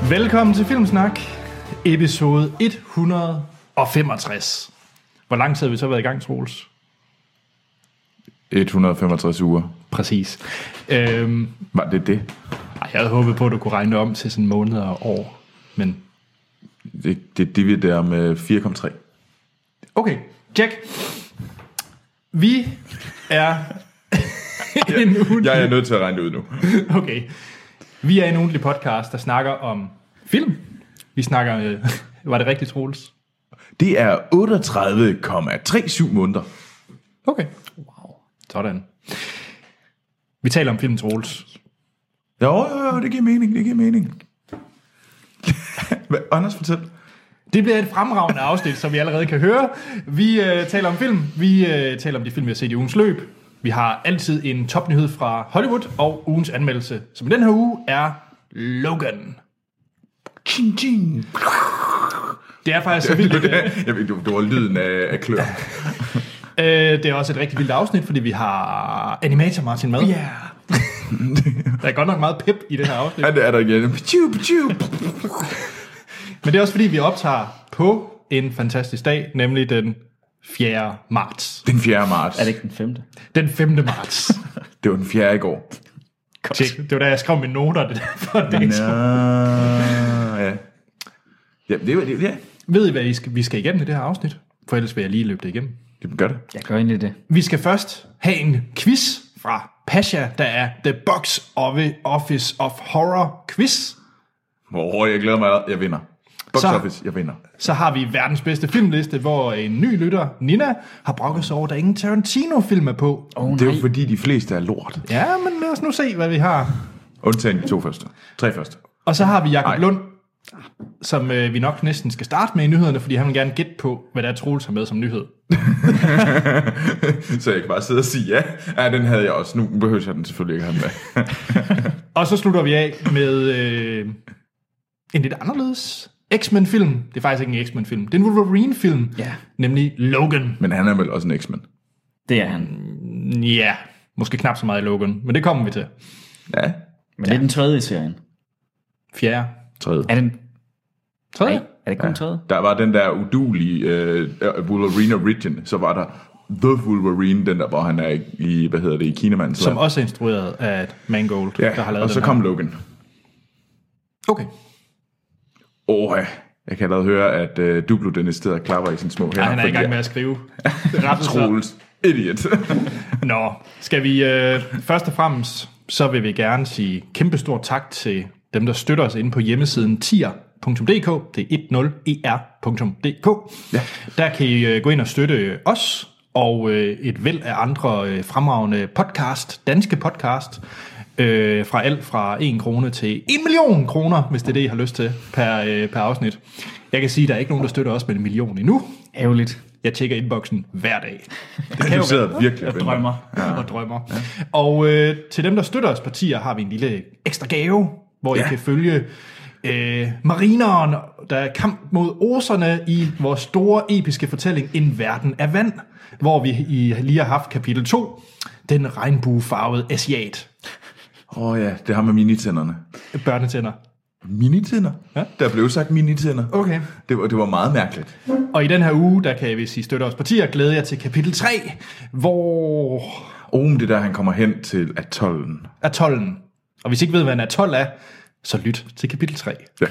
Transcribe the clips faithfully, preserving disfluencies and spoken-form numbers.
Velkommen til Filmsnak, episode et hundrede og femogtres. Hvor lang tid har vi så været i gang, Troels? et hundrede og femogtres uger. Præcis. Øhm, Var det det? Jeg havde håbet på, at du kunne regne det om til sådan måneder og år, men... Det, det dividerer med fire komma tre. Okay, check. Vi er en ugentlig... Jeg er nødt til at regne det ud nu. Okay. Vi er en ugentlig podcast, der snakker om film. Vi snakker... Øh, var det rigtigt, Troels? Det er otteogtredive komma syv måneder. Okay. Wow. Sådan. Vi taler om film, Troels. Jo, jo, jo, det giver mening, det giver mening. Hvad, Anders, fortæl. Det bliver et fremragende afsnit, som vi allerede kan høre. Vi øh, taler om film. Vi øh, taler om de film, vi har set i ugens løb. Vi har altid en topnyhed fra Hollywood og ugens anmeldelse, som i den her uge er Logan. Ching, ching. Det er faktisk så vildt. Jeg ved, det var lyden af, af klør. øh, det er også et rigtig vildt afsnit, fordi vi har animator Martin med. Ja. Yeah. Der er godt nok meget pep i det her afsnit. Ja, det er der igen. Men det er også fordi, vi optager på en fantastisk dag, nemlig den fjerde marts. Den fjerde marts. Er det ikke den femte? Den femte marts. Det var den fjerde i går. Check. Det var da jeg skrev mine noter det der for en dag. Ja. Ja, det var det. Ja. Ved I, hvad I skal, vi skal igennem i det her afsnit? For ellers vil jeg lige løbe det igennem. Det gør det. Jeg gør egentlig det. Vi skal først have en quiz fra Pasha, der er The Box Office of Horror Quiz. Åh, oh, jeg glæder mig. Jeg vinder. Box Så- Office, jeg vinder. Så har vi verdens bedste filmliste, hvor en ny lytter, Nina, har brokket sig over, at der ingen Tarantino-film er på. Oh, Det er jo fordi, de fleste er lort. Ja, men lad os nu se, hvad vi har. Undtagen de to første. Tre første. Og så har vi Jakob Ej. Lund, som øh, vi nok næsten skal starte med i nyhederne, fordi han vil gerne gætte på, hvad der er Troels har med som nyhed. Så jeg kan bare sidde og sige ja. Ja, den havde jeg også. Nu behøver jeg den selvfølgelig ikke have med. Og så slutter vi af med øh, en lidt anderledes X-Men-film. Det er faktisk ikke en X-Men-film. Det er en Wolverine-film, Ja. nemlig Logan. Men han er vel også en X-Men. Det er han. Ja, måske knap så meget i Logan, men det kommer vi til. Ja. Men det er den tredje i serien. Fjerde. Tredje. Er den... Tredje? Nej, er det kun ja. tredje? Der var den der udulige uh, Wolverine Origin. Så var der The Wolverine, den der, hvor han er i, i hvad hedder det, i Kinamands Som land. også er instrueret af Mangold, Ja, der har lavet og så den kom her. Logan. Okay. Åh, oh, jeg kan allerede høre, at uh, Duplo Dennis sidder og klapper i sine små hænder. Ja, han er i fordi gang med at skrive. Ret Troels. Idiot. Nå, skal vi øh, først og fremmest, så vil vi gerne sige kæmpestor tak til dem, der støtter os inde på hjemmesiden tier punktum d k. Det er ti er punktum d k. Ja. Der kan I øh, gå ind og støtte os og øh, et væld af andre øh, fremragende podcast, danske podcast, øh, fra alt fra en krone til en million kroner, hvis det er det, I har lyst til per, øh, per afsnit. Jeg kan sige, at der er ikke nogen, der støtter os med en million endnu. Ærgerligt. Jeg tjekker inboxen hver dag. Det Du sidder virkelig og Jeg drømmer. Ja. Og drømmer. Ja. Og øh, til dem, der støtter os partier, har vi en lille ekstra gave, hvor ja. I kan følge øh, marineren, der er kamp mod oserne i vores store episke fortælling En Verden af Vand, hvor vi i, lige har haft kapitel to, den regnbuefarvede asiat. Åh oh, ja, det har med minitænderne. Børnetænder. Minitænder? Ja. Der blev sagt minitænder. Okay. Det var, det var meget mærkeligt. Og i den her uge, der kan jeg, hvis I støtter os partier, glæder jeg til kapitel tre, hvor Oh, men det der, han kommer hen til atollen. atollen. Og hvis I ikke ved, hvad en atol er, så lyt til kapitel tre. Ja.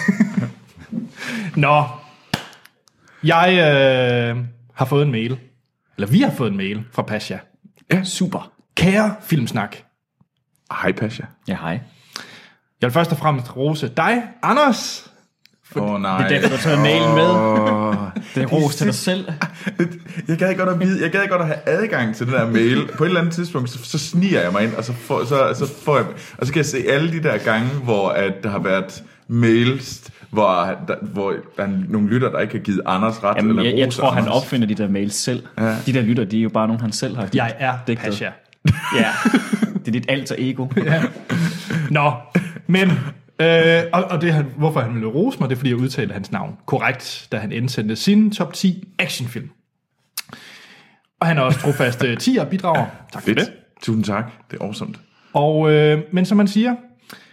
Nå, jeg øh, har fået en mail, eller vi har fået en mail fra Pasha. Ja. Super. Kære Filmsnak, Hej, Pasha. Ja, hej. jeg vil først og fremmest rose dig, Anders. Åh oh, nej. Det er derfor, du tager mailen med. Oh. Det er ros til dig selv. Jeg gad godt at vide, jeg gad godt at have adgang til den der mail. På et eller andet tidspunkt, så, så sniger jeg mig ind, og så får, så, så får jeg, og så kan jeg se alle de der gange, hvor at der har været mails, hvor der, hvor der er nogle lytter, der ikke har givet Anders ret. Jamen, eller jeg, jeg roser tror, han Anders. opfinder de der mails selv. Ja. De der lytter, de er jo bare nogen, han selv har Jeg er digtet. Pasha. Ja, det er dit alter ego. Ja. Nå, men øh, og, og det, han, hvorfor han ville rose mig, det er, fordi jeg udtalte hans navn korrekt, da han indsendte sin top ti actionfilm. Og han er også trofast uh, tier bidrager. Tak for Fedt. det. Tusind tak. Det er awesome. Og, øh, men som man siger,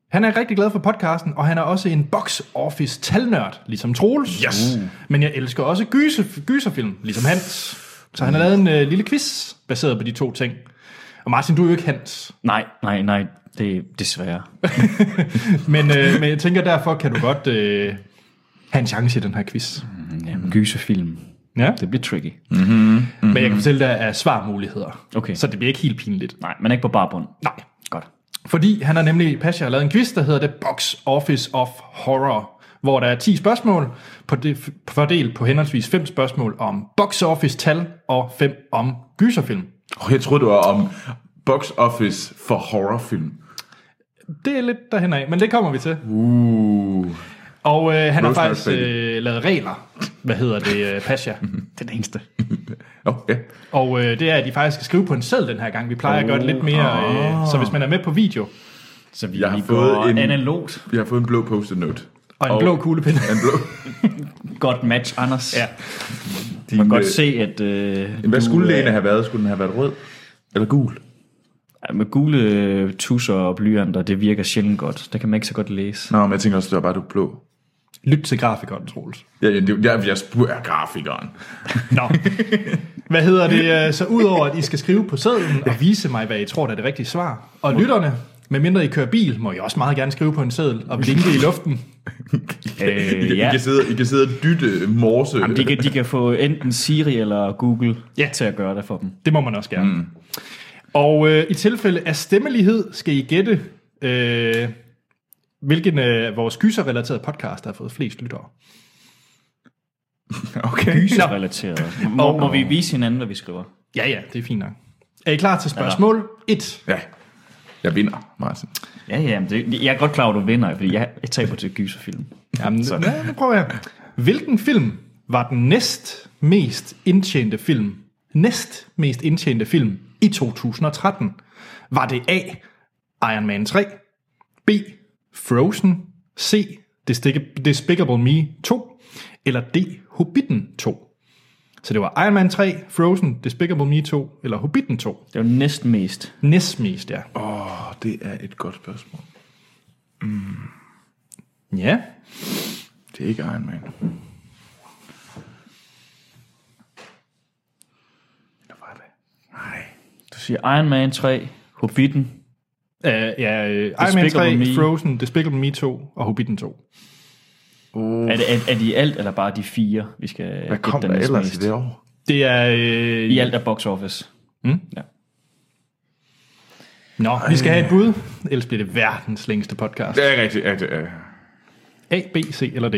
Han er rigtig glad for podcasten, og han er også en box office talnørd, ligesom Troels. Yes. Men jeg elsker også gyser, gyserfilm, ligesom Hans. Så han har lavet en øh, lille quiz, baseret på de to ting. Og Martin, du er jo ikke Hans. Nej, nej, nej. Det er desværre. men, øh, men jeg tænker, derfor kan du godt øh, have en chance i den her quiz. Jamen, gyserfilm. Ja. Det bliver tricky. Mm-hmm. Mm-hmm. Men jeg kan fortælle dig, at svarmuligheder. Okay. Så det bliver ikke helt pinligt. Nej, men ikke på barbund. Nej. Godt. Fordi han har nemlig, Pasha har lavet en quiz, der hedder The Box Office of Horror, hvor der er ti spørgsmål, på det, fordelt på henholdsvis fem spørgsmål om box office tal og fem om gyserfilm. Oh, jeg troede, det var om box office for horrorfilm. Det er lidt derhen af, men det kommer vi til. Uh. Og øh, han har Rosemary faktisk øh, lavet regler, hvad hedder det, øh, Pasha. Det er det eneste. Oh, yeah. Og øh, det er, at de faktisk skal skrive på en seddel den her gang. Vi plejer oh, at gøre det lidt mere, øh, så hvis man er med på video. Så vi Jeg har lige fået går en- analogt. Jeg har fået en blå post-it note. Og en og blå kuglepen. En blå. Godt match, Anders. Ja. Man kan godt øh, se, at... Øh, Hvad du, skulle det øh, egentlig have været? Skulle den have været rød? Eller gul? Med gule tusser og blyanter, det virker sjældent godt. Det kan man ikke så godt læse. Nå, men jeg tænker også, det var bare, du er blå. Lyt til grafikeren, Troels. Ja, ja, det, jeg, jeg spørger grafikeren. Nå. Hvad hedder det? Så udover at I skal skrive på sedlen og vise mig, hvad I tror, der er det rigtige svar. Og lytterne, medmindre I kører bil, må I også meget gerne skrive på en seddel og blinke i luften. Øh, I, kan, ja. I, kan sidde, I kan sidde og dytte morse. Jamen, de, kan, de kan få enten Siri eller Google Ja. til at gøre det for dem. Det må man også gerne. Mm. Og øh, i tilfælde af stemmelighed skal I gætte, øh, hvilken af øh, vores gyserrelaterede podcast der har fået flest lyttere. Okay. Gyserrelateret. Må, Og- må vi vise hinanden, hvad vi skriver? Ja, ja, det er fint nok. Er I klar til spørgsmål et? Ja, jeg vinder, Martin. Ja, ja, men det, jeg er godt klar over, at du vinder, fordi jeg, jeg taber til gyserfilm. Jamen, ja, nu prøver jeg. Hvilken film var den næst mest indtjente film, næst mest indtjente film i to tusind og tretten? Var det A, Iron Man tre, B, Frozen, C, Destig- Despicable Me to, eller D, Hobbiten to? Så det var Iron Man tre, Frozen, Despicable Me to, eller Hobbiten to. Det var næsten mest. Næst mest, ja. Åh, oh, det er et godt spørgsmål. Ja, Det er ikke Iron Man. Eller var det? Nej. Du siger Iron Man tre, Hobbiten. uh, ja uh, Iron Man Despicable tre, Me. Frozen, Despicable Me to og Hobbiten to. Oh, Er det, er, er de i alt, eller bare de fire, vi skal hvad gætte kom den der næst ellers mest? i det år? Det er... Øh, I alt er box office. Mm? Ja. Nå, vi skal have et bud, ellers bliver det verdens længste podcast. Det er rigtigt. Ja, det er. A, B, C eller D?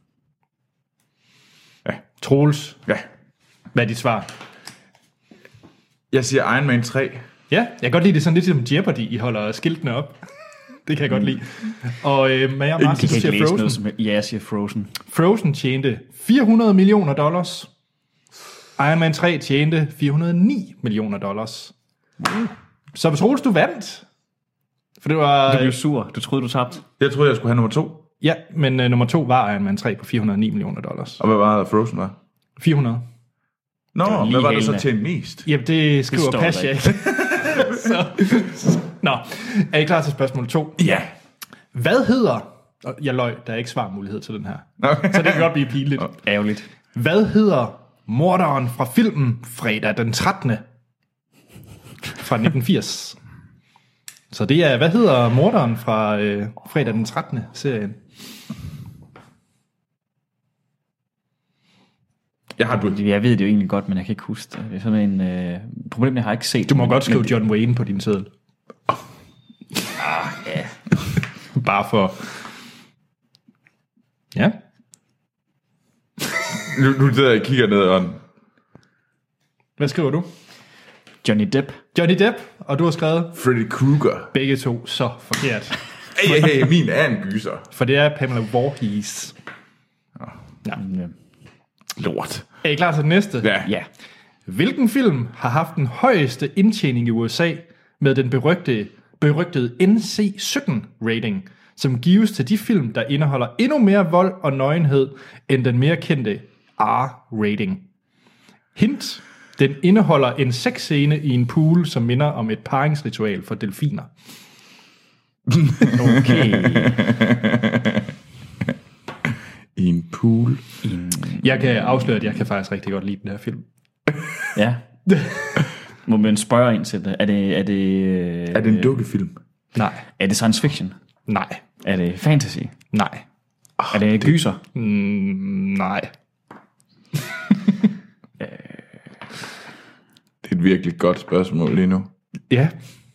Ja. Troels, Ja. hvad er dit svar? Jeg siger Iron Man tre. Ja, jeg kan godt lide det sådan lidt som Jeopardy, I holder skiltene op. Det kan jeg godt lide. Og øh, Maja og Jeg Martin kan ikke siger læse noget Frozen. som... Ja, jeg siger Frozen. Frozen tjente fire hundrede millioner dollars. Iron Man tre tjente fire hundrede og ni millioner dollars. Så Troels, du vandt. For det var... Du blev sur. Du troede, du tabte. Jeg troede, jeg skulle have nummer to. Ja, men øh, nummer to var Iron Man tre på fire hundrede og ni millioner dollars. Og hvad var det, Frozen var? fire hundrede. Nå, Det var lige hvad var det så hælende. til mest? Jamen, det skriver står der Pasha ikke. ikke. Så. Nå, er I klar til spørgsmål to? Ja. Hvad hedder... og Jeg løg, der er ikke svarmulighed til den her. Okay. Så det kan godt blive pinligt. Ærgerligt. Hvad hedder morderen fra filmen Fredag den trettende fra nitten firs? Så det er, hvad hedder morderen fra øh, Fredag den trettende serien? Jeg har et bud. Jeg ved det jo egentlig godt, men jeg kan ikke huske det. Det er sådan en... Øh, problem, jeg har ikke set. Du må men, godt skrive men, John Wayne på din seddel. Ja. Bare for... Ja. Nu, nu sidder jeg og kigger ned og... Hvad skriver du? Johnny Depp. Johnny Depp, og du har skrevet Freddy Krueger. begge to så forkert. Hey, hey, hey, min er en gyser. For det er Pamela Voorhees. Ja. Ja. Lort. Er I klar til den næste? Ja. ja. Hvilken film har haft den højeste indtjening i U S A med den berygtede, berygtede N C sytten rating, som gives til de film, der indeholder endnu mere vold og nøgenhed end den mere kendte R-rating? Hint. Den indeholder en sexscene i en pool, som minder om et paringsritual for delfiner. Okay. I en pool. Jeg kan afsløre, at jeg kan faktisk rigtig godt lide den her film. Ja. Må man spørge ind til det? Er det... Er det, Er det en dukkefilm? Nej. Er det science fiction? Nej. Er det fantasy? Nej. Oh, er det, det gyser? Mm, nej. Det er et virkelig godt spørgsmål lige nu. Ja.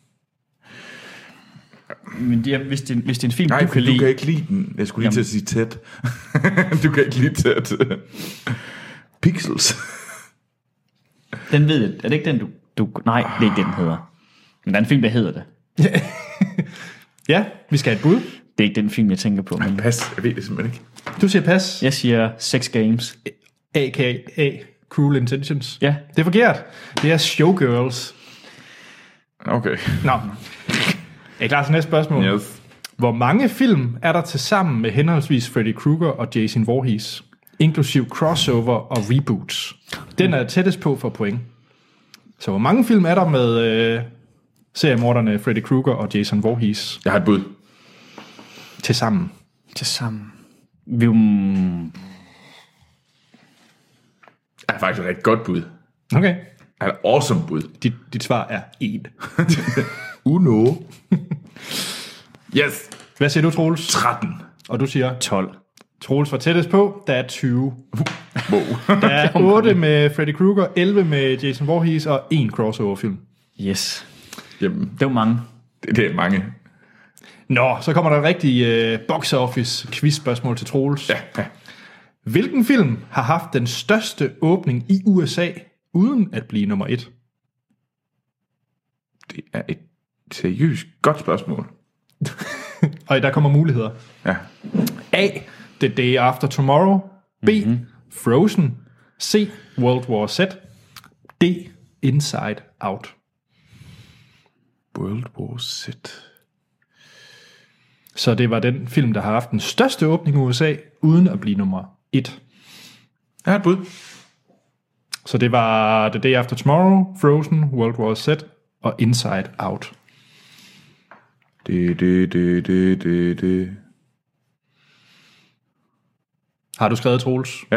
Men det er, hvis, det, hvis det er en film, Nej, du for kan du lide... kan ikke lide den. Jeg skulle lige Jamen. til at sige tæt. Du kan ikke lide tæt. Pixels. Den ved jeg. Er det ikke den, du... du nej, det er ikke den, den hedder. Men der er en film, der hedder det. Ja, vi skal have et bud. Det er ikke den film, jeg tænker på. Men Pas, jeg ved det simpelthen ikke. Du siger pas. jeg siger Sex Games. A K A Cruel Intentions. Ja. Det er forkert. Det er Showgirls. Okay. Nå. Er I klar til næste spørgsmål? Yes. Hvor mange film er der til sammen med henholdsvis Freddy Krueger og Jason Voorhees, inklusiv crossover og reboots? Den er tættest på for point. Så hvor mange film er der med øh, seriemorderne Freddy Krueger og Jason Voorhees Jeg har et bud. til sammen? Til sammen. Vi, mm, Jeg har faktisk et rigtig godt bud. Okay. Jeg har et awesome bud. Dit, dit svar er en. Uno. Yes. Hvad siger du, Troels? tretten. Og du siger? tolv. Troels var tættest på. Der er tyve. Wow. Der er otte med Freddy Krueger, elleve med Jason Voorhees og en crossover-film. Yes. Jamen, Det var mange. det, det er mange. Nå, så kommer der et rigtig uh, box office quiz-spørgsmål til Troels. Ja, ja. Hvilken film har haft den største åbning i U S A, uden at blive nummer et? Det er et seriøst godt spørgsmål. Og der kommer muligheder. Ja. A. The Day After Tomorrow. B. Mm-hmm. Frozen. C. World War Z. D. Inside Out. World War Z. Så det var den film, der har haft den største åbning i U S A, uden at blive nummer et. Jeg har et bud. Så det var The Day After Tomorrow, Frozen, World War Z og Inside Out. Det, det, det, det, det, det. Har du skrevet, Troels? Ja.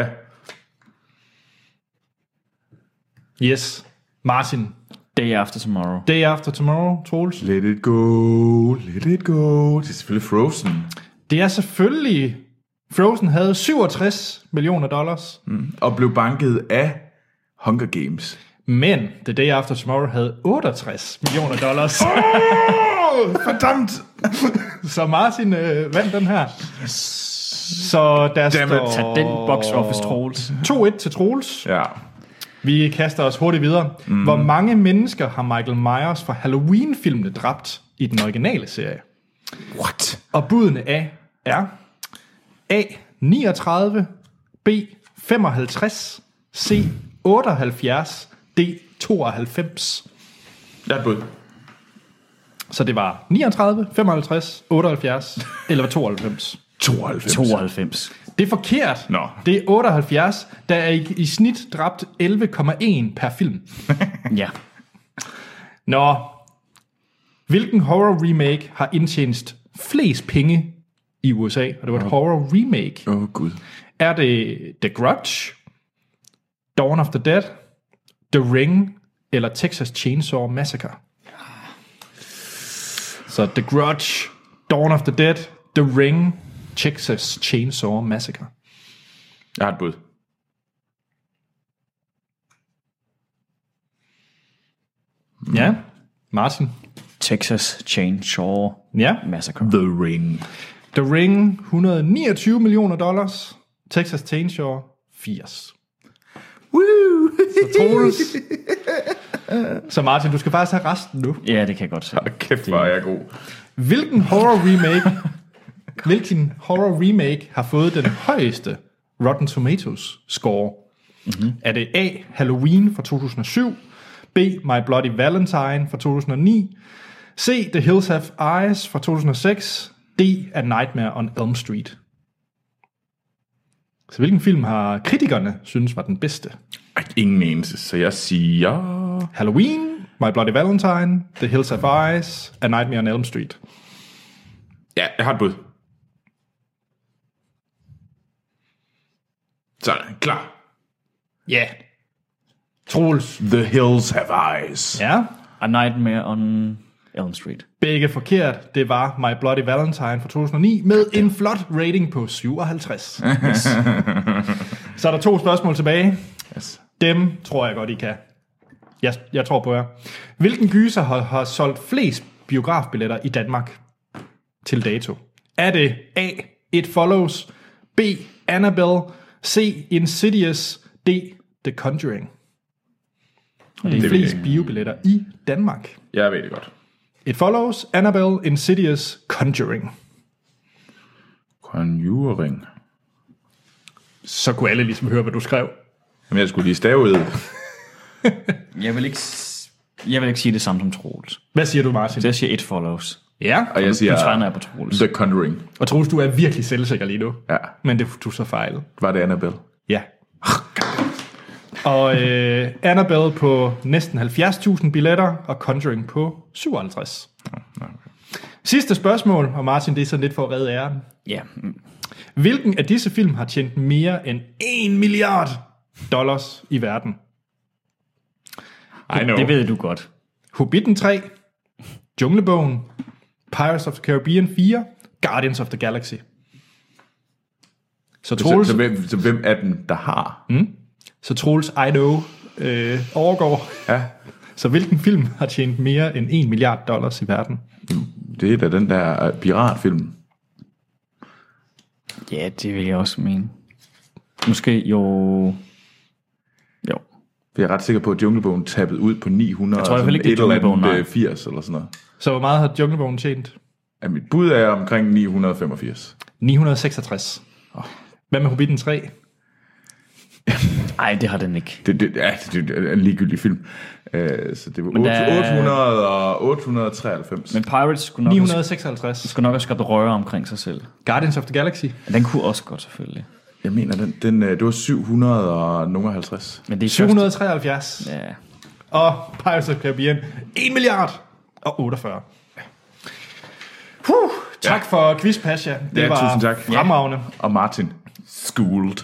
Yes. Martin. Day After Tomorrow. Day After Tomorrow, Troels. Let it go, let it go. Det er selvfølgelig Frozen. Det er selvfølgelig... Frozen havde syvogtres millioner dollars, Mm. Og blev banket af Hunger Games. men The Day After Tomorrow havde otteogtres millioner dollars. Oh, verdammt! Så Martin øh, vandt den her. Så der Dammit. står Tag den box office, Troels. to et til Troels. Ja. Vi kaster os hurtigt videre. Mm. Hvor mange mennesker har Michael Myers fra Halloween-filmene dræbt i den originale serie? What? Og budene af er A. niogtredive, B. femoghalvtreds, C. otteoghalvfjerds, D. tooghalvfems. Jeg har et bud. Så det var niogtredive, femoghalvtreds, otteoghalvfjerds eller tooghalvfems. tooghalvfems. tooghalvfems. Det er forkert. Nå. Det er otteoghalvfjerds. Der er i, i snit dræbt elleve komma en per film. Ja. Nå. Hvilken horror remake har indtjent flest penge i U S A? Og det var et horror remake. Åh, oh, Gud. Er det The Grudge, Dawn of the Dead, The Ring eller Texas Chainsaw Massacre? Så The Grudge, Dawn of the Dead, The Ring, Texas Chainsaw Massacre. Jeg har et bud. Ja, Martin. Texas Chainsaw Ja, Massacre. The Ring. The Ring, et hundrede og niogtyve millioner dollars. Texas Chainsaw, firs. Woo! Så Troels. Så Martin, du skal faktisk have resten nu. Ja, det kan jeg godt se. Kæft, hvor er jeg god. Hvilken horror remake, hvilken horror remake har fået den højeste Rotten Tomatoes score? Mm-hmm. Er det A. Halloween fra to tusind og syv, B. My Bloody Valentine fra to tusind og ni, C. The Hills Have Eyes fra to tusind og seks, D. A Nightmare on Elm Street? Så hvilken film har kritikerne synes var den bedste? Ej, ingen eneste, så jeg siger... Halloween, My Bloody Valentine, The Hills Have Eyes, A Nightmare on Elm Street. Ja, jeg har et bud. Sådan, klar. Ja. Yeah. Troels. The Hills Have Eyes. Ja. A Nightmare on Elm Street. Begge forkert. Det var My Bloody Valentine fra to tusind og ni med en flot rating på syvoghalvtreds. Yes. Så er der to spørgsmål tilbage. Yes. Dem tror jeg godt, I kan. Jeg, jeg tror på jer. Hvilken gyser har, har solgt flest biografbilletter i Danmark til dato? Er det A. It Follows, B. Annabelle, C. Insidious, D. The Conjuring? Og det er flest biobilletter i Danmark. Jeg ved det godt. It Follows, Annabelle, Insidious, Conjuring. Conjuring. Så kunne alle ligesom høre, hvad du skrev. Jamen, jeg skulle lige stave ud. Jeg vil ikke, s- jeg vil ikke sige det samme som Troels. Hvad siger du, Martin? Så jeg siger It Follows. Ja, Og jeg siger Nu træner jeg på Troels. The Conjuring. og Troels, du er virkelig selvsikker lige nu. Ja, Men det du så fejl. var det Annabelle? Ja. Og øh, Annabelle på næsten halvfjerds tusind billetter, og Conjuring på syvoghalvtreds. Sidste spørgsmål, og Martin, det er sådan lidt for at redde æren. Ja. Hvilken af disse film har tjent mere end en milliard dollars i verden? I know. Det ved du godt. Hobbiten tre, Junglebogen, Pirates of the Caribbean fire, Guardians of the Galaxy. Så Så, Troels, så, hvem, så hvem er den, der har? Mm. så Troels I know øh, overgår. Ja, Så hvilken film har tjent mere end en milliard dollars i verden? det er da den der uh, piratfilm. Ja, det vil jeg også mene. Måske jo... Jo. Jeg er ret sikker på, at Junglebogen tappede ud på ni hundrede. Jeg tror i hvert fald ikke, det er et eller Junglebogen, andet nej. øh, firs eller sådan noget. Så hvor meget har Junglebogen tjent? Ja, mit bud er omkring ni hundrede femogfirs. ni hundrede seksogtres. Hvad med Hobbiten tre? Nej, det har den ikke. Det, det, ja, det, det er en ligegyldig film. Uh, så det var Men der- otte hundrede og otte hundrede treoghalvfems. Men Pirates skulle nok, ni have, hundrede seksoghalvtreds. skulle nok have skabt røre omkring sig selv. Guardians of the Galaxy? Men den kunne også godt, selvfølgelig. Jeg mener, den, den, øh, det var syv hundrede og halvtreds. Men det er syv hundrede treoghalvfjerds. Første, ja. Og Pirates of the Caribbean, en milliard og otteogfyrre. Puh, tak ja. for quiz, Pasha. Det Ja, var tusind tak. fremragende. Og Martin. Schooled.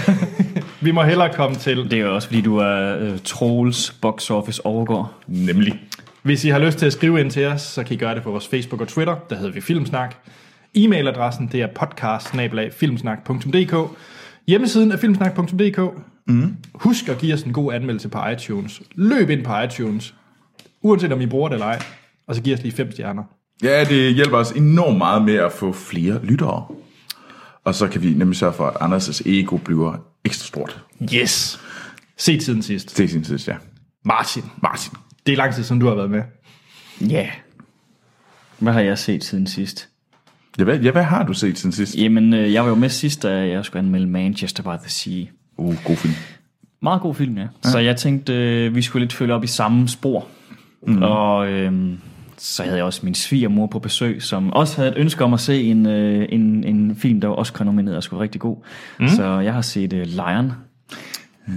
Vi må hellere komme til. Det er jo også, fordi du er uh, Troels box office overgår. Nemlig. Hvis I har lyst til at skrive ind til os, så kan I gøre det på vores Facebook og Twitter. Der hedder vi Filmsnak. E-mailadressen, det er podcast bindestreg filmsnak punktum d k. Hjemmesiden er filmsnak punktum d k. Mm. Husk at give os en god anmeldelse på iTunes. Løb ind på iTunes, uanset om I bruger det eller ej. Og så giv os lige fem stjerner. Ja, det hjælper os enormt meget med at få flere lyttere. Og så kan vi nemlig sørge for, at Anders' ego bliver ekstra stort. Yes! Se tiden sidst. Det er sin tid, ja. Martin. Martin. Det er lang tid, som du har været med. Ja. Yeah. Hvad har jeg set siden sidst? Ja, hvad, ja, hvad har du set siden sidst? Jamen, øh, jeg var jo med sidst, da jeg skulle anmelde Manchester by the Sea. Uh, god film. Meget god film, ja. ja. Så jeg tænkte, øh, vi skulle lidt følge op i samme spor. Mm. Og øh, så havde jeg også min svigermor på besøg, som også havde et ønske om at se en, øh, en, en film, der var også nomineret og skulle være rigtig god. Mm. Så jeg har set øh, Lion. Mm.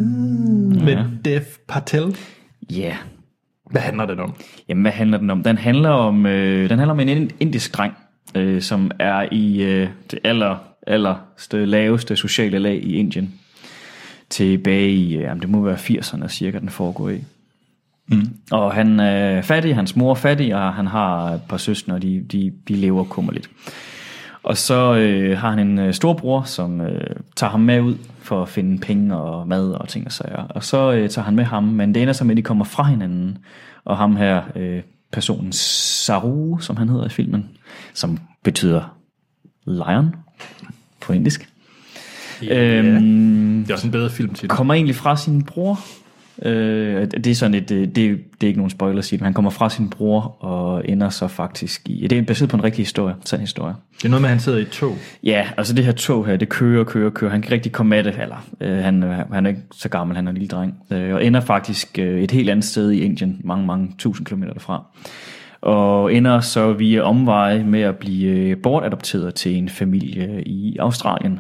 Med ja. Dev Patel. Ja. Yeah. Hvad handler den om? Jamen, hvad handler den om? Den handler om, øh, den handler om en indisk dreng, øh, som er i øh, det aller, allerste, laveste sociale lag i Indien. Tilbage i, øh, det må være firserne cirka, den foregår i. Mm. Og han er fattig, hans mor er fattig, og han har et par søstre, og de, de, de lever kummerligt. Og så øh, har han en øh, storbror, som øh, tager ham med ud for at finde penge og mad og ting og sager. Og så øh, tager han med ham, men det ender så med, at de kommer fra hinanden. Og ham her, øh, personen Saru, som han hedder i filmen, som betyder lion på indisk. Yeah. Øhm, det er også en bedre film til det. Kommer egentlig fra sin bror. Øh, det er sådan et, det, det er ikke nogen spoiler at sige, men han kommer fra sin bror og ender så faktisk i, det er baseret på en rigtig historie, sand historie. Det er noget med, at han sidder i et tog. Ja, altså det her tog her, det kører, kører, kører. Han kan rigtig komme med det, eller øh, han, han er ikke så gammel, han er en lille dreng. Øh, og ender faktisk øh, et helt andet sted i Indien, mange, mange tusind kilometer derfra. Og ender så via omveje med at blive bortadopteret til en familie i Australien.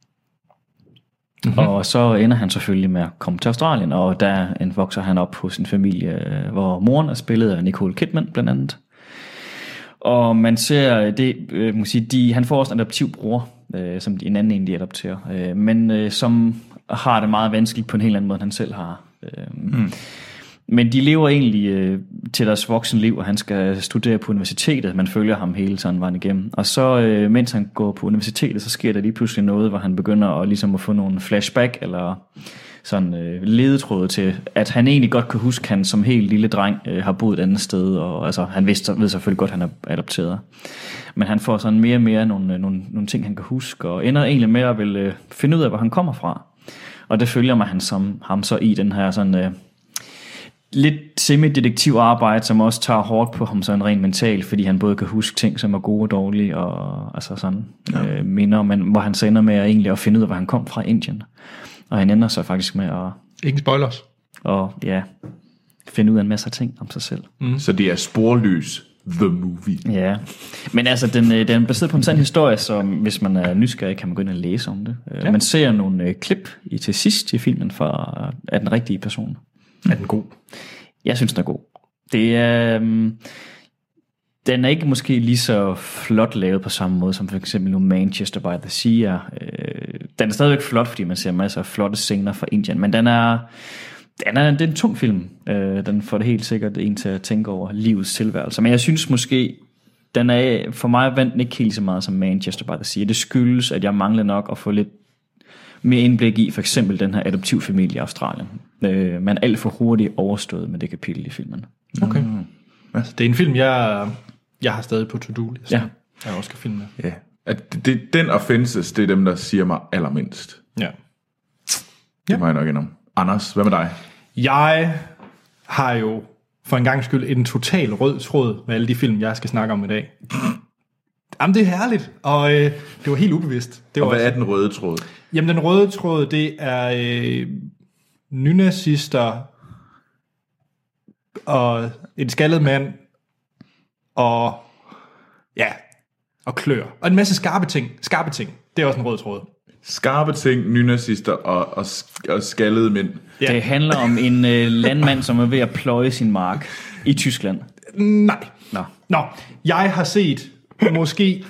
Mm-hmm. Og så ender han selvfølgelig med at komme til Australien, og der vokser han op hos en familie, hvor moren er spillet af Nicole Kidman blandt andet. Og man ser det, øh, må sige, de, han får også en adoptiv bror, øh, som en anden egentlig adopterer, øh, men øh, som har det meget vanskeligt på en helt anden måde, end han selv har. Øh, mm. Men de lever egentlig øh, til deres voksenliv, og han skal studere på universitetet. Man følger ham hele tiden vejen igennem. Og så, øh, mens han går på universitetet, så sker der lige pludselig noget, hvor han begynder at, ligesom at få nogle flashback, eller sådan øh, ledetråde til, at han egentlig godt kan huske, at han som helt lille dreng øh, har boet et andet sted. Og altså, han vidste, ved selvfølgelig godt, at han er adopteret. Men han får sådan mere og mere nogle, nogle, nogle ting, han kan huske, og ender egentlig med at vil, øh, finde ud af, hvor han kommer fra. Og det følger man han som, ham så i den her sådan... Øh, lidt semi-detektivarbejde, som også tager hårdt på ham sådan rent mentalt, fordi han både kan huske ting, som er gode og dårlige, og altså sådan ja. øh, minder, men hvor han så ender med at, egentlig at finde ud af, hvor han kom fra, Indien. Og han ender så faktisk med at... Ingen spoilers. Og ja, finde ud af en masse ting om sig selv. Mm. Så det er Sporløs, the movie. Ja, men altså, den, den er baseret på en sand historie, så hvis man er nysgerrig, kan man gå ind og læse om det. Ja. Man ser nogle øh, klip i, til sidst i filmen fra, af den rigtige person. Er den god? Jeg synes, den er god. Det er, um, den er ikke måske lige så flot lavet på samme måde, som for eksempel nu Manchester by the Sea er. Uh, den er stadigvæk flot, fordi man ser masser af flotte scener fra Indien, men den er, den er, det er en tung film. Uh, den får det helt sikkert en til at tænke over livets tilværelse. Men jeg synes måske, den er, for mig vandt den ikke helt så meget som Manchester by the Sea. Det skyldes, at jeg mangler nok at få lidt mere indblik i for eksempel den her adoptivfamilie i Australien. Øh, man er alt for hurtigt overstået med det kapitel i filmen. Okay. Mm. Altså, det er en film, jeg, jeg har stadig på to-do-listen. Ja. Jeg også skal filme. Ja. At det, det, den offenses, det er dem, der siger mig allermindst. Ja. Det ja. må jeg nok indom. Anders, hvad med dig? Jeg har jo for en gang skyld en total rød tråd med alle de film, jeg skal snakke om i dag. Jamen, det er herligt, og øh, det var helt ubevidst. Det var og hvad også, er den røde tråd? Jamen, den røde tråd, det er øh, nynazister og en skaldet mand og ja, og klør. Og en masse skarpe ting. Skarpe ting. Det er også en rød tråd. Skarpe ting, nynazister og, og, og skaldede mænd. Ja. Det handler om en øh, landmand, som er ved at pløje sin mark i Tyskland. Nej. Nå. Nå, jeg har set måske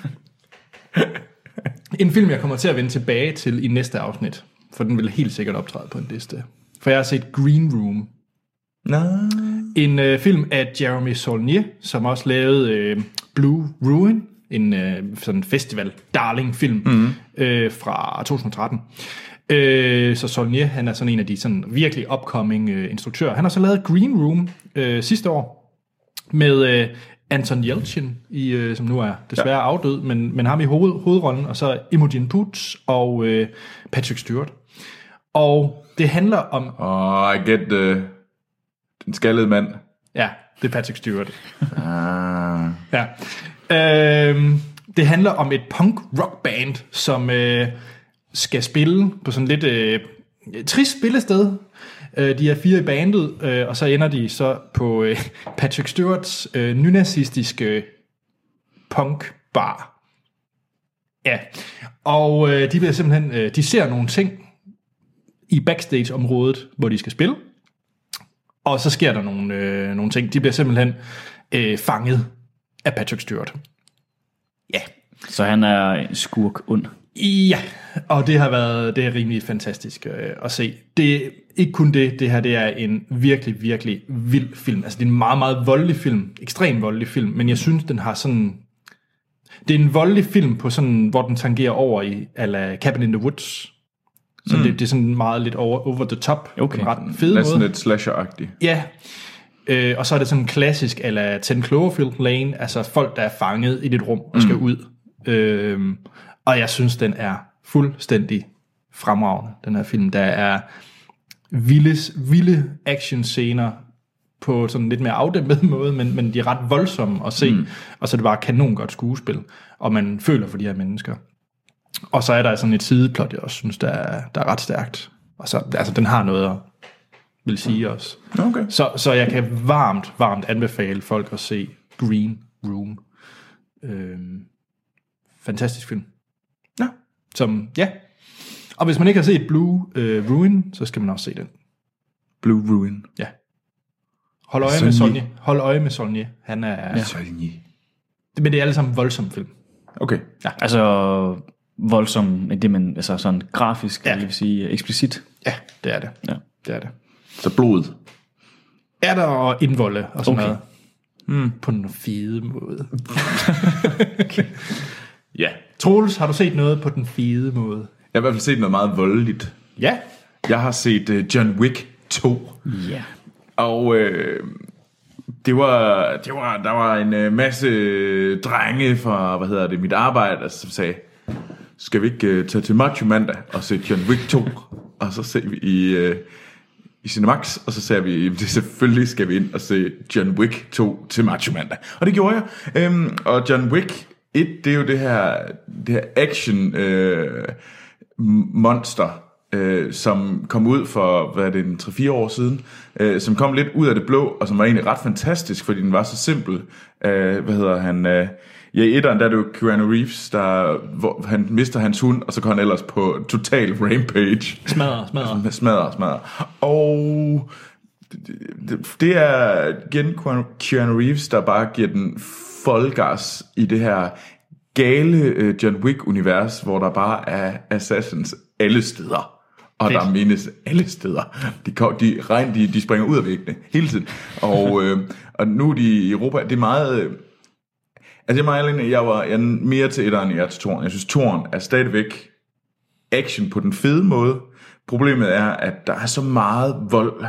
en film, jeg kommer til at vende tilbage til i næste afsnit. For den vil helt sikkert optræde på en liste. For jeg har set Green Room. Nej. En øh, film af Jeremy Saulnier, som også lavede øh, Blue Ruin, en øh, sådan festival darling film mm. øh, fra to tusind og tretten. Øh, så Saulnier, han er sådan en af de sådan virkelig upcoming øh, instruktører. Han har så lavet Green Room øh, sidste år med øh, Anton Yelchin, i, øh, som nu er desværre ja. afdød, men, men ham i hoved, hovedrollen, og så Imogen Poots og øh, Patrick Stewart. Og det handler om... Oh, I get the... Den skaldede mand. Ja, det er Patrick Stewart. Ah. Ja. Øh, det handler om et punk-rock-band, som øh, skal spille på sådan lidt øh, trist spillested. Øh, de er fire i bandet, øh, og så ender de så på øh, Patrick Stewarts øh, nynazistiske punk-bar. Ja, og øh, de bliver simpelthen, øh, de ser nogle ting i backstage-området, hvor de skal spille. Og så sker der nogle, øh, nogle ting. De bliver simpelthen øh, fanget af Patrick Stewart. Ja. Så han er en skurk ond. Ja, og det har været det er rimelig fantastisk øh, at se. Det er ikke kun det, det her det er en virkelig, virkelig vild film. Altså det er en meget, meget voldelig film. Ekstremt voldelig film, men jeg synes, den har sådan... Det er en voldelig film, på sådan, hvor den tangerer over i a la Cabin in the Woods. Så mm. det, det er sådan meget lidt over, over the top. Okay. På en ret fed måde. Sådan lidt slasher-agtigt. Ja, øh, og så er det sådan klassisk a la ten Cloverfield Lane, altså folk, der er fanget i et rum og skal mm. ud. Øh, og jeg synes, den er fuldstændig fremragende, den her film. Der er vilde, vilde actionscener på sådan lidt mere afdæmpet måde, men, men de er ret voldsomme at se, mm. og så er det bare kanon godt skuespil, og man føler for de her mennesker. Og så er der sådan et sideplot, jeg også synes, der er, der er ret stærkt. Og så, altså, den har noget at vil sige også. Okay. Så, så jeg kan varmt, varmt anbefale folk at se Green Room. Øhm, fantastisk film. Ja. Som, ja. Og hvis man ikke har set Blue øh, Ruin, så skal man også se den. Blue Ruin. Ja. Hold øje med Saulnier. Hold øje med Saulnier. Han er... Ja. Saulnier. Men det er alle sammen voldsomme film. Okay. Ja. Altså voldsom, det man, altså sådan grafisk, Ja. ja. Det vil sige eksplicit. Ja, det er det. Ja. Det er det. Så blodet. Er der og indvolde og sådan Okay. noget. Mm. På en fede måde. Ja. Troels, har du set noget på den fede måde? Jeg har i hvert fald set noget meget voldeligt. Ja. Jeg har set uh, John Wick to. Ja. Og øh, det var, det var, der var en øh, masse drenge fra, hvad hedder det, mit arbejde, som sagde, skal vi ikke øh, tage til Macho Mandag og se John Wick to? Og så ser vi i, øh, i Cinemax, og så sagde vi, det selvfølgelig skal vi ind og se John Wick to til Macho Mandag. Og det gjorde jeg. Øhm, og John Wick et, det er jo det her, det her action øh, monster, Øh, som kom ud for, hvad er det, en tre fire år siden, øh, som kom lidt ud af det blå, og som var egentlig ret fantastisk, fordi den var så simpel. Øh, hvad hedder han? Øh, ja, i etteren, der er det jo Keanu Reeves, der, hvor han mister hans hund, og så går han ellers på total rampage. Smadrer, smadrer. Smadrer, smadrer. Og det, det er igen Keanu Reeves, der bare giver den voldgas i det her gale uh, John Wick-univers, hvor der bare er assassins alle steder. Og Fedt. der mindes alle steder. De, kom, de, regn, de, de springer ud af væggene hele tiden. Og, øh, og nu er de i Europa. Det er meget... Øh, altså jeg er meget alene. Jeg var jeg er mere til etteren, end jeg er til toren. Jeg synes, toren er stadigvæk action på den fede måde. Problemet er, at der er så meget vold,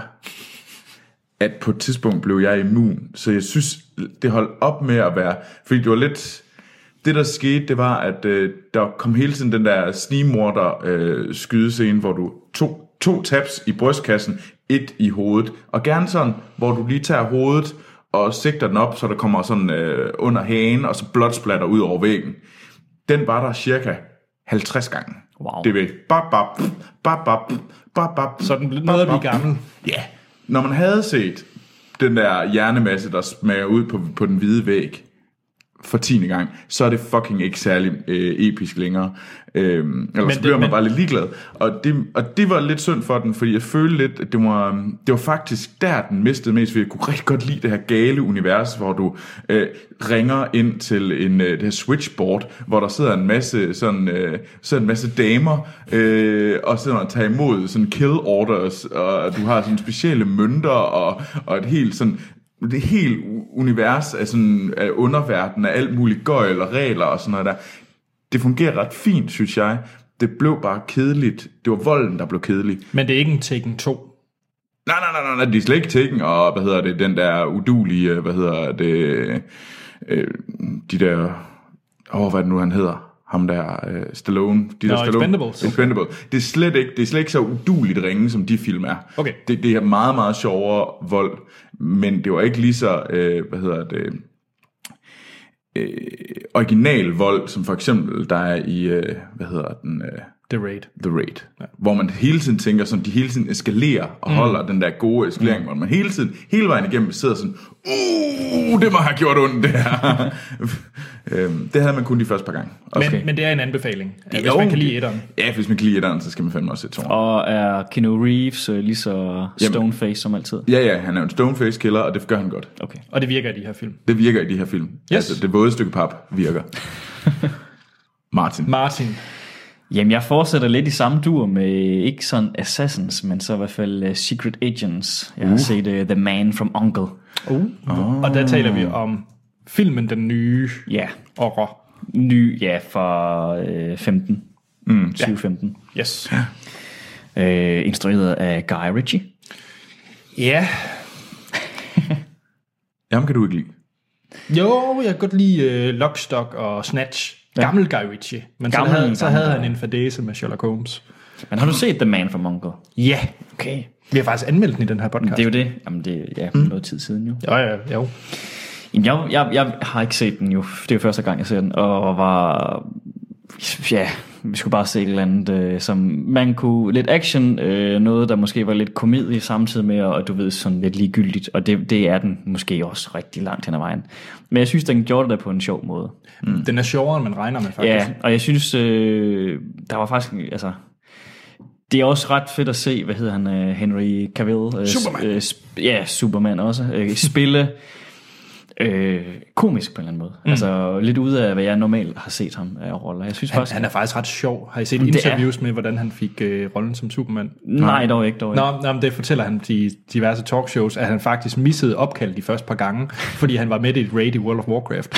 at på et tidspunkt blev jeg immun. Så jeg synes, det holdt op med at være... Fordi det var lidt... Det der skete, det var, at øh, der kom hele tiden den der snigmorder øh, skydescene, hvor du to, to tabs i brystkassen, et i hovedet, og gerne sådan, hvor du lige tager hovedet og sigter den op, så der kommer sådan øh, under hagen, og så blodsplatter ud over væggen. Den var der cirka halvtreds gange. Wow. Det er væk. Bap, bap, bap, bap, bap, bap. Så den blev noget at blive gammel. Ja. Når man havde set den der hjernemasse, der smager ud på, på den hvide væg, for tiende gang, så er det fucking ikke særlig øh, episk længere. Øhm, eller Men så bliver det- man men- bare lidt ligeglad. Og det, og det var lidt synd for den, fordi jeg følte lidt, at det var, det var faktisk der, den mistede mest, fordi jeg kunne rigtig godt lide det her gale univers, hvor du øh, ringer ind til en, øh, det her switchboard, hvor der sidder en masse, sådan, øh, sidder en masse damer, øh, og sidder og tager imod sådan kill orders, og du har sådan specielle mønter, og, og et helt sådan... Det helt univers af, sådan, af underverden, af alt muligt gøjl og regler og sådan noget der. Det fungerer ret fint, synes jeg. Det blev bare kedeligt. Det var volden, der blev kedelig. Men det er ikke en Taken to. Nej, nej, nej, nej, det er slet ikke Taken, og hvad hedder det, den der udulige, hvad hedder det, øh, de der, åh, hvad er det nu, han hedder? Ham der, øh, Stallone. De der Nå, Stallone. Expendables. Expendables. Det er slet ikke, det er slet ikke så uduligt ringe, som de film er. Okay. Det, det er meget, meget sjovere vold, men det var ikke lige så, øh, hvad hedder det, øh, original vold, som for eksempel der er i, øh, hvad hedder den, øh, The Raid. The Raid, ja. Hvor man hele tiden tænker sådan, de hele tiden eskalerer og holder mm. den der gode eskalering, mm. hvor man hele tiden, hele vejen igennem sidder sådan, uh, det må have gjort ondt det her. øhm, det havde man kun de første par gange. Men, Okay. men det er en anbefaling, at hvis Jo, man kan lide etteren. Ja, hvis man kan lide etteren, så skal man fandme også se toeren. Og er Keanu Reeves øh, lige så stoneface som altid? Ja, ja, han er en stoneface killer, og det gør han godt. Okay. Og det virker i de her film. Det virker i de her film. Yes. Altså, det våde stykke pap virker. Martin. Martin. Jamen, jeg fortsætter lidt i samme dur med, ikke sådan Assassins, men så i hvert fald uh, Secret Agents. Jeg har uh. set uh, The Man from U N C L E. Uh. Oh. Og der taler vi om filmen Den Nye Ja, Horror. ny, ja, fra øh, femten. Mm. tyve femten. Yes. Øh, instrueret af Guy Ritchie. Ja. Jamen kan du ikke lide. Jo, jeg kan godt lide uh, Lock, Stock og Snatch. Gammel Guy Ritchie. Men Gammel, så havde, så gammel havde Guy. han en fadese med Sherlock Holmes. Men har du set The Man from U N C L E? Ja. Okay. Vi har faktisk anmeldt den i den her podcast. Det er jo det. Jamen, det er ja, mm. noget tid siden jo. Ja, ja, jo. Jamen, jeg, jeg, jeg har ikke set den jo. Det er jo første gang, jeg ser den. Og var... Ja, vi skulle bare se et eller andet, øh, som man kunne... Lidt action, øh, noget der måske var lidt komedie samtidig med, og du ved, sådan lidt ligegyldigt. Og det, det er den måske også rigtig langt hen ad vejen. Men jeg synes, den gjorde det på en sjov måde. Mm. Den er sjovere, end man regner med, faktisk. Ja, og jeg synes, øh, der var faktisk... Altså, det er også ret fedt at se, hvad hedder han, øh, Henry Cavill? Øh, Superman. Øh, sp- ja, Superman også. Øh, spille... Øh, komisk på en eller anden måde. Mm. Altså lidt ude af, hvad jeg normalt har set ham af roller. Jeg synes han, faktisk, han er faktisk ret sjov. Har I set det interviews er... med, hvordan han fik øh, rollen som Superman? Nej, dog ikke. Dog ikke. Nå, nå, men det fortæller han de diverse talkshows, at han faktisk missede opkald de første par gange, fordi han var med i et raid i World of Warcraft.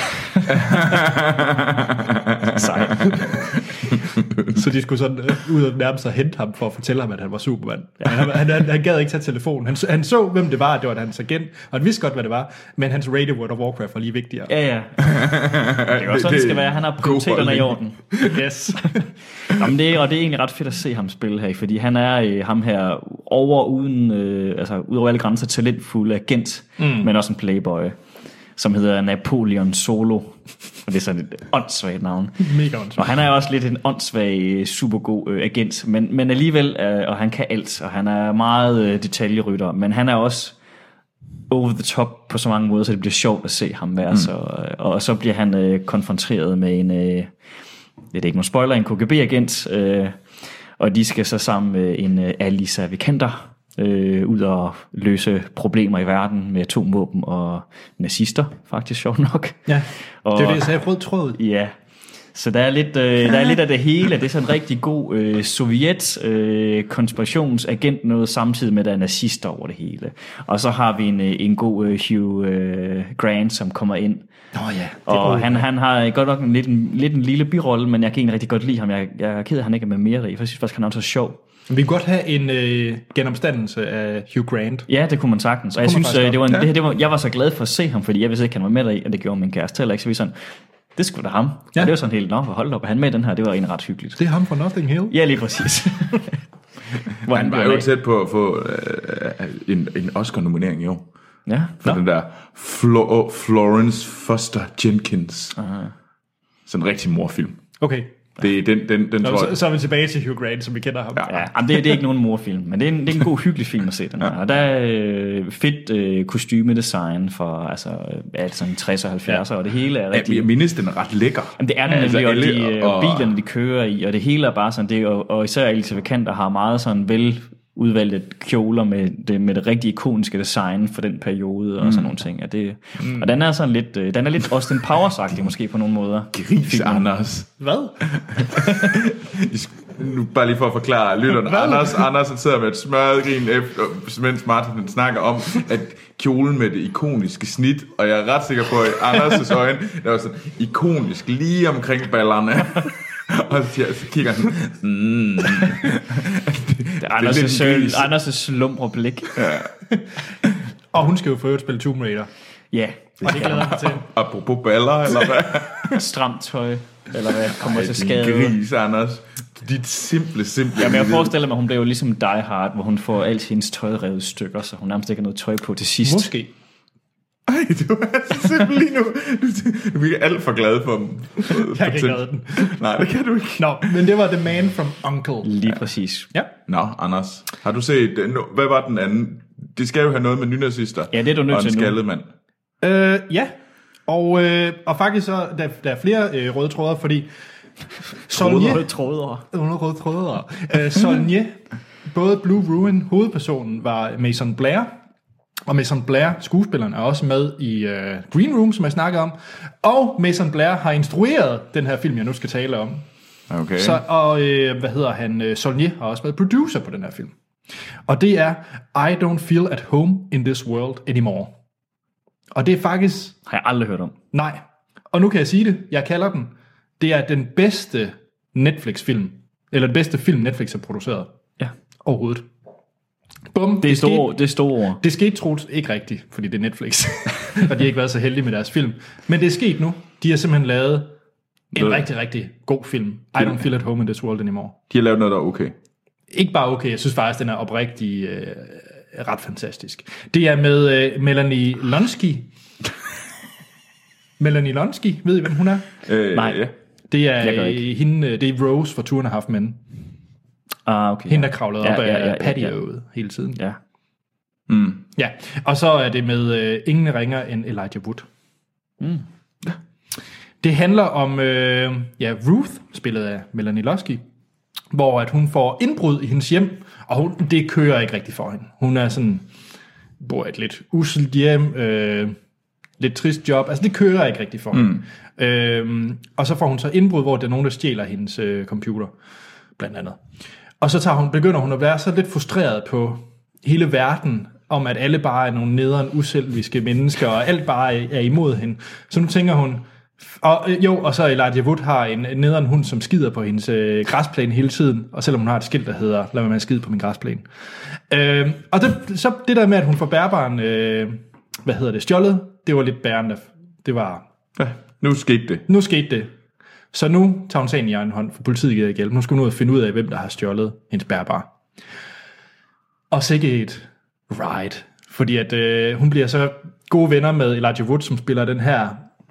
Så de skulle sådan øh, ud og nærme sig og hente ham for at fortælle ham, at han var Superman. Ja. Han, han, han, han gad ikke tage telefonen. Han, han så, hvem det var, det var hans agent, og han vidste godt, hvad det var, men hans raid i World of Warcraft var lige vigtigere. Ja, ja. Det er jo sådan, det skal være. Han har prioriteterne i orden. Yes. Jamen, det er, og det er egentlig ret fedt at se ham spille her, fordi han er øh, ham her over uden, øh, altså ud over alle grænser, talentfuld agent, mm. men også en playboy, som hedder Napoleon Solo. Og det er sådan et åndssvagt navn. Mega åndssvagt. Og han er også lidt en åndssvag, supergod øh, agent, men, men alligevel, øh, og han kan alt, og han er meget øh, detaljerytter, men han er også over the top på så mange måder, så det bliver sjovt at se ham være. Mm. Så, og så bliver han øh, konfronteret med en, øh, det er ikke nogen spoiler, en K G B-agent, øh, og de skal så sammen med en øh, Alisa Vikander øh, ud og løse problemer i verden med atomvåben og nazister, faktisk sjovt nok. Ja, og, det er det, jeg sagde, rød tråd. Ja, så der er lidt, øh, der er lidt af det hele. Det er sådan en rigtig god øh, sovjet øh, konspirationsagent noget, samtidig med, at der er nazister over det hele. Og så har vi en, en god øh, Hugh øh, Grant, som kommer ind. Nå ja. Og han, han har godt nok en lidt, en, lidt en lille birolle, men jeg kan egentlig rigtig godt lide ham. Jeg, jeg er ked af, at han ikke er med mere i, for jeg synes faktisk, han er så sjov. Vi kan godt have en øh, genomstandelse af Hugh Grant. Ja, det kunne man sagtens. Og jeg synes, øh, det var en, det, det var, jeg var så glad for at se ham, fordi jeg vidste ikke, han var med deri, og det gjorde min kæreste heller ikke. Så vi sådan, det skulle da ham. Ja. Og det var sådan helt, nå, hold op, han med i den her, det var egentlig ret hyggeligt. Det er ham fra Notting Hill. Ja, lige præcis. Hvor han, han var jo tæt på at få øh, en, en Oscar-nominering i år. Ja. For no. den der Flo- Florence Foster Jenkins. Aha. Sådan en rigtig morfilm. Okay. Det er den, den, den Nå, tror så, jeg. så er vi tilbage til Hugh Grant, som vi kender ham. Ja, ja. Jamen, det, det er ikke nogen morfilm, men det er en, det er en god, hyggelig film at se den her. Og der er øh, fedt øh, kostymedesign for altså, alt sådan tres og halvfjerdser, og det hele er rigtig... Jeg mindes, den er ret lækker. Jamen, det er den altså, nemlig, og, de, og, og bilerne, de kører i, og det hele er bare sådan det, og, og især Alisa Vikander har meget sådan vel udvalgte kjoler med det, med det rigtig ikoniske design for den periode og mm. sådan nogle ting. Og, det, mm. og den er sådan lidt, den er lidt Austin Powers-agtig måske på nogle måder. Gris, Anders. Hvad? Nu bare lige for at forklare lytterne. Anders, Anders han sidder med et smørret grin efter, mens Martin snakker om, at kjolen med det ikoniske snit, og jeg er ret sikker på, at Anders' øjne, der var sådan ikonisk lige omkring ballerne. Og så kigger han mm. Det er Anders' Anders' slumre blik. Ja. Og hun skal jo for øvrigt spille Tomb Raider. Ja. Og det glæder jeg mig til. Apropos baller, eller hvad? Stramt tøj, eller hvad, kommer Ej, til skade. Gris, Anders. Dit simple, simple... Jamen, jeg forestiller mig, hun bliver jo ligesom Die Hard, hvor hun får alt hendes tøj revet i stykker, så hun nærmest ikke har noget tøj på til sidst. Måske. Ej, du er så simpel lige nu. Du, du bliver alt for glad for dem. Jeg kan ikke redde den. Nej, det kan du ikke. Nå, men det var The Man from Uncle. Lige præcis. Ja. Nå, Anders. Har du set... Hvad var den anden? Det skal jo have noget med nynazister. Ja, det er du nødt til nu. Og en skaldet mand. Øh, ja. Og, øh, og faktisk så, der, der er flere øh, røde tråder, fordi... Solnje... Røde tråder. Røde tråder. Øh, Solnje, både Blue Ruin, hovedpersonen, var Mason Blair. Og Mason Blair, skuespilleren, er også med i uh, Green Room, som jeg snakkede om. Og Mason Blair har instrueret den her film, jeg nu skal tale om. Okay. Så, og øh, hvad hedder han? Uh, Solnje har også været producer på den her film. Og det er I Don't Feel at Home in This World Anymore. Og det er faktisk... Har jeg aldrig hørt om. Nej. Og nu kan jeg sige det. Jeg kalder den. Det er den bedste Netflix-film. Eller den bedste film, Netflix har produceret. Ja. Overhovedet. Bum, det, er store, det er store. Det skete troligt ikke rigtigt, fordi det er Netflix. Og de har ikke været så heldige med deres film. Men det er sket nu. De har simpelthen lavet en det. rigtig, rigtig god film. I Don't Feel at Home in This World Anymore. De har lavet noget, der er okay. Ikke bare okay. Jeg synes faktisk, den er oprigtig øh, ret fantastisk. Det er med øh, Melanie Lonsky. Melanie Lonsky, ved I, hvem hun er? Øh, Nej. Ja. Det er hende, det er Rose fra Two and a Half Men. Ah, okay. Hende, der kravlede ja, op ja, ja, af ja, patioet ja. hele tiden. Ja. Mm. Ja, og så er det med uh, ingen ringer end Elijah Wood. Mm. Ja. Det handler om uh, ja, Ruth, spillet af Melanie Lonsky, hvor at hun får indbrud i hendes hjem, og hun, det kører ikke rigtigt for hende. Hun er sådan, bor i et lidt uselt hjem, uh, lidt trist job. Altså, det kører ikke rigtigt for hende. Mm. Øhm, og så får hun så indbrud, hvor der er nogen, der stjæler hendes øh, computer, blandt andet. Og så tager hun, begynder hun at være så lidt frustreret på hele verden, om at alle bare er nogle nederen, uselviske mennesker, og alt bare er, er imod hende. Så nu tænker hun, og øh, jo, og så Elijah Wood har en, en nederen hund, som skider på hendes øh, græsplæne hele tiden, og selvom hun har et skilt, der hedder, lad mig med at skide på min græsplæne. Øh, og det, så det der med, at hun får bærbaren, øh, hvad hedder det, stjålet, det var lidt bærende. Det var... Ja, nu skete det. Nu skete det. Så nu tager hun sagen i egen hånd, for politiet giver hjælp. Nu skal hun ud og finde ud af, hvem der har stjålet hendes bærbar. Og sikke et ride. Fordi at øh, hun bliver så gode venner med Elijah Wood, som spiller den her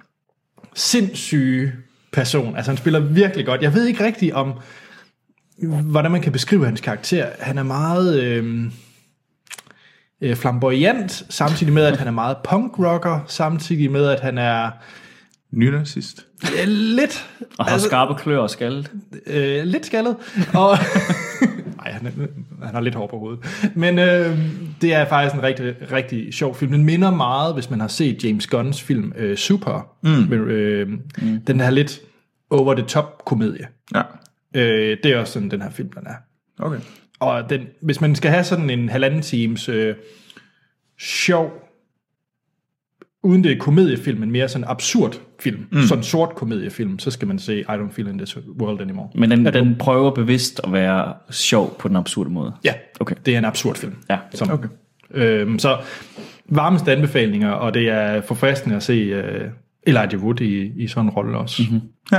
sindssyge person. Altså han spiller virkelig godt. Jeg ved ikke rigtigt om, hvordan man kan beskrive hans karakter. Han er meget øh, øh, flamboyant, samtidig med, at han er meget punkrocker, samtidig med, at han er nynazist. Øh, lidt. Og har altså, skarpe klør og skaldet. Øh, lidt skaldet. Og nej, han, han har lidt hår på hovedet. Men øh, det er faktisk en rigtig, rigtig sjov film. Den minder meget, hvis man har set James Gunns film øh, Super. Mm. Med, øh, mm. Den her lidt over-the-top komedie. Ja. Øh, det er også sådan, den her film, den er. Okay. Og den, hvis man skal have sådan en halvanden times øh, sjov, uden det er komediefilm, men mere sådan absurd film, mm. sådan sort komediefilm, så skal man se I Don't Feel in This World Anymore. Men den, den prøver bevidst at være sjov på den absurde måde? Ja, okay. Det er en absurd film. Ja, som, okay. Øhm, så varmeste anbefalinger, og det er forfriskende at se uh, Elijah Wood i, i sådan en rolle også. Mm-hmm. Ja.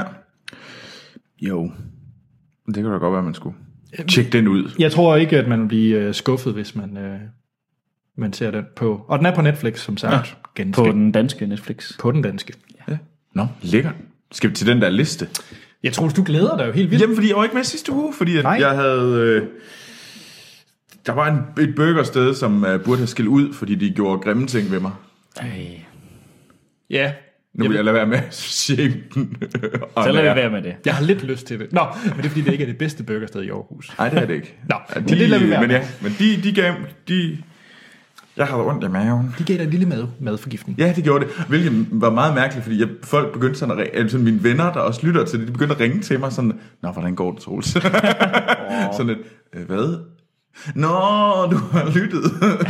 Jo, det kan da godt være, man skulle tjekke den ud. Jeg tror ikke, at man vil blive uh, skuffet, hvis man... Uh, man ser den på. Og den er på Netflix, som sagt. Ja, på den danske Netflix. På den danske. Ja. Nå, lækker. Skal vi til den der liste? Jeg tror, du glæder dig jo helt vildt. Jamen, fordi jeg var ikke med sidste uge, fordi at jeg havde... Øh, der var en, et burgersted, som øh, burde have skilt ud, fordi de gjorde grimme ting ved mig. Ej. Ja. Nu vil jeg lade være med at shame den. Så lad vi være med det. Jeg har lidt lyst til det. Nå, men det er fordi, det ikke er det bedste burgersted i Aarhus. Nej, det er det ikke. Nå, de, men det lader vi være men med. Ja, men de, de gav... De, jeg havde ondt i maven. De gav dig en lille mad, madforgiftning. Ja, det gjorde det. Hvilket var meget mærkeligt, fordi jeg, folk begyndte sådan at ringe, sådan mine venner, der også lytter til det, de begyndte at ringe til mig sådan, nå, hvordan går det, Troels? Oh. Sådan lidt, øh, hvad? Nå, du har lyttet.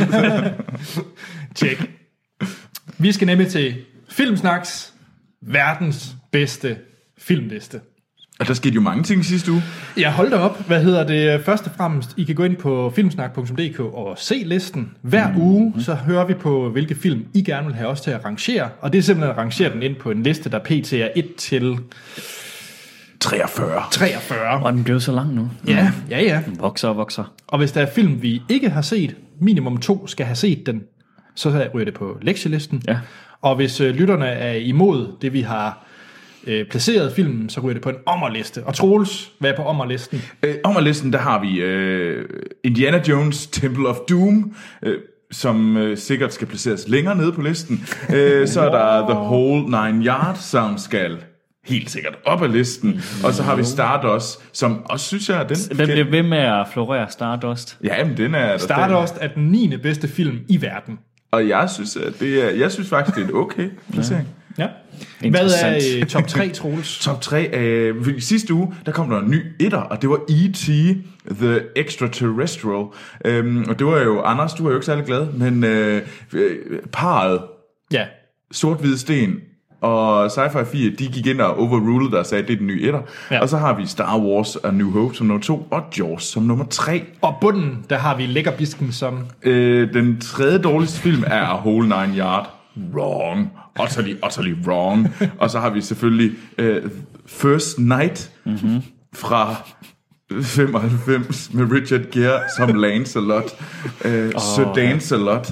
Tjek. Vi skal nemlig til Filmsnaks verdens bedste filmliste. Og der skete jo mange ting sidste uge. Ja, hold da op. Hvad hedder det? Først og fremmest, I kan gå ind på filmsnak punktum d k og se listen. Hver mm. uge, så hører vi på, hvilke film I gerne vil have os til at rangere. Og det er simpelthen at rangere den ind på en liste, der pt. Er et til treogfyrre. treogfyrre. Og den blev så lang nu. Ja, ja, ja. Den vokser og vokser. Og hvis der er film, vi ikke har set, minimum to skal have set den, så ryger det på lektielisten. Ja. Og hvis øh, lytterne er imod det, vi har øh, placeret filmen, så ryger det på en ommerliste. Og Troels, hvad er på ommerlisten? Øh, ommerlisten, der har vi øh, Indiana Jones Temple of Doom, øh, som øh, sikkert skal placeres længere nede på listen. Øh, så er der The Whole Nine Yards, som skal helt sikkert op ad listen. Og så har vi Stardust, som også synes jeg, den... Den bliver ved med at florere, Stardust. Ja, men den er... Stardust er den niende bedste film i verden. Og jeg synes, at det er, jeg synes faktisk, det er en okay placering. Ja. Hvad er uh, top tre, Troels? Top tre. Uh, sidste uge, der kom der en ny etter, og det var E T The Extraterrestrial. Um, og det var jo, Anders, du var jo ikke særlig glad, men uh, parret, ja. Sort-Hvide Sten og Sci-Fi fire, de gik ind og overruled og sagde, at det er den nye etter. Ja. Og så har vi Star Wars A New Hope som nummer to, og Jaws som nummer tre. Og bunden, der har vi Lækkerbisken som... Øh, den tredje dårligste film er A Whole Nine Yard. Wrong. Utterly, utterly wrong. Og så har vi selvfølgelig uh, First Night mm-hmm. fra femoghalvfems med Richard Gere som Lancelot. Uh, oh, Sir Dancelot.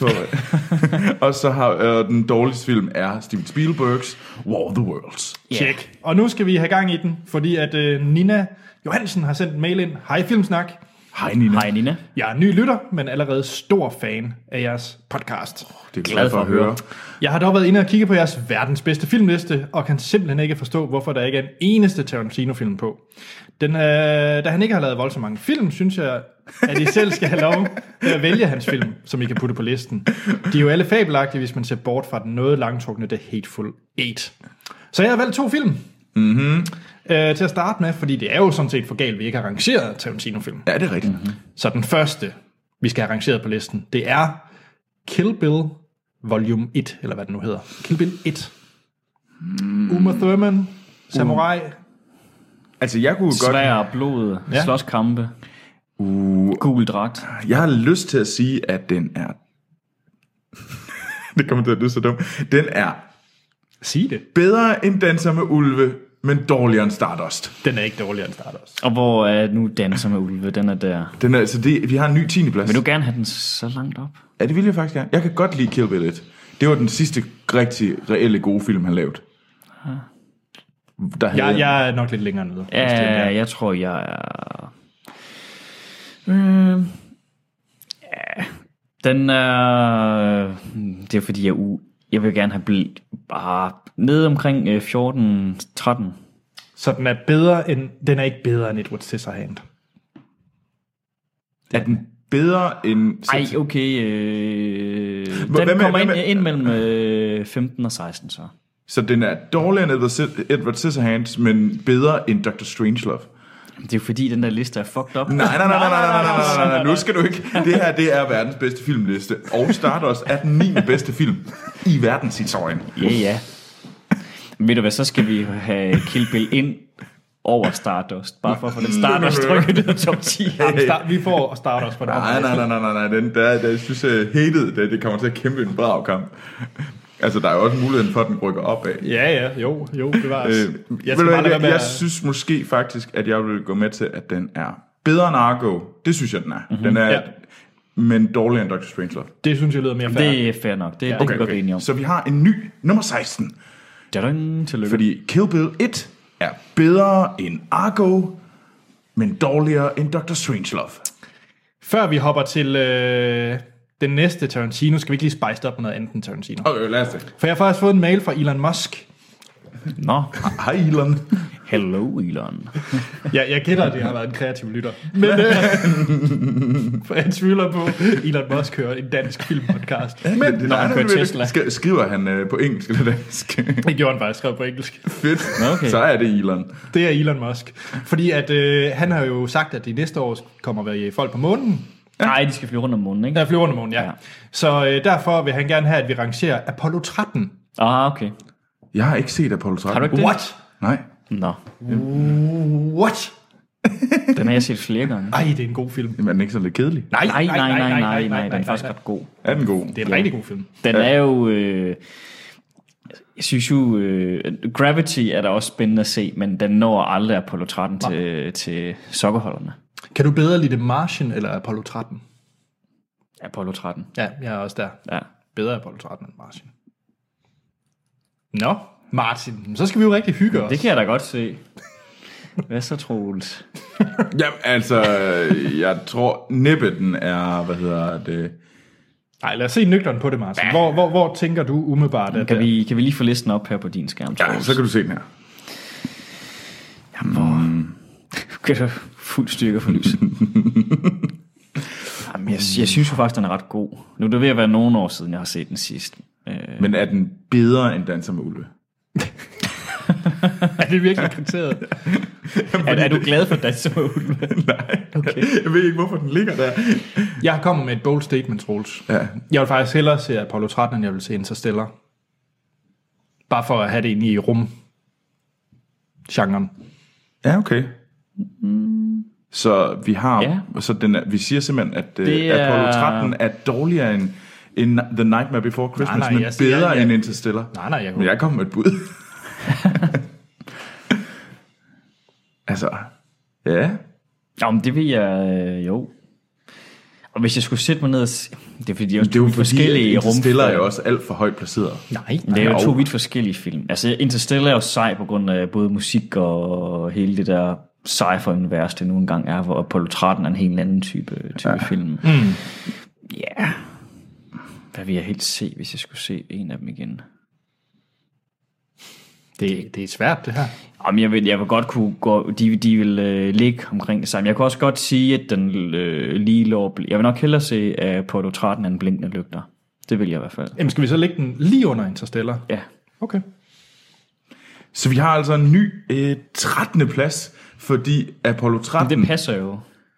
Og så har uh, den dårligste film er Steven Spielbergs War of the Worlds. Check. Yeah. Og nu skal vi have gang i den, fordi at uh, Nina Johansen har sendt en mail ind. Hej Filmsnak. Hej Nina. Hej Nina. Jeg er ny lytter, men allerede stor fan af jeres podcast. Oh, det er glad for at høre. Jeg har dog været inde og kigge på jeres verdens bedste filmliste, og kan simpelthen ikke forstå, hvorfor der ikke er en eneste Tarantino-film på. Den, øh, da han ikke har lavet voldsomt mange film, synes jeg, at I selv skal have lov til at vælge hans film, som I kan putte på listen. De er jo alle fabelagtige, hvis man ser bort fra den noget langtrukne The Hateful Eight. Så jeg har valgt to film mm-hmm. øh, til at starte med, fordi det er jo sådan set for galt, vi ikke har rangeret Tarantino-film. Ja, det er rigtigt. Mm-hmm. Så den første, vi skal have rangeret på listen, det er Kill Bill Volume et, eller hvad det nu hedder. Kill Bill et. Mm. Uma Thurman, samurai. Uh. Altså, jeg kunne godt... Svær, blod, ja. Slåskampe, uh. gul dragt. Jeg har lyst til at sige, at den er... det kommer til at lyde så dumt. Den er... Sig det. Bedre end Danser med Ulve, men dårligere end Stardust. Den er ikke dårligere end Stardust. Og hvor er nu Danser med Ulve? Den er der. Den er, altså det, vi har en ny tiende plads. Vil du gerne have den så langt op? Ja, det vil jeg faktisk gerne. Jeg kan godt lide Kill Bill et. Det var den sidste rigtig reelle gode film, han lavede. Der havde jeg, jeg er nok lidt længere nede. Ja, jeg tror, jeg er... Øh, ja, den er... Det er fordi, jeg, u... jeg vil gerne have blivet bare nede omkring fjorten tretten. Så den er bedre end... Den er ikke bedre end Edward Scissorhand. Er den bedre end... Ej, okay. Øh... Den Hvem, kommer hvem, ind, ind mellem øh, femten og seksten, så. Så den er dårligere end Edward Scissorhands, men bedre end Doctor Strangelove. Det er jo fordi, den der liste er fucked up. Nej, nej, nej, nej, nej, nej, nej, nej, nej, nu skal du ikke. Det her, det er verdens bedste filmliste. Og Stardust er den niende bedste film i verdenshistorien. Ja, ja. Ved du hvad, så skal vi have Kill Bill ind over Stardust. Bare for at få den Stardust trykket ned i top ti. Ja, vi får Stardust på det. Nej, nej, nej, nej, nej, nej. Den der, der, jeg synes, jeg hated, det, det kommer til at kæmpe en brav kamp. Altså, der er jo også muligheden for, at den rykker opad. Ja, ja, jo, jo, det var... Øh, jeg jeg, jeg, jeg synes måske faktisk, at jeg vil gå med til, at den er bedre end Argo. Det synes jeg, den er. Mm-hmm. Den er, ja. Men dårligere end Doctor Strangelove. Det synes jeg lyder mere fair. Det er fair nok. Det, ja, okay, det kan okay. vi enige om. Så vi har en ny, nummer seksten. Tadang, tillykke. Fordi Kill Bill et er bedre end Argo, men dårligere end Doctor Strangelove. Før vi hopper til... Øh den næste Tarantino, skal vi ikke lige spice op med noget andet end Tarantino? Okay, lad os det. For jeg har faktisk fået en mail fra Elon Musk. Nå. Hej Elon. Hello Elon. ja, jeg kender, at det har været en kreativ lytter. Men øh, for jeg tvivler på, Elon Musk hører en dansk filmpodcast. Men det, når han kører Tesla. Sk- skriver han øh, på engelsk eller dansk? Det gjorde han faktisk, skrev på engelsk. Fedt. Okay. Så er det Elon. Det er Elon Musk. Fordi at, øh, han har jo sagt, at de næste år kommer være folk på månen. Nej, de skal flyve rundt om månen, ikke? Der flyver rundt om månen, ja. ja. Så øh, derfor vil han gerne have, at vi rangerer Apollo tretten. Ah, okay. Jeg har ikke set Apollo tretten. Har du ikke det? What? Nej. Nå. What? Den har jeg set flere gange. Ej, det er en god film. Jamen, er den ikke så lidt kedelig? Nej, nej, nej, nej, nej, nej, nej, den er faktisk ret god. Er den god? Det er en rigtig god film. Den er jo... Øh, jeg synes jo, øh, Gravity er da også spændende at se, men den når aldrig Apollo tretten til, til sokkerholderne. Kan du bedre lide The Martian eller Apollo tretten? Apollo tretten. Ja, jeg er også der. Ja. Bedre Apollo tretten end Martian. Nå, Martin, så skal vi jo rigtig hygge os. Det kan jeg da godt se. Hvad så, Troels? Jamen, altså, jeg tror næppe den er, hvad hedder det... Nej, lad os se nøgteren på det, Martin. Hvor, hvor, hvor tænker du umiddelbart, at kan vi, kan vi lige få listen op her på din skærm, Troels? Ja, så kan du se den her. Jamen, hvor... Mm. Kan du fuld styrke for lyset? Jamen, jeg, jeg synes jo faktisk, den er ret god. Nu er det ved at være nogle år siden, jeg har set den sidst. Men er den bedre end Danser med Ulve? Er det virkelig kriteriet? er, er du glad for Danser med Ulve? Nej, okay. Jeg ved ikke, hvorfor den ligger der. Jeg har kommet med et bold statement, Troels. Ja. Jeg vil faktisk hellere se Apollo tretten, end jeg vil se Interstellar. Bare for at have det inde i rum-genren. Ja, okay. Mm. Så vi har, ja. så den er, vi siger simpelthen, at uh, er... Apollo tretten er dårligere end, end The Nightmare Before Christmas, nej, nej, men siger, bedre jeg, end Interstellar. Nej, nej, jeg Men jeg kommer med et bud. altså, ja. Jamen, det vil jeg øh, jo. Og hvis jeg skulle sætte mig ned og se, det er fordi, de er, det er jo forskellige rum. Interstellar er jo også alt for højt placeret. Nej, det er jo to vidt forskellige film. Altså, Interstellar er jo sej på grund af både musik og hele det der sci-fi-univers, det nu engang er, hvor Apollo tretten er en helt anden type, type ja. film. Mm. Ja. Yeah. Hvad vil jeg helst se, hvis jeg skulle se en af dem igen? Det, det er svært, det her. Jamen, jeg vil, jeg vil godt kunne gå, de, de vil øh, ligge omkring det samme. Jeg kan også godt sige, at den øh, lige lå, jeg vil nok hellere se af Apollo tretten end Blinkende Lygter. Det vil jeg i hvert fald. Jamen, skal vi så lægge den lige under Interstellar? Ja. Okay. Så vi har altså en ny øh, trettende plads, fordi Apollo tretten... Men det passer jo.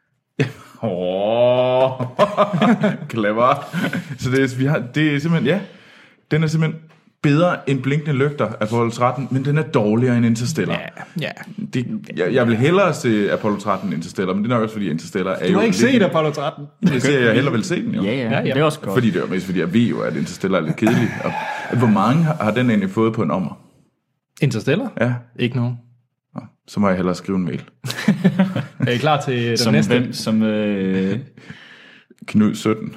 Åh, clever. Så det er, vi har, det er simpelthen, ja, den er simpelthen bedre end Blinkende Lygter, Apollo tretten, men den er dårligere end Interstellar. Ja, ja. Det, jeg, jeg vil hellere se Apollo tretten end Interstellar, men det er nok også fordi Interstellar er Du jo... har ikke set Apollo tretten? Det ser jeg hellere vil se den jo. Ja, ja, ja, ja. det er også godt. Fordi det er mest fordi, jeg ved jo, at Interstellar er lidt kedelig. Og, hvor mange har, har den egentlig fået på en ommer? Interstellar? Ja. Ikke nogen. Nå, så må jeg hellere skrive en mail. Er I klar til den Som næste? hvem? Som... Øh... Knud sytten.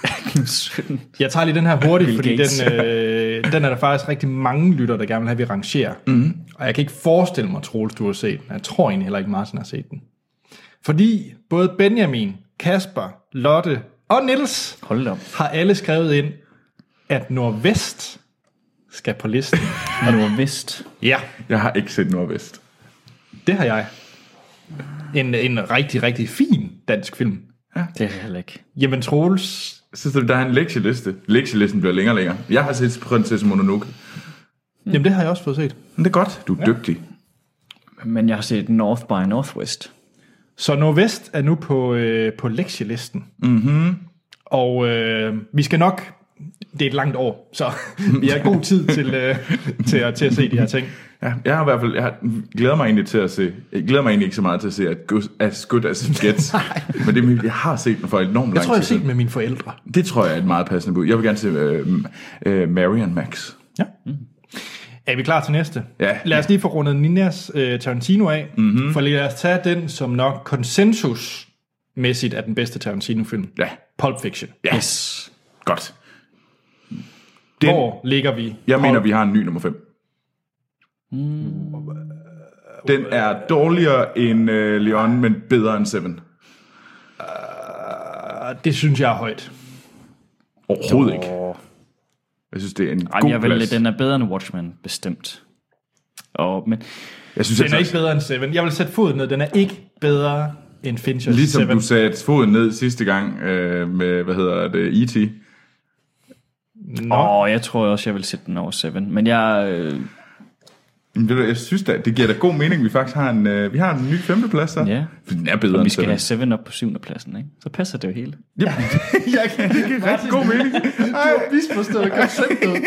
Jeg tager lige den her hurtigt, Bill fordi Gates. den, øh, den er der faktisk rigtig mange lytter, der gerne vil have, vi rangerer. Mm. Og jeg kan ikke forestille mig, Troels, du har set den. Jeg tror egentlig heller ikke, Martin har set den. Fordi både Benjamin, Kasper, Lotte og Niels Hold da op. har alle skrevet ind, at Nordvest skal på listen. Og du var vist. Ja, Jeg har ikke set Nordvest. det har jeg. En, en rigtig, rigtig fin dansk film. Det er heller ikke. Jamen Troels... Så der er en lektieliste. Lektielisten bliver længere og længere. Jeg har set Prinsesse Mononoke. Mm. Jamen det har jeg også fået set. Men det er godt. Du er ja. dygtig. Men jeg har set North by Northwest. Så Nordvest er nu på, øh, på lektielisten. Mhm. Og øh, vi skal nok... Det er et langt år, så vi har god tid til, øh, til, at, til at se de her ting. Ja, jeg har i hvert fald, jeg har, glæder mig egentlig til at se, jeg glæder mig egentlig ikke så meget til at se, at Gus, as good as it gets. Men det er, jeg har set den for enormt lang tid. Jeg tror, jeg har set den med mine forældre. Det tror jeg er et meget passende bud. Jeg vil gerne se øh, øh, Marion Max. Ja. Mm. Er vi klar til næste? Ja. Lad os lige få rundet Ninas øh, Tarantino af, mm-hmm. for lad os tage den, som nok konsensusmæssigt er den bedste Tarantino-film. Ja. Pulp Fiction. Yes. Godt. Den, Hvor ligger vi? Jeg Pulp... mener, vi har en ny nummer fem. Mm. Den er dårligere end øh, Leon, men bedre end Seven. Uh, det synes jeg er højt. Overhovedet ikke. Jeg synes, det er en Ej, god jeg vil, plads. den er bedre end Watchmen, bestemt. Og, men, Jeg synes, Den jeg er ikke bedre end Seven. Jeg vil sætte foden ned. Den er ikke bedre end Fincher's Ligesom Seven. du satte foden ned sidste gang øh, med, hvad hedder det, E T Nå. åh, jeg tror også, jeg vil sætte den over Seven. Men jeg... Øh, Men ved du, jeg synes da, det giver da god mening, at vi faktisk har en, øh, vi har en ny femteplads så. ja. For den er bedre Og end vi skal Seven. have Seven op på syvende pladsen, ikke? Så passer det jo hele. Ja, jeg kan, det giver rigtig god mening. Du har misforstået konceptet.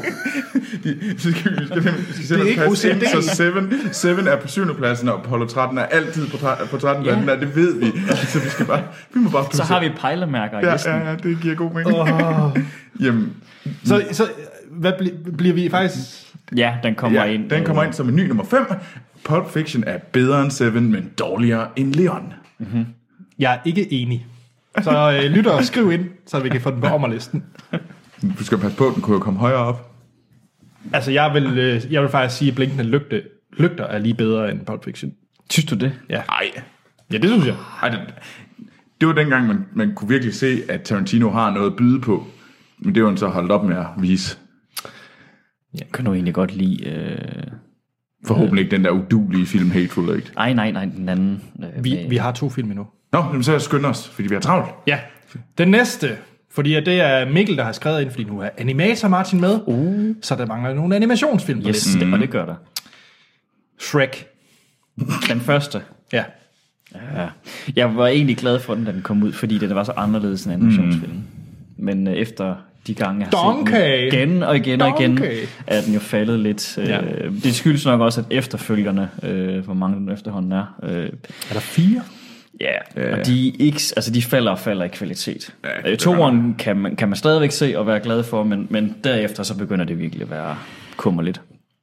Så skal vi, skal, vi skal sætte Det er ikke os O C D. ind, så Seven, Seven er på syvende pladsen, og Apollo tretten er altid på, tre- på trettende pladsen. Ja. Ja. Det ved vi. Så vi skal bare, vi må bare Så har vi pejlemærker i Ja, listen. ja, ja, det giver god mening. Oh. Jamen, Så, så hvad bli, bliver vi faktisk... Ja, den kommer ja, ind. den kommer ind som en ny nummer fem. Pulp Fiction er bedre end Seven, men dårligere end Leon. Jeg er ikke enig. Så øh, lytter og skriv ind, så vi kan få den på ommerlisten. Du skal passe på, den kunne jo komme højere op. Altså, jeg vil, øh, jeg vil faktisk sige, at Blinkende Lygte, Lygter er lige bedre end Pulp Fiction. Synes du det? Ja, Nej, ja det synes jeg. Ej, det, det var dengang, man, man kunne virkelig se, at Tarantino har noget at byde på. Men det var han så holdt op med at vise. Jeg kan du egentlig godt lide... Øh... Forhåbentlig ikke den der udulige film Hateful Eight. Ej, nej, nej, den anden. Øh, Vi, med- vi har to film endnu. Nå, jamen, så skynder os, fordi vi har travlt. Ja, den næste, fordi at det er Mikkel, der har skrevet ind, fordi nu er animator Martin med, uh. så der mangler nogle animationsfilm på Yes, listen. det, og det gør der. Shrek. Den første. Ja. Ja. Jeg var egentlig glad for den, da den kom ud, fordi det var så anderledes en animationsfilm. Mm. Men øh, efter de gange, jeg har set Donkey. den igen og igen og igen, Donkey. er den jo faldet lidt. Ja. Øh, det skyldes nok også, at efterfølgerne, øh, hvor mange den efterhånden er, øh, Er der fire? ja, Ja. og de, ikke, altså de falder og falder i kvalitet. Ja, Ja, det Toeren kan man, kan man stadigvæk se og være glad for, men, men derefter så begynder det virkelig at være kummerligt.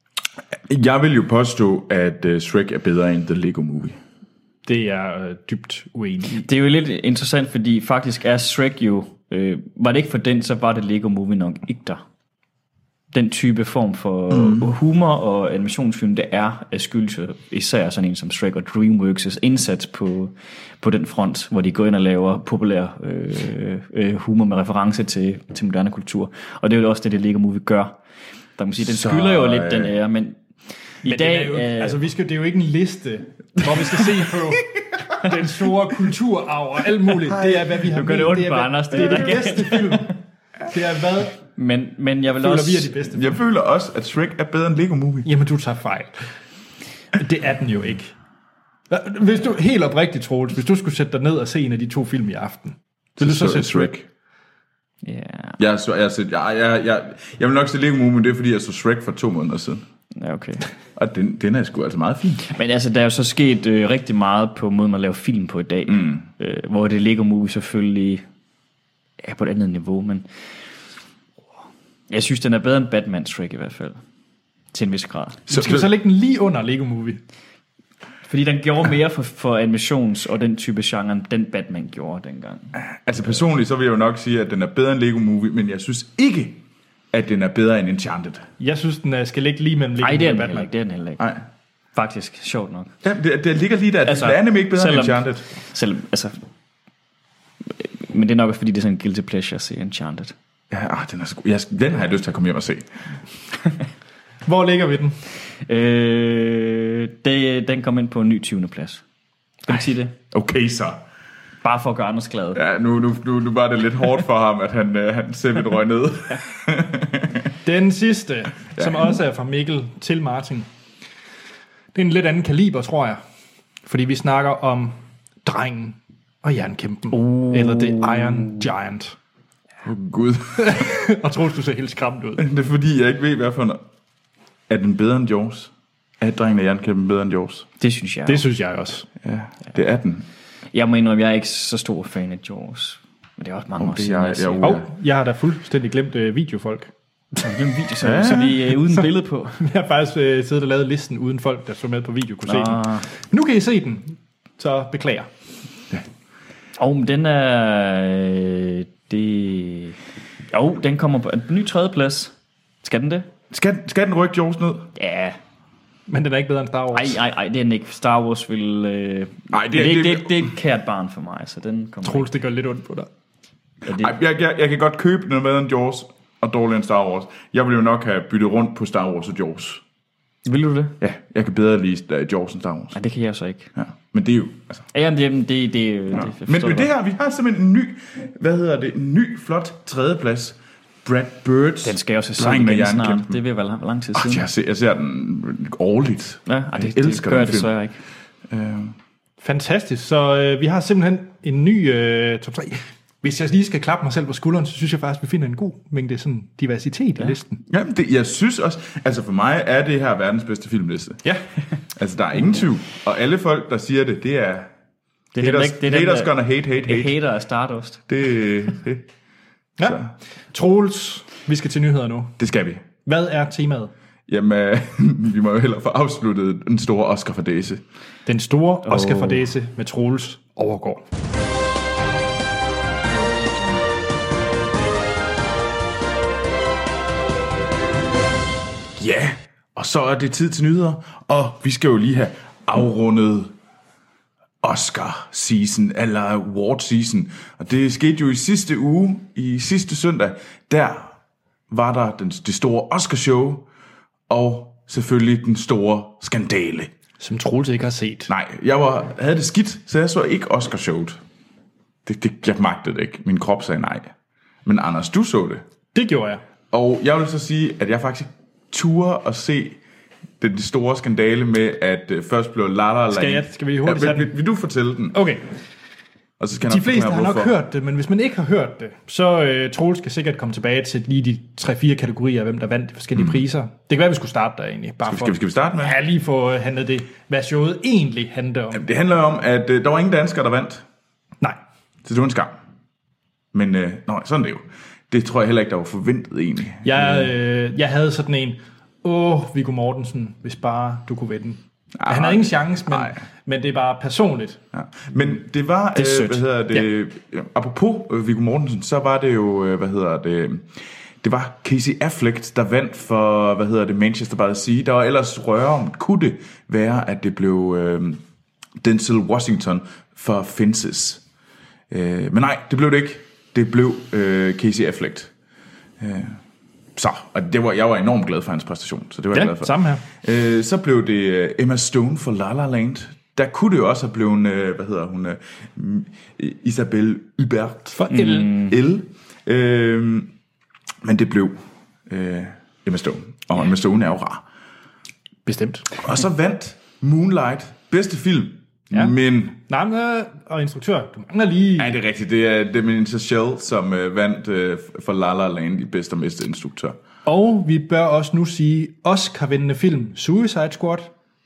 Jeg vil jo påstå, at uh, Shrek er bedre end The Lego Movie. Det er jeg øh, dybt uenig i. Det er jo lidt interessant, fordi faktisk er Shrek jo, øh, var det ikke for den, så var det Lego Movie nok ikke der. Den type form for mm. humor og animationsfilm, det er af skyldes især sådan en som Shrek og DreamWorks' indsats på, på den front, hvor de går ind og laver populær øh, øh, humor med reference til, til moderne kultur. Og det er jo også det, det Lego Movie gør. Der kan man sige, den Så, skylder jo lidt den ære, men I Men dag, det er jo, øh, altså, vi skal, det er jo ikke en liste, hvor vi skal se på den store kulturarv og alt muligt. Det er, hvad vi har gør det med. ondt Det er, på hvad- Anders, det det er er de det. bedste film. Det er hvad men, men jeg vil føler også... vi er de bedste film. Jeg føler også, at Shrek er bedre end Lego Movie. Jamen, du tager fejl. Det er den jo ikke. Hvis du, helt oprigtigt, Troels, hvis du skulle sætte dig ned og se en af de to film i aften, vil du så sætte Shrek? Ja. Jeg, så, jeg, jeg, jeg, jeg, jeg, jeg vil nok se Lego Movie, men det er fordi, jeg så Shrek for to måneder siden. Ja, okay. Og den, den er sgu altså meget fin. Men altså, der er jo så sket øh, rigtig meget på måden, man laver film på i dag. Mm. Øh, hvor det Lego Movie selvfølgelig er på et andet niveau, men jeg synes, den er bedre end Batman Shrek i hvert fald. Til en vis grad. Så, skal vi så lægge den lige under Lego Movie? Fordi den gjorde mere for, for animations- og den type genre, end den Batman gjorde dengang. Altså personligt, så vil jeg jo nok sige, at den er bedre end Lego Movie, men jeg synes ikke, at den er bedre end Enchanted. Jeg synes, den øh, skal ligge lige mellem Lego Nej, det er Movie den og heller Batman. ikke. Det er den heller ikke. Nej. Faktisk, sjovt nok. Ja, det, det ligger lige der. Altså, Altså, det er nemlig ikke bedre end selvom- Enchanted. Selvom, altså... Men det er nok, fordi det er sådan en guilty pleasure at se Enchanted. Ja, ah, den, er sgu, jeg, den har jeg lyst til at komme hjem og se. Hvor ligger vi den? Øh, det, den kom ind på en ny tyvende plads. Skal vi sige det? Okay så. Bare for at gøre Anders glad. Ja, nu, nu, nu, nu var det lidt hårdt for ham, at han, øh, han selv røg ned. Den sidste, som også er fra Mikkel til Martin. Det er en lidt anden kaliber, tror jeg. Fordi vi snakker om Drengen og Jernkæmpen. Uh. Eller The Iron Giant. Oh, Gud. Og Troels, du ser helt skræmt ud. Det er fordi, jeg ikke ved, hvad for en... Er den bedre end Jaws? Er Drengen af Jernkæmpen bedre end Jaws? Det synes jeg. Det synes jeg også. Ja, det er den. Jeg må indrømme, jeg er ikke så stor fan af Jaws. Men det er også mange Oh, år det er siden. jeg- jeg jeg er har ude. Og jeg har da fuldstændig glemt øh, videofolk. set den video, så, så vi er uden billede på. Jeg har faktisk øh, siddet og lavet listen uden folk, der så med på video, kunne se den. Nå. Men nu kan I se den, så beklager. Åh, oh, men den er... øh, Det... Jo, den kommer på en ny tredjeplads. Skal den det? Skal, skal den rykke Jaws ned? Ja. Men den er ikke bedre end Star Wars. Ej, ej, ej, det er den ikke. Star Wars vil... Øh... Ej, det det, er- det, det- det, det er et kært barn for mig, så den kommer Troels, det gør lidt ondt på dig. ikke. Ja, det, Ej, jeg, jeg, jeg kan godt købe noget med end Jaws og dårligere end Star Wars. Jeg ville jo nok have byttet rundt på Star Wars og Jaws. vil du det? Ja, jeg kan bedre lide uh, Jaws end Star Wars. Nej, det kan jeg så ikke. Ja. Men det er jo... Altså, Ja, jamen, det, det, det, det, ja. det Men forstår med jeg det her, vi har simpelthen en ny... Hvad hedder det? En ny, flot tredjeplads. Brad Birds. Den skal jeg også se Drengen af igen snart. Jernkæmpen. Det vil være lang, lang tid Oh, siden. jeg, ser, jeg ser den årligt. Ja, ej, det, jeg det, elsker gør jeg den film. desværre ikke. Uh, Fantastisk. Så øh, vi har simpelthen en ny øh, top tre. Hvis jeg lige skal klappe mig selv på skulderen, så synes jeg faktisk, at vi finder en god mængde sådan diversitet ja. i listen. jamen, det, jeg synes også... Altså for mig er det her verdens bedste filmliste. Ja. Altså der er ingen tvivl. Og alle folk, der siger det, det er... Det er haters, dem, det er dem, haters der- gonna hate, hate, Det hate. hater af Stardust. Det, det, ja. Så. Troels, vi skal til nyheder nu. det skal vi. Hvad er temaet? Jamen, øh, vi må jo hellere få afsluttet den store Oscar-fadæse. Den store Oscar-fadæse Oh. med Troels overgår. Ja, og så er det tid til nyheder, og vi skal jo lige have afrundet Oscar-season, eller award-season. Og det skete jo i sidste uge, i sidste søndag, der var der den, det store Oscar-show, og selvfølgelig den store skandale. Som Troels ikke har set. Nej, jeg var, havde det skidt, så jeg så ikke Oscar-showet. Det, det, jeg magtede det ikke. Min krop sagde nej. Men Anders, du så det. Det gjorde jeg. Og jeg vil så sige, at jeg faktisk turde at se den store skandale med, at uh, først blev La La Land. Skal jeg- skal vi hurtigt ja, tage vil, den? vil, vil du fortælle den? Okay. Og så skal jeg De nok fleste forklare, har nok hvorfor. hørt det, men hvis man ikke har hørt det, så øh, Troels skal sikkert komme tilbage til lige de tre-fire kategorier, hvem der vandt de forskellige mm. priser. Det kan være, vi skulle starte der egentlig. Bare Skal, for skal, vi, skal vi starte med? ja, lige få øh, handlet det, hvad showet egentlig handler om. Jamen, det handler jo om, at uh, der var ingen danskere, der vandt. Nej. Så det var en skam. Men uh, nå, sådan er det jo. Det tror jeg heller ikke, der var forventet egentlig. Jeg, øh, jeg havde sådan en, åh, Viggo Mortensen, hvis bare du kunne vinde. Ah, Han havde ingen chance, men, nej. men det er bare personligt. Ja. Men det var, Det er øh, sødt. hvad hedder det, ja. apropos øh, Viggo Mortensen, så var det jo, øh, hvad hedder det, det var Casey Affleck, der vandt for, hvad hedder det, Manchester by the Sea. Der var ellers røre om, kunne det være, at det blev øh, Denzel Washington for Fences. Øh, men nej, det blev det ikke. Det blev øh, Casey Affleck. Øh, så, og det var, jeg var enormt glad for hans præstation, så det var jeg Ja, glad for. samme her. Øh, så blev det Emma Stone for La La Land. Der kunne det jo også have blevet, øh, hvad hedder hun, øh, Isabelle Hubert. For L. L. Øh, men det blev øh, Emma Stone, og ja. Emma Stone er jo rar. Bestemt. Og så vandt Moonlight bedste film, Ja. men... Navne og instruktør, du mangler lige... Nej, det er rigtigt. Det er Damien Chazelle, som øh, vandt øh, for La La Land i bedste og bedste instruktør. Og vi bør også nu sige Oscar-vindende film Suicide Squad.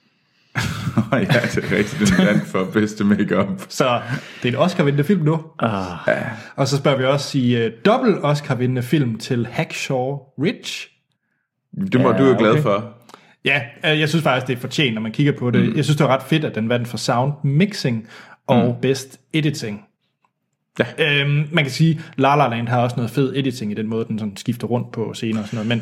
Ja, det er rigtigt. Den vandt for bedste make-up. Så det er en Oscar-vindende film nu. Ah. Ja. Og så bør vi også sige uh, dobbelt Oscar-vindende film til Hacksaw Ridge. Det var Ja, du jo glad okay. for. Ja, øh, jeg synes faktisk, det er fortjent, når man kigger på det. Mm. Jeg synes, det var ret fedt, at den vandt for sound mixing og mm. best editing. Ja. Øhm, man kan sige, La La Land har også noget fed editing i den måde, den sådan skifter rundt på scener og sådan noget.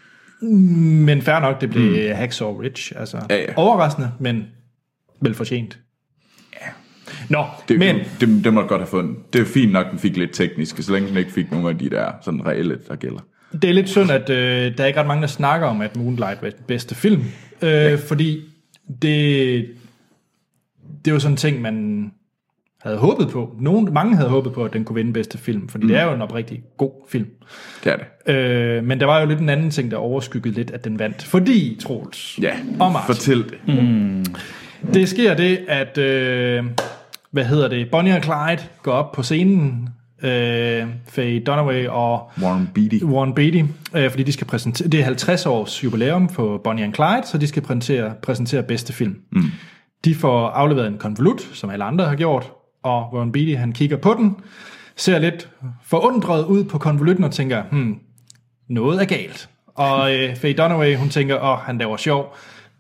Men, men fair nok, det blev mm. Hacksaw Ridge. Altså, Ja, ja. overraskende, men velfortjent. Ja. Nå, Det, men... det, det måtte godt have fundet. Det er fint nok, den fik lidt teknisk, så længe den ikke fik nogle af de der sådan reelle, der gælder. Det er lidt synd, at øh, der er ikke ret mange, der snakker om, at Moonlight var den bedste film. Øh, ja. Fordi det, det er jo sådan en ting, man havde håbet på. Nogen, mange havde håbet på, at den kunne vinde bedste film, fordi mm. det er jo en oprigtig god film. Det er det. Øh, men der var jo lidt en anden ting, der overskyggede lidt, at den vandt. Fordi, Troels Ja, og Martin, fortæl det. Mm. det sker det, at øh, hvad hedder det, Bonnie og Clyde går op på scenen, øh, Faye Dunaway og Warren Beatty. Warren Beatty, øh, fordi de skal præsentere, det er halvtreds års jubilæum på Bonnie and Clyde, så de skal præsentere, præsentere bedste film. Mm. De får afleveret en konvolut, som alle andre har gjort, og Warren Beatty, han kigger på den, ser lidt forundret ud på konvolutten og tænker, hmm, noget er galt. Og øh, Faye Dunaway, hun tænker, åh, han laver sjov.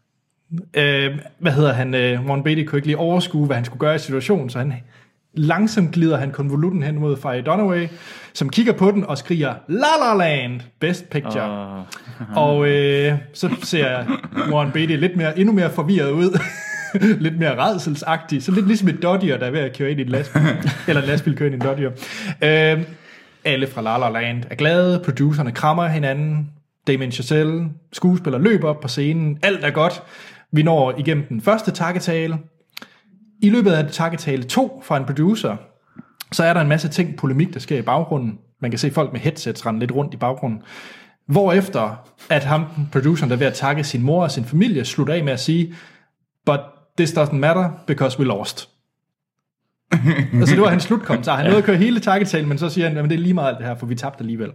Øh, hvad hedder han? Øh, Warren Beatty kunne ikke lige overskue, hvad han skulle gøre i situationen, så han langsomt glider han konvolutten hen mod Faye Dunaway, som kigger på den og skriger, La La Land, best picture. Uh. og øh, så ser Warren Beatty lidt mere, endnu mere forvirret ud. lidt mere rædselsagtig, så lidt ligesom et dodger, der er ved at køre ind i en lastbil, eller en lastbil kører ind i en dodger. Øh, alle fra La La Land er glade, producerne krammer hinanden, Damien Chazelle, skuespiller, løber op på scenen, alt er godt. Vi når igennem den første takketale. I løbet af takketale to fra en producer, så er der en masse ting, polemik, der sker i baggrunden. Man kan se folk med headsets rende lidt rundt i baggrunden. Hvorefter, at ham, produceren, der er ved at takke sin mor og sin familie, slutter af med at sige, but this doesn't matter, because we lost. Altså det var hans slutkommentar. Han nåede at køre hele takketalen, men så siger han, at det er lige meget alt det her, for vi tabte alligevel.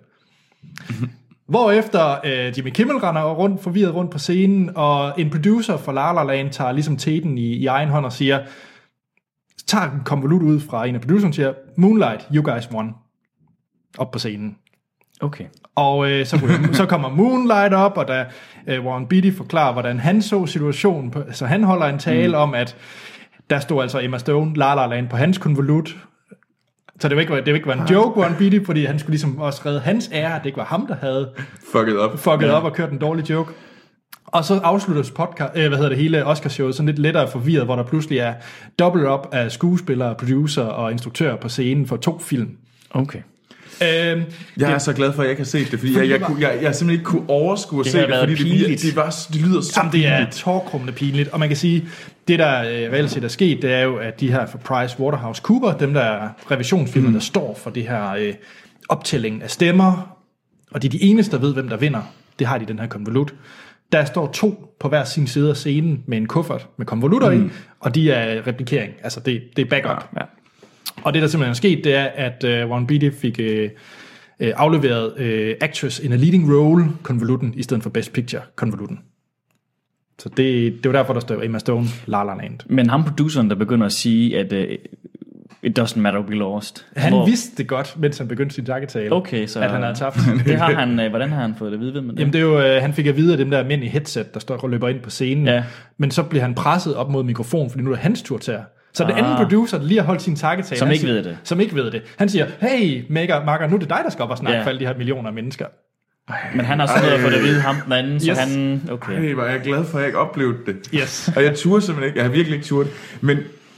Hvorefter øh, Jimmy Kimmel render rundt, forvirret rundt på scenen, og en producer for La La Land tager ligesom teten i, i egen hånd og siger, tager en konvolut ud fra en af producerne og siger, Moonlight, you guys won. Op på scenen. Okay. Og øh, så, så kommer Moonlight op, og da øh, Warren Beatty forklarer, hvordan han så situationen, på, så han holder en tale mm. om, at der stod altså Emma Stone, La La Land på hans konvolut. Så det var ikke, det var ikke var en joke, Warren Beatty, fordi han skulle ligesom også redde hans ære, at det ikke var ham, der havde fucket op, fucket ja. op og kørt en dårlig joke. Og så afsluttes podcast, øh, hvad hedder det, hele Oscarshowet sådan lidt lettere forvirret, hvor der pludselig er dobbelt op af skuespillere, producer og instruktører på scenen for to film. Okay. Øhm, jeg er det, så glad for, at jeg ikke har set det, fordi, fordi jeg, jeg, jeg, jeg, jeg simpelthen ikke kunne overskue at se det, fordi det, det, var, det lyder så Jamen, det er tårkrummende pinligt, og man kan sige, det der øh, reelt set er sket, det er jo, at de her for Price Waterhouse Cooper, dem der er revisionsfirmaet, mm. der står for det her øh, optælling af stemmer, og det er de eneste, der ved, hvem der vinder, det har de den her konvolut. Der står to på hver sin side af scenen med en kuffert med konvolutter mm. i, og de er replikering, altså det, det er backup. Ja, ja. Og det, der simpelthen er sket, det er, at uh, Warren Beatty fik uh, uh, afleveret uh, Actress in a Leading Role-konvolutten, i stedet for Best Picture-konvolutten. Så det, det var derfor, der står Emma Stone, La La Land. Men ham produceren, der begynder at sige, at uh, it doesn't matter, we lost. Han Hvor... vidste det godt, mens han begyndte sin takketale, okay, så... at han havde tabt. det har han, uh, hvordan har han fået det at vide? Med det? Jamen det er jo, uh, han fik at vide af dem der mænd i headset, der står og løber ind på scenen. Ja. Men så bliver han presset op mod mikrofonen, fordi nu er det hans tur til at... Så det ah. anden producer, der lige har holdt sin takketale, som ikke siger, ved det. Som ikke ved det. Han siger, hey, Mega, Marker, nu er det dig, der skal op og snakke yeah. for alle de her millioner af mennesker. Men han har sådan noget at få det at vide, ham den anden, yes. så han... Okay. Ej, hvor er jeg glad for, at jeg ikke oplevede det. Yes. Og jeg turde simpelthen ikke, jeg har virkelig ikke turde. Men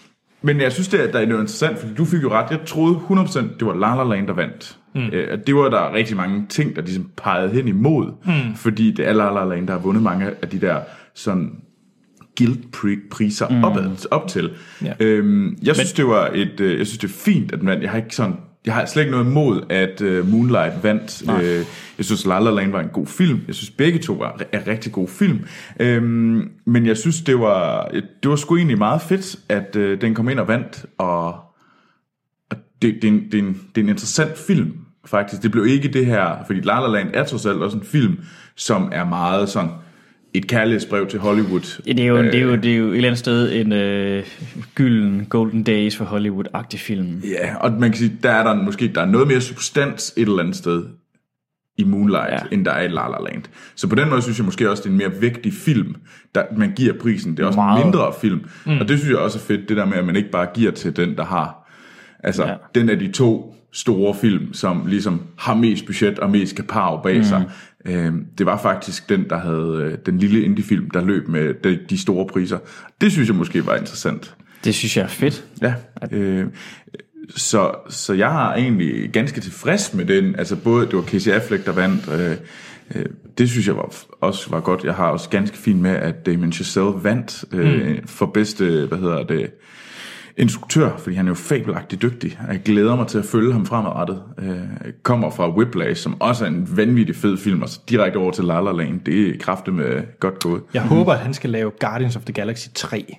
Men jeg synes, det er, det er interessant, fordi du fik jo ret. Jeg troede hundrede procent, det var La La Land, der vandt. Mm. Øh, det var der rigtig mange ting, der ligesom pegede hen imod. Mm. Fordi det er La La Land, der har vundet mange af de der sådan guild-priser mm. opad, op til. Ja. Øhm, jeg synes, Men, det var et, øh, jeg synes, det er fint, at man, jeg har ikke sådan, jeg har slet ikke noget imod, at uh, Moonlight vandt. Uh, jeg synes, La La Land var en god film. Jeg synes, begge to var er rigtig god film. Um, men jeg synes, det var, det var sgu egentlig meget fedt, at uh, den kom ind og vandt. Og, og det, det, er en, det, er en, det er en interessant film, faktisk. Det blev ikke det her, fordi La La Land er trods alt også en film, som er meget sådan et kærlighedsbrev til Hollywood. Ja, det, er jo, øh, det, er jo, det er jo et eller andet sted en øh, gylden Golden Days for Hollywood-agtig film. Ja, og man kan sige, der er der måske der er noget mere substans et eller andet sted i Moonlight, ja. end der er i La La Land. Så på den måde synes jeg måske også, det er en mere vigtig film, der man giver prisen. Det er også Meget. en mindre film. Mm. Og det synes jeg også er fedt, det der med, at man ikke bare giver til den, der har altså ja. den af de to store film, som ligesom har mest budget og mest kapav bag mm. sig. Det var faktisk den, der havde den lille indie-film, der løb med de, de store priser. Det synes jeg måske var interessant. Det synes jeg er fedt. Ja. Øh, så, så jeg har egentlig ganske tilfreds med den. Altså både, det var Casey Affleck, der vandt. Øh, øh, det synes jeg var, også var godt. Jeg har også ganske fint med, at Damien Chazelle vandt øh, mm. for bedste, hvad hedder det, instruktør, fordi han er jo fabelagtigt dygtig. Jeg glæder mig til at følge ham fremadrettet. Øh, kommer fra Whiplash, som også er en vanvittig fed film, og så direkte over til La La Land. Det er kraftigt med godt gået. Jeg mm-hmm. håber, at han skal lave Guardians of the Galaxy tre.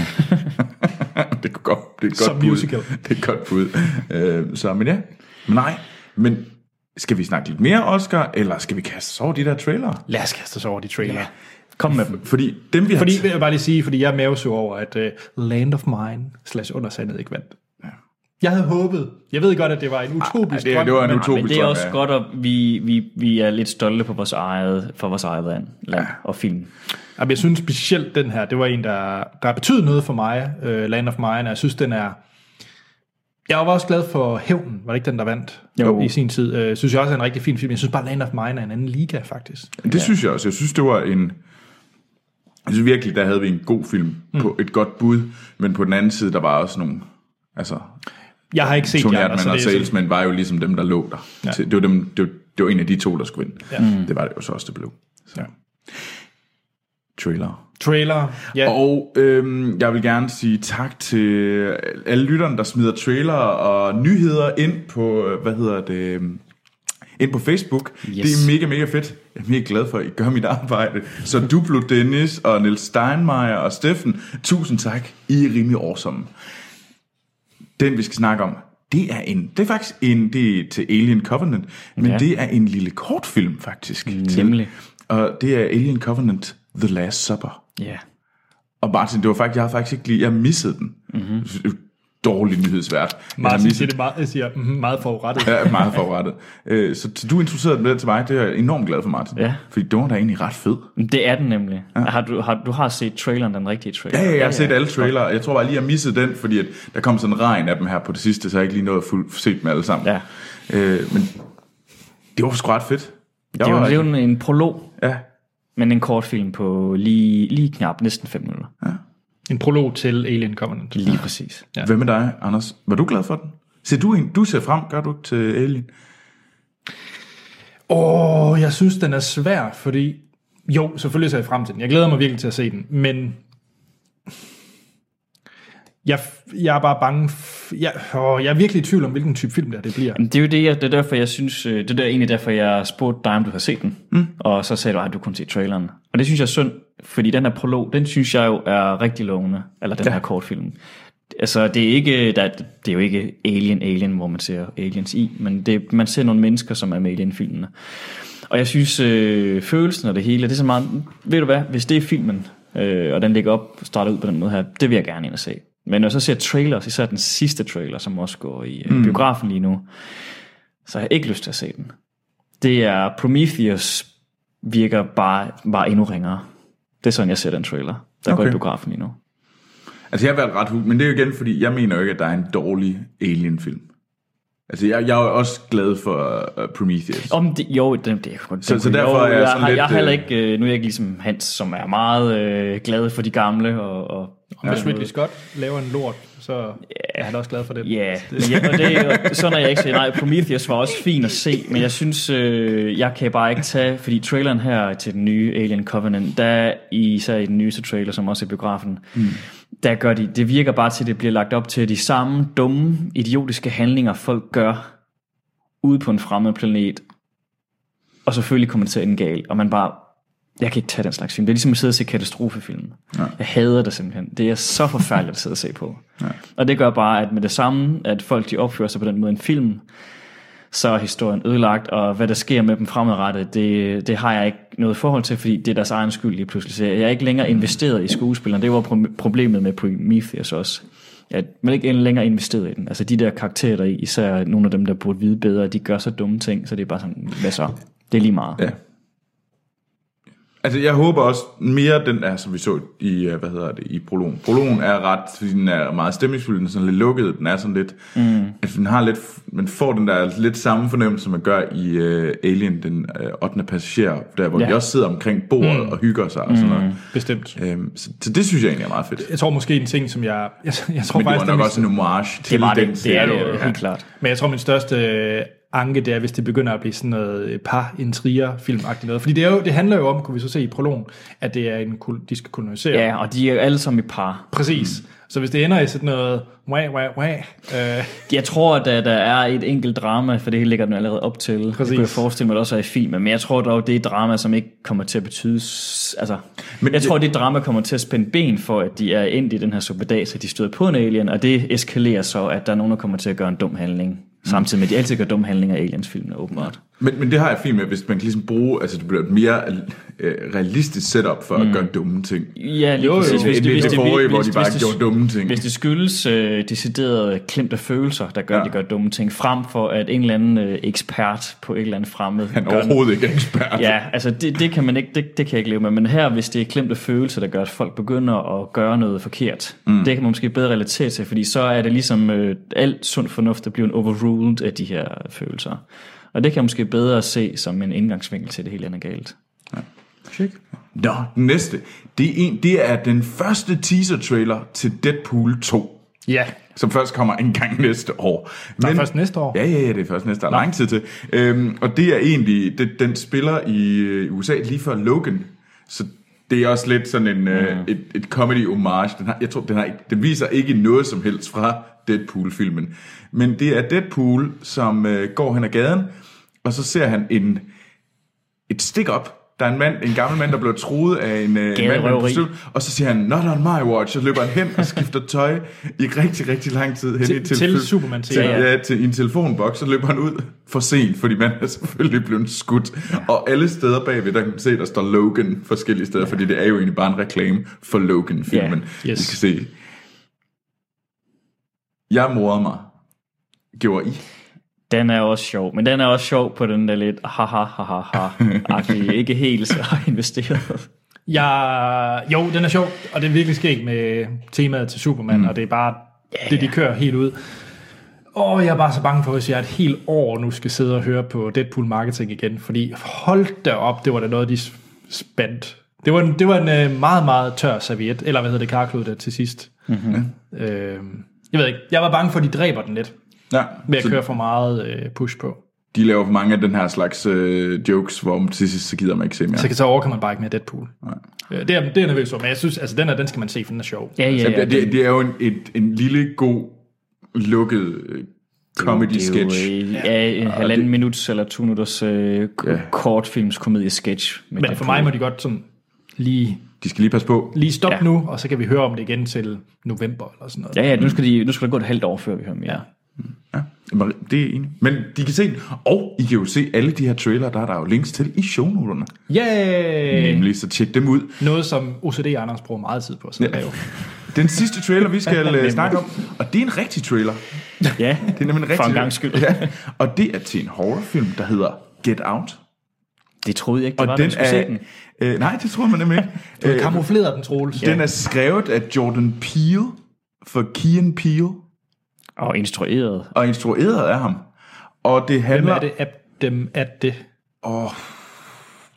det er godt, det er Som godt bud. musical. Det er et godt bud. Øh, så, men ja. Men nej, men skal vi snakke lidt mere Oscar, eller skal vi kaste os over de der trailere? Lad os kaste os over de trailere. Ja. Kom med dem. Fordi dem vi fordi, har... vil jeg bare lige sige, fordi jeg er mavesur over, at uh, Land of Mine slash Undersandet ikke vandt. Ja. Jeg havde håbet. Jeg ved godt, at det var en utopisk drøm. Det, det var en men, utopisk men det er også ja. godt, at vi, vi, vi er lidt stolte på vores eget, for vores eget land, land ja. og film. Jamen, jeg synes specielt den her, det var en, der, der betyder noget for mig, uh, Land of Mine. Jeg synes, den er... Jeg var også glad for Hævnen, var det ikke den, der vandt jo. i sin tid. Uh, synes jeg også er en rigtig fin film. Jeg synes bare, Land of Mine er en anden liga, faktisk. Det ja. synes jeg også. Jeg synes, det var en... Jeg synes virkelig, der havde vi en god film på mm. et godt bud, men på den anden side, der var også nogle, altså... Jeg har ikke set Tony Erdmann og Salesman var jo ligesom dem, der lå der. Ja. Det, var dem, det, var, det var en af de to, der skulle vinde. Ja. Mm. Det var det jo så også, det blev. Så. Ja. Trailer. Trailer, ja. Og øhm, jeg vil gerne sige tak til alle lytterne, der smider trailer og nyheder ind på, hvad hedder det... ind på Facebook. Yes. Det er mega, mega fedt. Jeg er mega glad for, at I gør mit arbejde. Så Duplo, Dennis og Niels Steinmeier og Steffen, tusind tak. I er rimelig awesome. Den, vi skal snakke om, det er en, det er faktisk en, det er til Alien Covenant, men ja. det er en lille kortfilm, faktisk. Nemlig. Og det er Alien Covenant, The Last Supper. Ja. Yeah. Og Martin, det var faktisk, jeg har faktisk ikke lige, jeg missede den. Mm-hmm. Dårlig nyhedsvært. Martin siger det meget, jeg siger, mm, meget forurettet. Ja, meget forurettet. Øh, så, så du introducerede den til mig, det er jeg enormt glad for, Martin. Ja. Fordi det var da egentlig ret fed. Det er den nemlig. Ja. Har du, har, du har set traileren, den rigtige trailer? Ja, ja, jeg har ja, set ja. alle trailer. Jeg tror bare lige, jeg missede den, fordi at der kom sådan en regn af dem her på det sidste, så jeg ikke lige nåede at fuld, set dem alle sammen. Ja. Øh, men det var sgu ret fedt. Jeg det var, det var en, en prolog, ja. men en kortfilm på lige, lige knap næsten fem minutter. Ja. En prolog til Alien Covenant. Lige præcis. Ja. Hvad med dig, Anders? Var du glad for den? Ser du en? Du ser frem, gør du til Alien? Åh, oh, jeg synes, den er svær, fordi... Jo, selvfølgelig ser jeg frem til den. Jeg glæder mig virkelig til at se den, men... Jeg, jeg er bare bange... F- jeg, åh, jeg er virkelig i tvivl om, hvilken type film der det bliver. Det er jo det, jeg, det er derfor, jeg synes... Det er der egentlig derfor, jeg spurgte dig, om du har set den. Mm. Og så sagde du, at du kunne se traileren. Og det synes jeg er synd, fordi den her prolog, den synes jeg jo er rigtig lovende. Eller den ja. her kortfilm. Altså, det er, ikke, der, det er jo ikke Alien, Alien, hvor man ser aliens i, men det, man ser nogle mennesker, som er med i den filmene. Og jeg synes, øh, følelsen og det hele, det er så meget... Ved du hvad, hvis det er filmen, øh, og den ligger op og starter ud på den måde her, det vil jeg gerne ind og se. Men når jeg så ser trailers, især den sidste trailer, som også går i øh, biografen lige nu, så har jeg ikke lyst til at se den. Det er Prometheus virker bare, bare endnu ringere. Det er sådan, jeg ser den trailer, der okay. går i biografen lige nu. Altså jeg har været ret hul, men det er jo igen, fordi jeg mener jo ikke, at der er en dårlig Alien-film. Altså jeg, jeg er jo også glad for uh, Prometheus. Om det, jo, det, det er jo... Så, så derfor er jeg, jeg sådan har, lidt... Jeg har heller ikke... Nu er jeg ikke ligesom Hans, som er meget øh, glad for de gamle, og, og Og hvis Ridley Scott laver en lort, så er han også glad for det. Ja, yeah. men jeg, og det er jo sådan, at jeg ikke siger, nej, Prometheus var også fin at se, men jeg synes, øh, jeg kan bare ikke tage, fordi traileren her til den nye Alien Covenant, der især i den nyeste trailer, som også er biografen, mm. der gør de, det virker bare til, at det bliver lagt op til de samme dumme, idiotiske handlinger, folk gør ude på en fremmed planet, og selvfølgelig kommer det til at ende galt, og man bare, jeg kan ikke tage den slags film. Det er ligesom at sidde og se katastrofefilm. Ja. Jeg hader det simpelthen. Det er så forfærdeligt at sidde og se på. Ja. Og det gør bare, at med det samme, at folk de opfører sig på den måde en film, så er historien ødelagt, og hvad der sker med dem fremadrettet, det, det har jeg ikke noget forhold til, fordi det er deres egen skyld lige pludselig. Så jeg er ikke længere investeret i skuespilleren. Det var problemet med Prometheus også. Jeg er ikke længere investeret i den. Altså de der karakterer i, især nogle af dem, der burde vide bedre, de gør så dumme ting, så det er bare sådan, hvad så? Det er lige meget. Ja. Altså, jeg håber også mere den er, som vi så i, hvad hedder det, i prologen. Prologen er ret, fordi den er meget stemningsfuld, den er sådan lidt lukket, den er sådan lidt, mm. altså, den har lidt, man får den der lidt samme fornemmelse, som man gør i uh, Alien, den uh, ottende passager, der hvor ja. de også sidder omkring bordet mm. og hygger sig og sådan noget. Mm. Bestemt. Um, så, så det synes jeg egentlig er meget fedt. Jeg tror måske en ting, som jeg, jeg, jeg tror Men det faktisk... var nok også en homage til det den. Det, det er det jo, helt klart. Men jeg tror, min største anke, det er, hvis det begynder at blive sådan noget par-intriger-filmagtigt noget. Fordi det, er jo, det handler jo om, kunne vi så se i prologen, at det er en, de skal kolonisere. Ja, og de er alle sammen i par. Præcis. Mm. Så hvis det ender i sådan noget wah, wah, wah, øh. Jeg tror, at der, der er et enkelt drama, for det ligger den allerede op til. Præcis. Det kunne jeg forestille mig, at det også er i filmen. Men jeg tror dog, det er et drama, som ikke kommer til at betyde... Altså, men jeg det... tror, det drama kommer til at spænde ben for, at de er endt i den her suppedas, at de støder på en alien, og det eskalerer så, at der er nogen, der kommer til at gøre en dum handling. Samtidig med, at de altid gør dumme handlinger af Aliens-filmene, åbenbart. Men, men det har jeg fint med, hvis man kan ligesom bruge, altså det bliver et mere øh, realistisk setup for mm. at gøre dumme ting. Ja, lige præcis. Hvis det, hvis det, det forrige, hvor de bare hvis gjorde dumme ting. Hvis det skyldes øh, deciderede klemte følelser, der gør, ja. de gør dumme ting, frem for at en eller anden øh, ekspert på et eller andet fremmed... Han er overhovedet ikke ekspert. Ja, altså det, det kan man ikke, det, det kan jeg ikke leve med. Men her, hvis det er klemte følelser, der gør, at folk begynder at gøre noget forkert, mm. det kan man måske bedre relatere til, fordi så er det ligesom øh, alt sund fornuft, der bliver en overruled af de her følelser. Og det kan jeg måske bedre se som en indgangsvinkel til det hele andet galt. Ja. Check. Nå, næste. Det er, en, det er den første teaser-trailer til Deadpool to. Ja. Som først kommer en gang næste år. Men, det er først næste år? Ja, ja, ja, det er først næste år. Der er lang tid til. Øhm, og det er egentlig, det, den spiller i U S A lige før Logan. Så det er også lidt sådan en, mm. øh, et, et comedy-homage. Den har, jeg tror, den, har, den viser ikke noget som helst fra Deadpool-filmen. Men det er Deadpool, som øh, går hen ad gaden, og så ser han en, et stick-up. Der er en mand, en gammel mand, der blev truet af en, øh, en mand med en pistol, og så siger han, not on my watch, så løber han hen og skifter tøj i rigtig, rigtig lang tid. Hen til, i til, til Superman. Til, ja, ja, til en telefonboks, så løber han ud for sent, fordi man er selvfølgelig blevet skudt. Og alle steder bagved, der kan man se, der står Logan forskellige steder, ja. Fordi det er jo egentlig bare en reklame for Logan-filmen. Ja. Yes. Vi kan se. Jeg morede mig. Gjorde I? Den er også sjov, men den er også sjov på den der lidt haha haha ha ikke helt så investeret. Ja, jo, den er sjov, og det er virkelig skægt med temaet til Superman, mm. og det er bare yeah. det, de kører helt ud. Og jeg er bare så bange for, hvis jeg et helt år nu skal sidde og høre på Deadpool marketing igen, fordi hold da op, det var da noget, de spændt. Det var en, det var en meget, meget tør serviet, eller hvad hedder det, karklud der til sidst. Mm-hmm. Øh, jeg ved ikke, jeg var bange for, at de dræber den lidt. Ja, ved at køre for meget øh, push på. De laver for mange af den her slags øh, jokes, hvor til sidst så gider man ikke se mere. Så, så overkan man bare ikke mere Deadpool. Øh, det, er, det er nervøs for, men jeg synes, altså den, er, den skal man se, for den er sjov. Ja, ja, ja, det, det, det er jo en, et, en lille, god, lukket comedy-sketch. Øh, ja, en halvanden minuts eller to minutters øh, ja. kortfilms-komedie-sketch. Men for mig må de godt sådan lige... De skal lige passe på. Lige stop ja. nu, og så kan vi høre om det igen til november eller sådan noget. Ja, ja, nu skal, de, nu skal det gå et halvt år, før vi hører mere. Ja. Ja, det er enig. Men de kan se den, og I kan jo se alle de her trailer, der er der jo links til i shownoterne. Yay! Nemlig, så tjek dem ud. Noget, som O C D Anders bruger meget tid på. Så ja. jo. Den sidste trailer, vi skal snakke om, og det er en rigtig trailer. Ja, det er nemlig en rigtig for en gang skyld. Ja. Og det er til en horrorfilm, der hedder Get Out. Det troede jeg ikke, det og var, den skulle er, se den. Øh, nej, det tror man nemlig ikke. Du har kamufleret den, Troels. Den er skrevet af Jordan Peele for Key and Peele. Og instrueret. Og instrueret af ham. Og det handler... Hvem er det af dem, at det? Åh,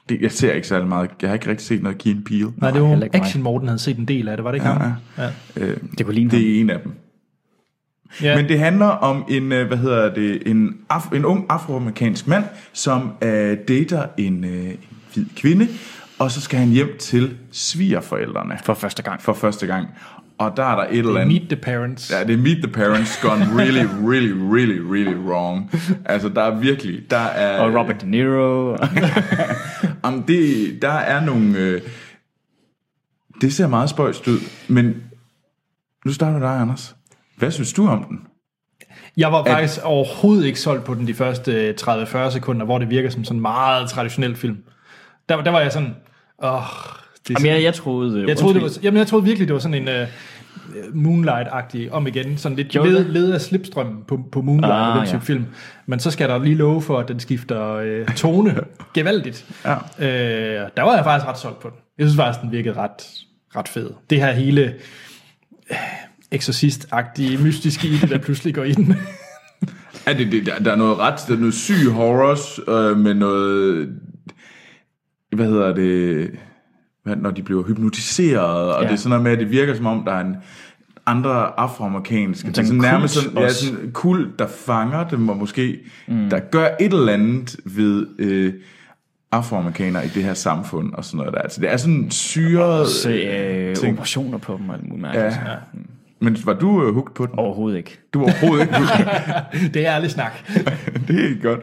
Det, jeg ser ikke særlig meget. Jeg har ikke rigtig set noget Key and Peele. Nej, det var Action Morten havde set en del af det, var det ikke Ja, ham? ja. Ja. Øh, Det kunne ligne det er en af dem. Ja. Men det handler om en, øh, hvad hedder det, en, af, en ung afroamerikansk mand, som øh, dater en, øh, en hvid kvinde, og så skal han hjem til svigerforældrene For første gang. for første gang. Og der er der et eller andet... Meet the Parents. Ja, det er Meet the Parents gone really, really, really, really wrong. Altså, der er virkelig... Der er, Og Robert De Niro. om det, der er nogle... Øh, det ser meget spøjst ud, men nu starter dig, Anders. Hvad synes du om den? Jeg var faktisk at... overhovedet ikke solgt på den de første tredive til fyrre sekunder, hvor det virker som sådan en meget traditionel film. Der, der var jeg sådan... Åh, det Jamen, jeg, jeg troede... jeg, troede det var, jamen, jeg troede virkelig, det var sådan en uh, Moonlight-agtig, om igen. Sådan lidt led, led af slipstrømmen på, på Moonlight ah, og den type ja. film. Men så skal der lige love for, at den skifter uh, tone gevaldigt. Ja. Uh, der var jeg faktisk ret solgt på den. Jeg synes faktisk, den virkede ret, ret fed. Det her hele... Uh, Exorcist-agtige, mystiske i det, der pludselig går i den. Er det, det der, der er noget ret, der er noget syg horrors øh, med noget, hvad hedder det, hvad, når de bliver hypnotiseret, og ja. Det er sådan noget med, at det virker som om, der er en andre afroamerikanske, det er sådan nærmest sådan, ja, sådan en kult, der fanger dem, og måske, mm. der gør et eller andet ved øh, afroamerikanere i det her samfund, og sådan noget der. Altså det er sådan syret Se øh, operationer på dem, og alt muligt. Ja. Ja. Men var du uh, hooked på den? Overhovedet ikke. Du var overhovedet ikke hooked. Det er ærlig snak. Det er godt.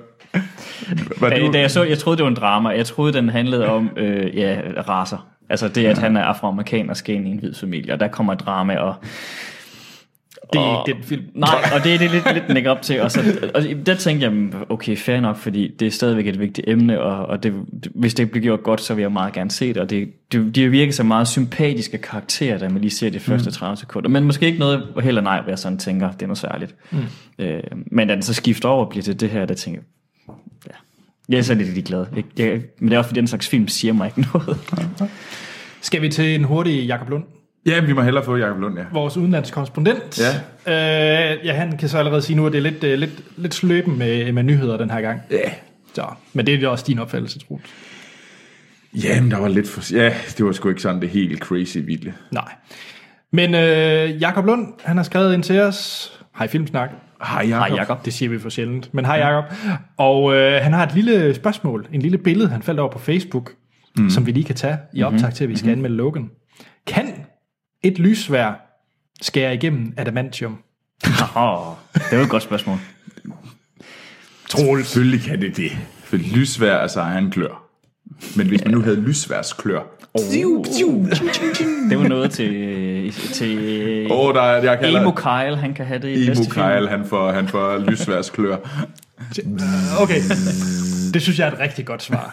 Var da, du... da jeg, så, jeg troede, det var en drama. Jeg troede, den handlede om øh, ja, racer. Altså det, at ja. han er afroamerikaner og skal ind i en hvid familie, og der kommer et drama, og... Det er og, ikke den film. Nej, og det er det lidt, lidt lægger op til. Og, så, og der tænkte jeg, okay, fair nok, fordi det er stadigvæk et vigtigt emne, og, og det, hvis det bliver gjort godt, så vil jeg meget gerne se det. Og det, det, de virker så meget sympatiske karakterer, da man lige ser de første tredive sekunder. Men måske ikke noget heller nej, hvad jeg sådan tænker, det er noget særligt. Mm. Øh, men da den så skifter over og bliver til det her, der tænker jeg, ja, jeg er så lidt ligeglad. Jeg, jeg, men det er også fordi den slags film siger mig ikke noget. Skal vi til en hurtig Jakob Lund? Ja, vi må hellere få Jakob Lund, ja. Vores udenlandskorrespondent. Ja. Øh, ja, han kan så allerede sige nu, at det er lidt, uh, lidt, lidt sløben med, med nyheder den her gang. Ja. Så, men det er også din opfattelse, tror jeg. Jamen, der var lidt for... Ja, det var sgu ikke sådan det helt crazy vilde. Nej. Men øh, Jakob Lund, han har skrevet ind til os. Hej Filmsnak. Hej Jakob. Hej Jakob. Det siger vi for sjældent. Men hej Jakob. Og øh, han har et lille spørgsmål, en lille billede, han faldt over på Facebook, mm. som vi lige kan tage i optag til, at vi skal mm-hmm. anmelde Logan. Kan et lysvær skære igennem adamantium? Oh, det var et godt spørgsmål. Troels. Selvfølgelig kan det det. For lysvær er så egen klør. Men hvis man nu havde lysværsklør. Oh. Det var noget til til oh, der er, jeg kalder, Emo Kyle, han kan have det i Emo Kyle, han får, han får lysværsklør. Okay, det synes jeg er et rigtig godt svar.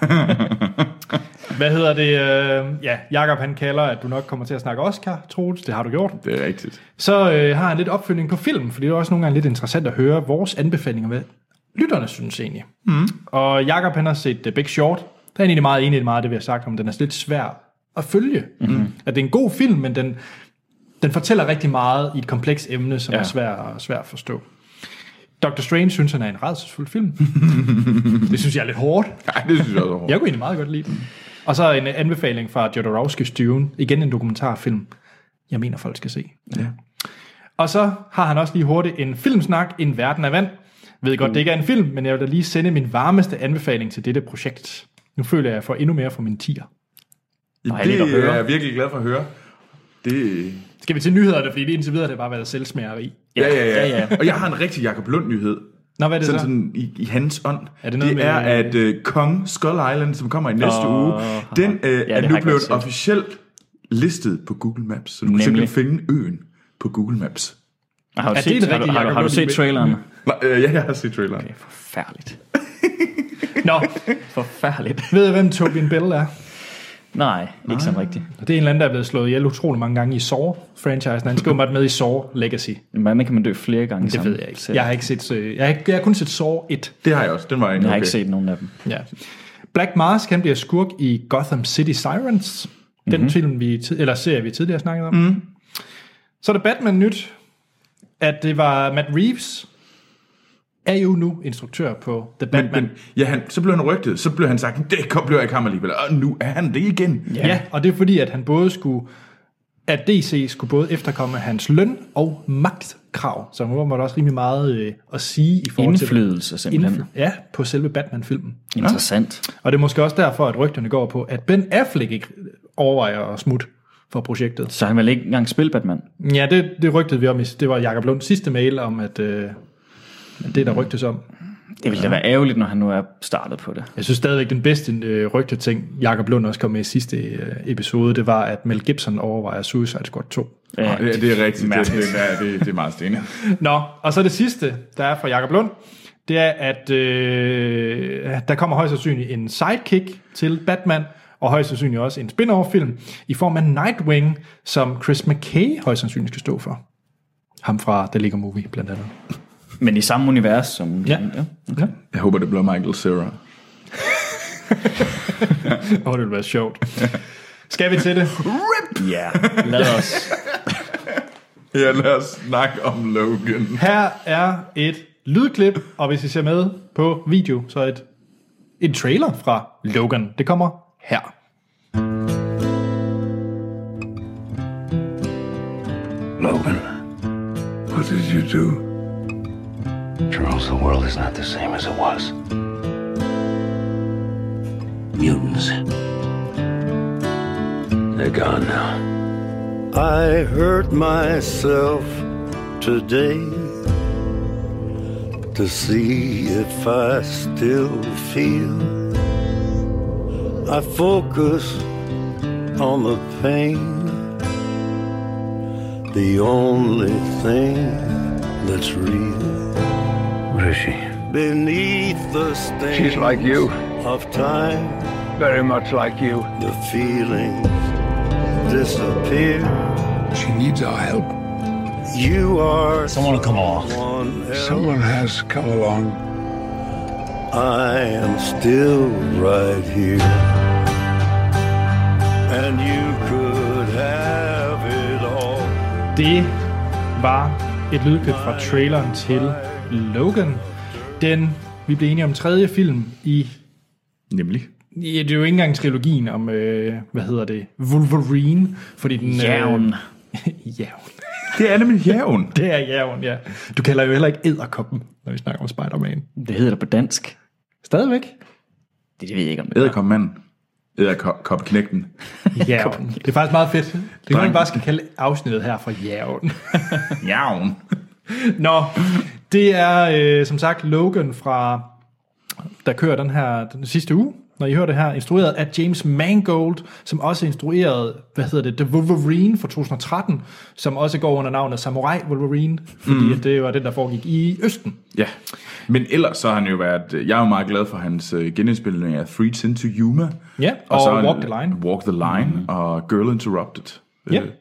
Hvad hedder det? Ja, Jakob han kalder, at du nok kommer til at snakke Oscar, Troels. Det har du gjort. Det er rigtigt. Så øh, har han lidt opfølgning på film, fordi det er også nogle gange lidt interessant at høre vores anbefalinger, hvad lytterne synes egentlig. Mm. Og Jakob han har set uh, Big Short. Der er egentlig meget enig i meget af det, vi har sagt om, den er lidt svær at følge. Mm-hmm. At det er en god film, men den, den fortæller rigtig meget i et komplekst emne, som ja. er svær, svær at forstå. Doctor Strange synes, han er en rædselsfuld film. Det synes jeg er lidt hårdt. Nej, det synes jeg også er hårdt. Jeg kunne egentlig meget godt lide den. Og så en anbefaling fra Jodorowsky's Dune. Igen en dokumentarfilm. Jeg mener, folk skal se. Ja. Og så har han også lige hurtigt en filmsnak, En verden af vand. Jeg ved godt, mm. det ikke er en film, men jeg vil da lige sende min varmeste anbefaling til dette projekt. Nu føler jeg, at jeg får endnu mere for min tier. Ja, det er jeg virkelig glad for at høre. Det... Skal vi til nyhederne, fordi det indtil videre det bare været selvsmageri. Ja, ja, ja, ja. Og jeg har en rigtig Jakob Lund-nyhed. Nå, hvad er det sådan, så? sådan i, i hans ånd. Er det noget det er, at uh, Kong Skull Island, som kommer i næste oh, uge, den uh, ja, er nu blevet officielt listet på Google Maps. Så du kan simpelthen finde øen på Google Maps. Har du, er set, det har, har, har, har du set traileren? Nej, øh, ja, jeg har set traileren. Okay, forfærdeligt. Nå, forfærdeligt. Ved jeg, hvem Tobin Bell er? Nej, ikke sådan rigtigt. Det er en eller anden, der er blevet slået ihjel utrolig mange gange i Saw-franchisen. Han skal jo med i Saw Legacy. Men kan man dø flere gange det sammen? Det ved jeg ikke. Jeg har ikke set, jeg har, jeg har kun set Saw et. Det har jeg også. Den var egentlig Jeg har okay. ikke set nogen af dem. Ja. Black Mask, han bliver skurk i Gotham City Sirens. Den mm-hmm. film, vi, eller serie, vi tidligere snakkede om. Mm. Så er det Batman nyt, at det var Matt Reeves, er jo nu instruktør på The Batman. Men, men ja, han, så blev han rygtet, så blev han sagt, det blev jeg ikke ham alligevel, og nu er han det igen. Ja. ja, og det er fordi, at han både skulle, at D C skulle både efterkomme hans løn og magtkrav, så nu var der også rimelig meget øh, at sige i forhold til indflydelse simpelthen. Indfly- ja, på selve Batman-filmen. Interessant. Ja. Og det er måske også derfor, at rygterne går på, at Ben Affleck ikke overvejer at smutte for projektet. Så han vil ikke engang spille Batman? Ja, det, det rygtede vi om. Det var Jacob Lunds sidste mail om, at øh, det der rygtes om. Det ville da være ærgerligt, når han nu er startet på det. Jeg synes stadigvæk, den bedste øh, rygteting, Jacob Lund også kom med i sidste øh, episode, det var, at Mel Gibson overvejer Suicide Squad to. Ja, ja, det, det er rigtigt. Det, det, det, det er meget stenet. Nå, og så det sidste, der er fra Jacob Lund, det er, at øh, der kommer højst sandsynligt en sidekick til Batman, og højst sandsynligt også en spin-off-film, i form af Nightwing, som Chris McKay højst sandsynligt skal stå for. Ham fra The Lego Movie, blandt andet. Men i samme univers som... Ja. ja. Okay. Jeg håber, det bliver Michael Cera. Åh, oh, det vil være sjovt. Skal vi til det? Rip! Ja, lad os. Ja, lad os snakke om Logan. Her er et lydklip, og hvis I ser med på video, så et, en trailer fra Logan. Det kommer her. Logan, what did you do? Charles, the world is not the same as it was. Mutants. They're gone now. I hurt myself today to see if I still feel. I focus on the pain, the only thing that's real. What is she? Beneath the stain She's like you. of time, Very much like you. the feelings disappear. She needs our help. You are Someone will come along. someone else. Someone has come along. I am still right here, and you could have it all. Det var et lydklip fra traileren til Logan. Den, vi blev enige om tredje film i... Nemlig. Ja, det er jo ikke engang trilogien om, øh, hvad hedder det, Wolverine, fordi den... Jævn. Øh, jævn. Det er nemlig jævn. Det er jævn, ja. Du kalder jo heller ikke edderkoppen, når vi snakker om Spider-Man. Det hedder det på dansk. Stadigvæk? Det, det ved jeg ikke, om det er. Æderkoppmanden. Æderkoppeknægten. Jævn. Det er faktisk meget fedt. Det kan man bare skal kalde afsnittet her for jævn. Jævn. Nå, det er øh, som sagt Logan fra, der kører den her den sidste uge, når I hører det her, instrueret af James Mangold, som også instruerede, hvad hedder det, The Wolverine fra to tusind og tretten, som også går under navnet Samurai Wolverine, fordi mm. at det var den, der foregik i Østen. Ja, men ellers så har han jo været, jeg er jo meget glad for hans uh, genindspilning af Three Ten to Yuma. Ja, og, så og Walk the Line. Walk the Line mm. og Girl Interrupted. Ja. Uh,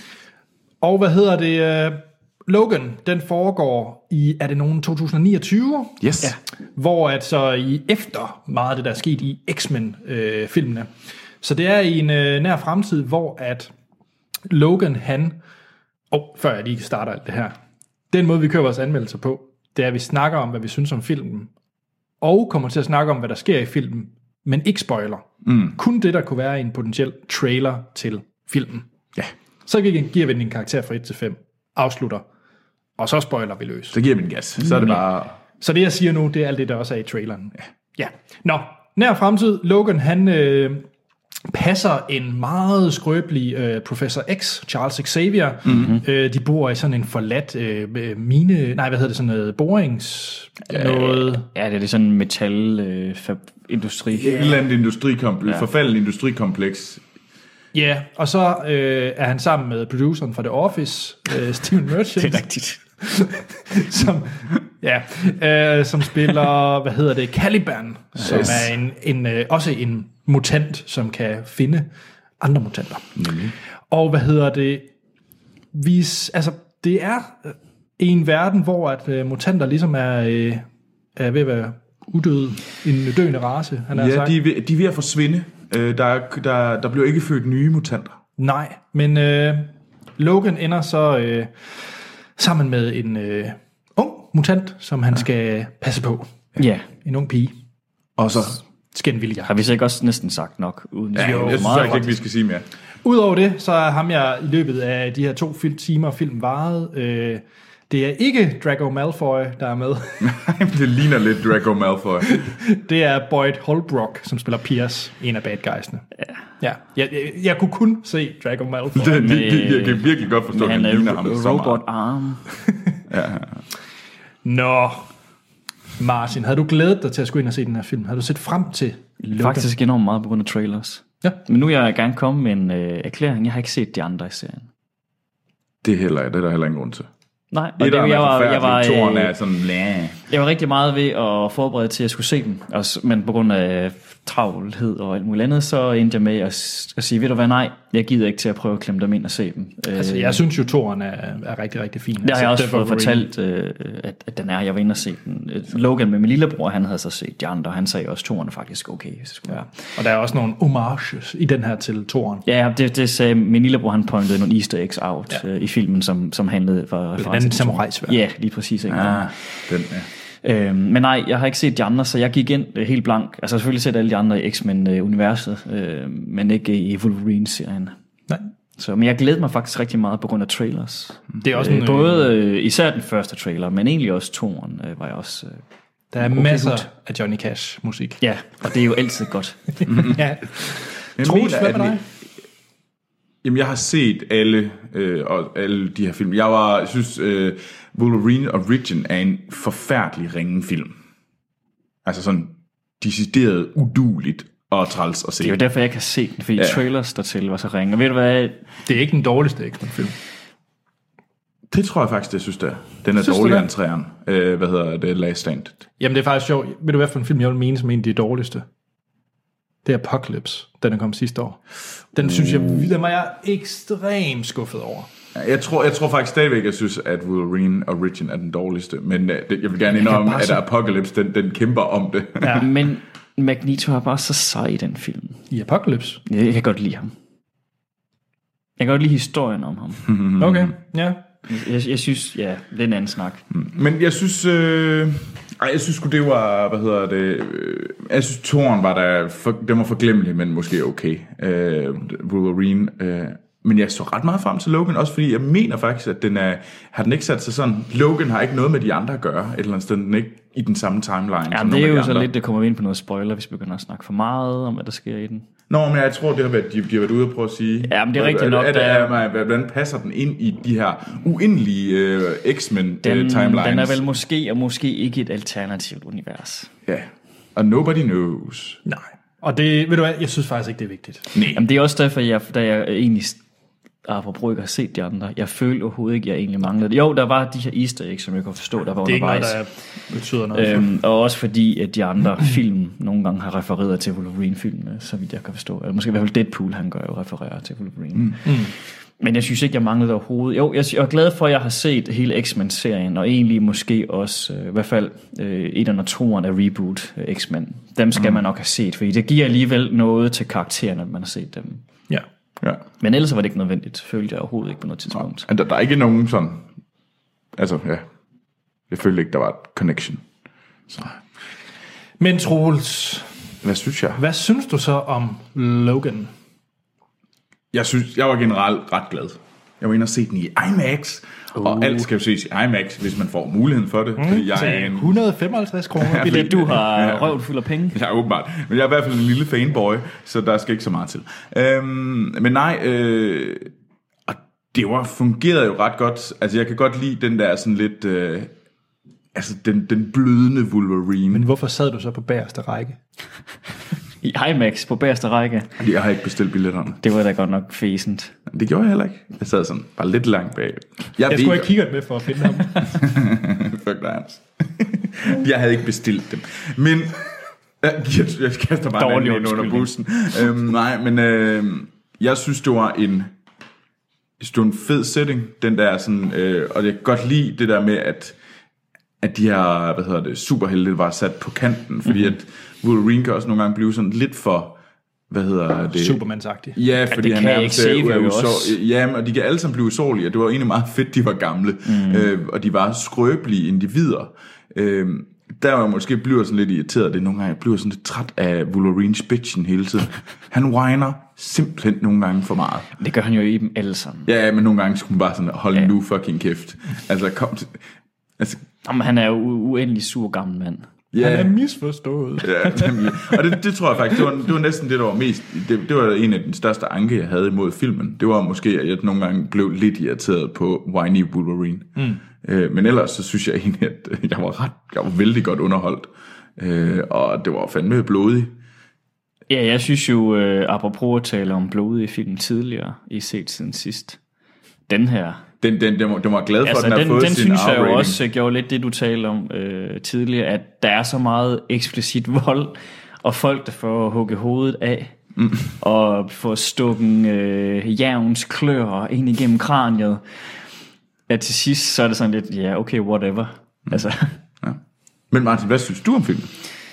Og hvad hedder det, uh, Logan, den foregår i, er det nogen to tusind og niogtyve? Yes. Ja. Hvor at så i efter meget af det, der er sket i X-Men-filmene. Øh, så det er i en øh, nær fremtid, hvor at Logan, han... Og oh, før jeg lige starter alt det her. Den måde, vi kører vores anmeldelser på, det er, at vi snakker om, hvad vi synes om filmen. Og kommer til at snakke om, hvad der sker i filmen, men ikke spoiler. Mm. Kun det, der kunne være en potentiel trailer til filmen. Ja. Så giver vi den en karakter fra et til fem. Afslutter. Og så spoiler vi løs. Så giver vi en gas. Så er det bare... Så det, jeg siger nu, det er alt det, der også er i traileren. Ja. Ja. Nå, nær fremtid. Logan, han øh, passer en meget skrøbelig øh, Professor X, Charles Xavier. Mm-hmm. Øh, de bor i sådan en forladt øh, mine... Nej, hvad hedder det? Sådan noget borings... Noget... Ja, det er det sådan en metalindustri. Et eller andet industrikompleks, ja. Forfaldet industrikompleks. Ja, og så øh, er han sammen med produceren fra The Office, øh, Steven Merchant. Det er rigtigt. som, ja, øh, som spiller, hvad hedder det, Caliban, som yes. er en, en, øh, også en mutant, som kan finde andre mutanter. Mm-hmm. Og hvad hedder det, vi, altså, det er en verden, hvor at øh, mutanter ligesom er, øh, er ved at være uddøde, en døende race. Han ja, sagt. De, er ved, de er ved at forsvinde. Øh, der, der, der bliver ikke født nye mutanter. Nej, men øh, Logan ender så øh, sammen med en øh, ung mutant, som han skal passe på. Ja. En ung pige. Og så... Skændviljer. Har vi så ikke også næsten sagt nok? Uden Ja, jeg synes faktisk ikke, vi skal sige mere. Udover det, så er ham jeg i løbet af de her to film, timer film varet. Øh, det er ikke Draco Malfoy, der er med. Nej, det ligner lidt Draco Malfoy. Det er Boyd Holbrook, som spiller Pierce, en af bad guysene. Ja. ja. Jeg, jeg, jeg kunne kun se Draco Malfoy. det, det, det, jeg kan virkelig godt forstå, at han ligner ham så meget. Robot arm. ja. Nå, Martin, havde du glædet dig til at skulle ind og se den her film? Har du set frem til Logan? Faktisk enormt meget på grund af trailers. Ja. Men nu vil jeg gerne komme med en øh, erklæring. Jeg har ikke set de andre i serien. Det er, heller, det er der heller ingen grund til. Nej, og det, det, jeg var, jeg var, Toren øh, er sådan, blæh. jeg var rigtig meget ved at forberede til at skulle se den, også, men på grund af travlhed og alt muligt andet, så endte jeg med at, at sige, ved du hvad, nej, jeg gider ikke til at prøve at klemme dem ind og se dem. Altså, jeg synes jo, toren er, er rigtig, rigtig fin. Det har jeg også fået Wolverine. fortalt, øh, at, at den er. Jeg var inde og se den. Logan med min lillebror, han havde så set de andre, han sagde også, toren er faktisk okay, hvis det skulle være. Og der er også nogle homages i den her til toren. Ja, det, det sagde min lillebror, han pointede nogle easter eggs out Ja. øh, i filmen, som, som handlede for... Den anden samurajsværd. Ja, lige præcis. Ikke? Ah, den, ja. Øhm, men nej, jeg har ikke set de andre, så jeg gik ind øh, helt blank. Altså selvfølgelig set alle de andre i X-Men-universet, øh, men ikke i Wolverine-serien. Nej. Så, men jeg glæder mig faktisk rigtig meget på grund af trailers. Det er også Øh, en, både øh, især den første trailer, men egentlig også toren øh, var jeg også... Øh, der er okay, masser gut. af Johnny Cash musik. ja, og det er jo altid godt. ja. Jeg Troels, mener, hvad at med vi- dig? Jamen, jeg har set alle, øh, og alle de her film. Jeg var, jeg synes, øh, Wolverine Origin er en forfærdelig ringe film. Altså sådan decideret uduligt og træls at se. Det er jo derfor, jeg kan se den, fordi Ja. ja. trailers dertil var så ringe. Og ved du hvad? Det er ikke den dårligste X-Men-film. Det tror jeg faktisk, det synes det er. Den er Synes du dårligere det? end træerne. Øh, hvad hedder det? Last Stand. Jamen, det er faktisk sjovt. Ved du, hvad for en film, jeg vil mene som en af de dårligste? Det er Apocalypse. Den er kommet sidste år. Den synes jeg, den var jeg ekstremt skuffet over. Jeg tror, jeg tror faktisk stadigvæk, jeg synes, at Wolverine Origin er den dårligste. Men øh, det, jeg vil gerne indrømme, bare at så- Apocalypse, den, den kæmper om det. Ja. Men Magneto er bare så sej i den film. I Apocalypse. Jeg, jeg kan godt lide ham. Jeg kan godt lide historien om ham. Okay, ja. Jeg, jeg synes, ja, det er en anden snak. Men jeg synes, øh, ej, jeg synes sgu det var, hvad hedder det, øh, jeg synes Toren var der, for, den var forglemmelig, men måske okay, øh, Wolverine, øh, men jeg så ret meget frem til Logan, også fordi jeg mener faktisk, at den er, har den ikke sat sig sådan, Logan har ikke noget med de andre at gøre, et eller andet sted, den er ikke i den samme timeline. Ja, som det nogle er af jo de så andre. lidt, det kommer vi ind på noget spoiler, hvis vi begynder at snakke for meget om, hvad der sker i den. Nå, men jeg tror, det har været, de, de har været ude og prøve at sige... Ja, men det er rigtigt nok, At, der at, er- at, at, hvordan passer den ind i de her uendelige øh, X-Men-timelines? Den, den er vel måske og måske ikke et alternativt univers. Ja, og nobody knows. Nej. Og det, ved du hvad, jeg synes faktisk ikke, det er vigtigt. Nej. Jamen det er også derfor, jeg, da jeg egentlig apropos ikke har set de andre, jeg følte overhovedet ikke, jeg egentlig manglede det. Jo, der var de her easter eggs, som jeg kunne forstå, der var Det er ikke noget, undervejs. der betyder noget. Øhm, og også fordi, at de andre film nogle gange har refereret til Wolverine-filmene, så vidt jeg kan forstå. Eller måske i hvert fald Deadpool, han gør jo referere til Wolverine. Mm. Mm. Men jeg synes ikke, jeg manglede overhovedet. Jo, jeg, jeg er glad for, at jeg har set hele X-Men-serien, og egentlig måske også, øh, i hvert fald, øh, et og toeren af reboot øh, X-Men. Dem skal mm. man nok have set, fordi det giver alligevel noget til karaktererne, at man har set dem. Ja. Ja. Men ellers var det ikke nødvendigt, følte jeg overhovedet ikke på noget tidspunkt. Der, der er ikke nogen sådan... Altså, ja. Jeg følte ikke, der var et connection. Så. Men Troels, Hvad synes jeg? hvad synes du så om Logan? Jeg synes, jeg var generelt ret glad. Jeg var inde og se den i IMAX. Uh. Og alt skal jo ses i IMAX, hvis man får muligheden for det. Mm. Fordi jeg er en... et hundrede og femoghalvtreds kroner. Fordi du har røven fuld af penge. Ja, åbenbart. Men jeg er i hvert fald en lille fanboy, så der skal ikke så meget til. Øhm, men nej, øh, og det var fungerede jo ret godt. Altså, jeg kan godt lide den der sådan lidt... Øh, altså, den, den blødende Wolverine. Men hvorfor sad du så på bagerste række? I IMAX på bagerste række. Fordi jeg har ikke bestilt billetterne. Det var da godt nok fæsent. Det gjorde jeg heller ikke. Jeg sad sådan bare lidt langt bag. Jeg, Jeg skulle ikke kigge med for at finde ham. Fuck dig, Hans. Jeg havde ikke bestilt dem. Men... Jeg, jeg kaster bare en Dårlig anden ind under undskyldning. bussen. Øhm, nej, men øh, jeg synes, det var en... Jeg synes, det var en fed setting, den der sådan... Øh, og jeg kan godt lide det der med, at at de her, hvad hedder det, superhelte var sat på kanten, fordi mm-hmm. at Wolverine kan også nogle gange blive sådan lidt for hvad hedder det? Supermansagtigt. Ja, fordi det han kan er Xavier jo også. Ja, og de kan alle sammen blive usårlige, og det var egentlig meget fedt, de var gamle, mm. øh, og de var skrøbelige individer. Øh, der var måske bliver sådan lidt irriteret, det nogle gange, jeg bliver sådan lidt træt af Wolverines bitchen hele tiden. Han whiner simpelthen nogle gange for meget. Det gør han jo i dem alle sammen. Ja, men nogle gange skulle man bare sådan, hold ja. nu fucking kæft. Altså, kom til... Altså, Jamen, han er jo uendelig sur gammel mand. Ja. Han er misforstået. Ja, nemlig. Og det, det tror jeg faktisk, det var, det var næsten det, der var mest, det, det var en af den største anke, jeg havde imod filmen. Det var måske, at jeg nogle gange blev lidt irriteret på whiny Wolverine. Mm. Øh, men ellers så synes jeg egentlig, at jeg var ret, jeg var vældig godt underholdt. Øh, og det var fandme blodig. Ja, jeg synes jo, øh, apropos at tale om blodige film tidligere, I set siden sidst. Den her... Den, den, den, var, den var glad for, altså, at den, den har fået den sin synes jeg R-rating. jo også gjorde lidt det, du talte om øh, tidligere, at der er så meget eksplicit vold, og folk, der får hugget hovedet af, mm. og får stukken øh, jævns klør ind igennem kraniet, at til sidst, så er det sådan lidt, ja, okay, whatever. Mm. Altså. Ja. Men Martin, hvad synes du om filmen?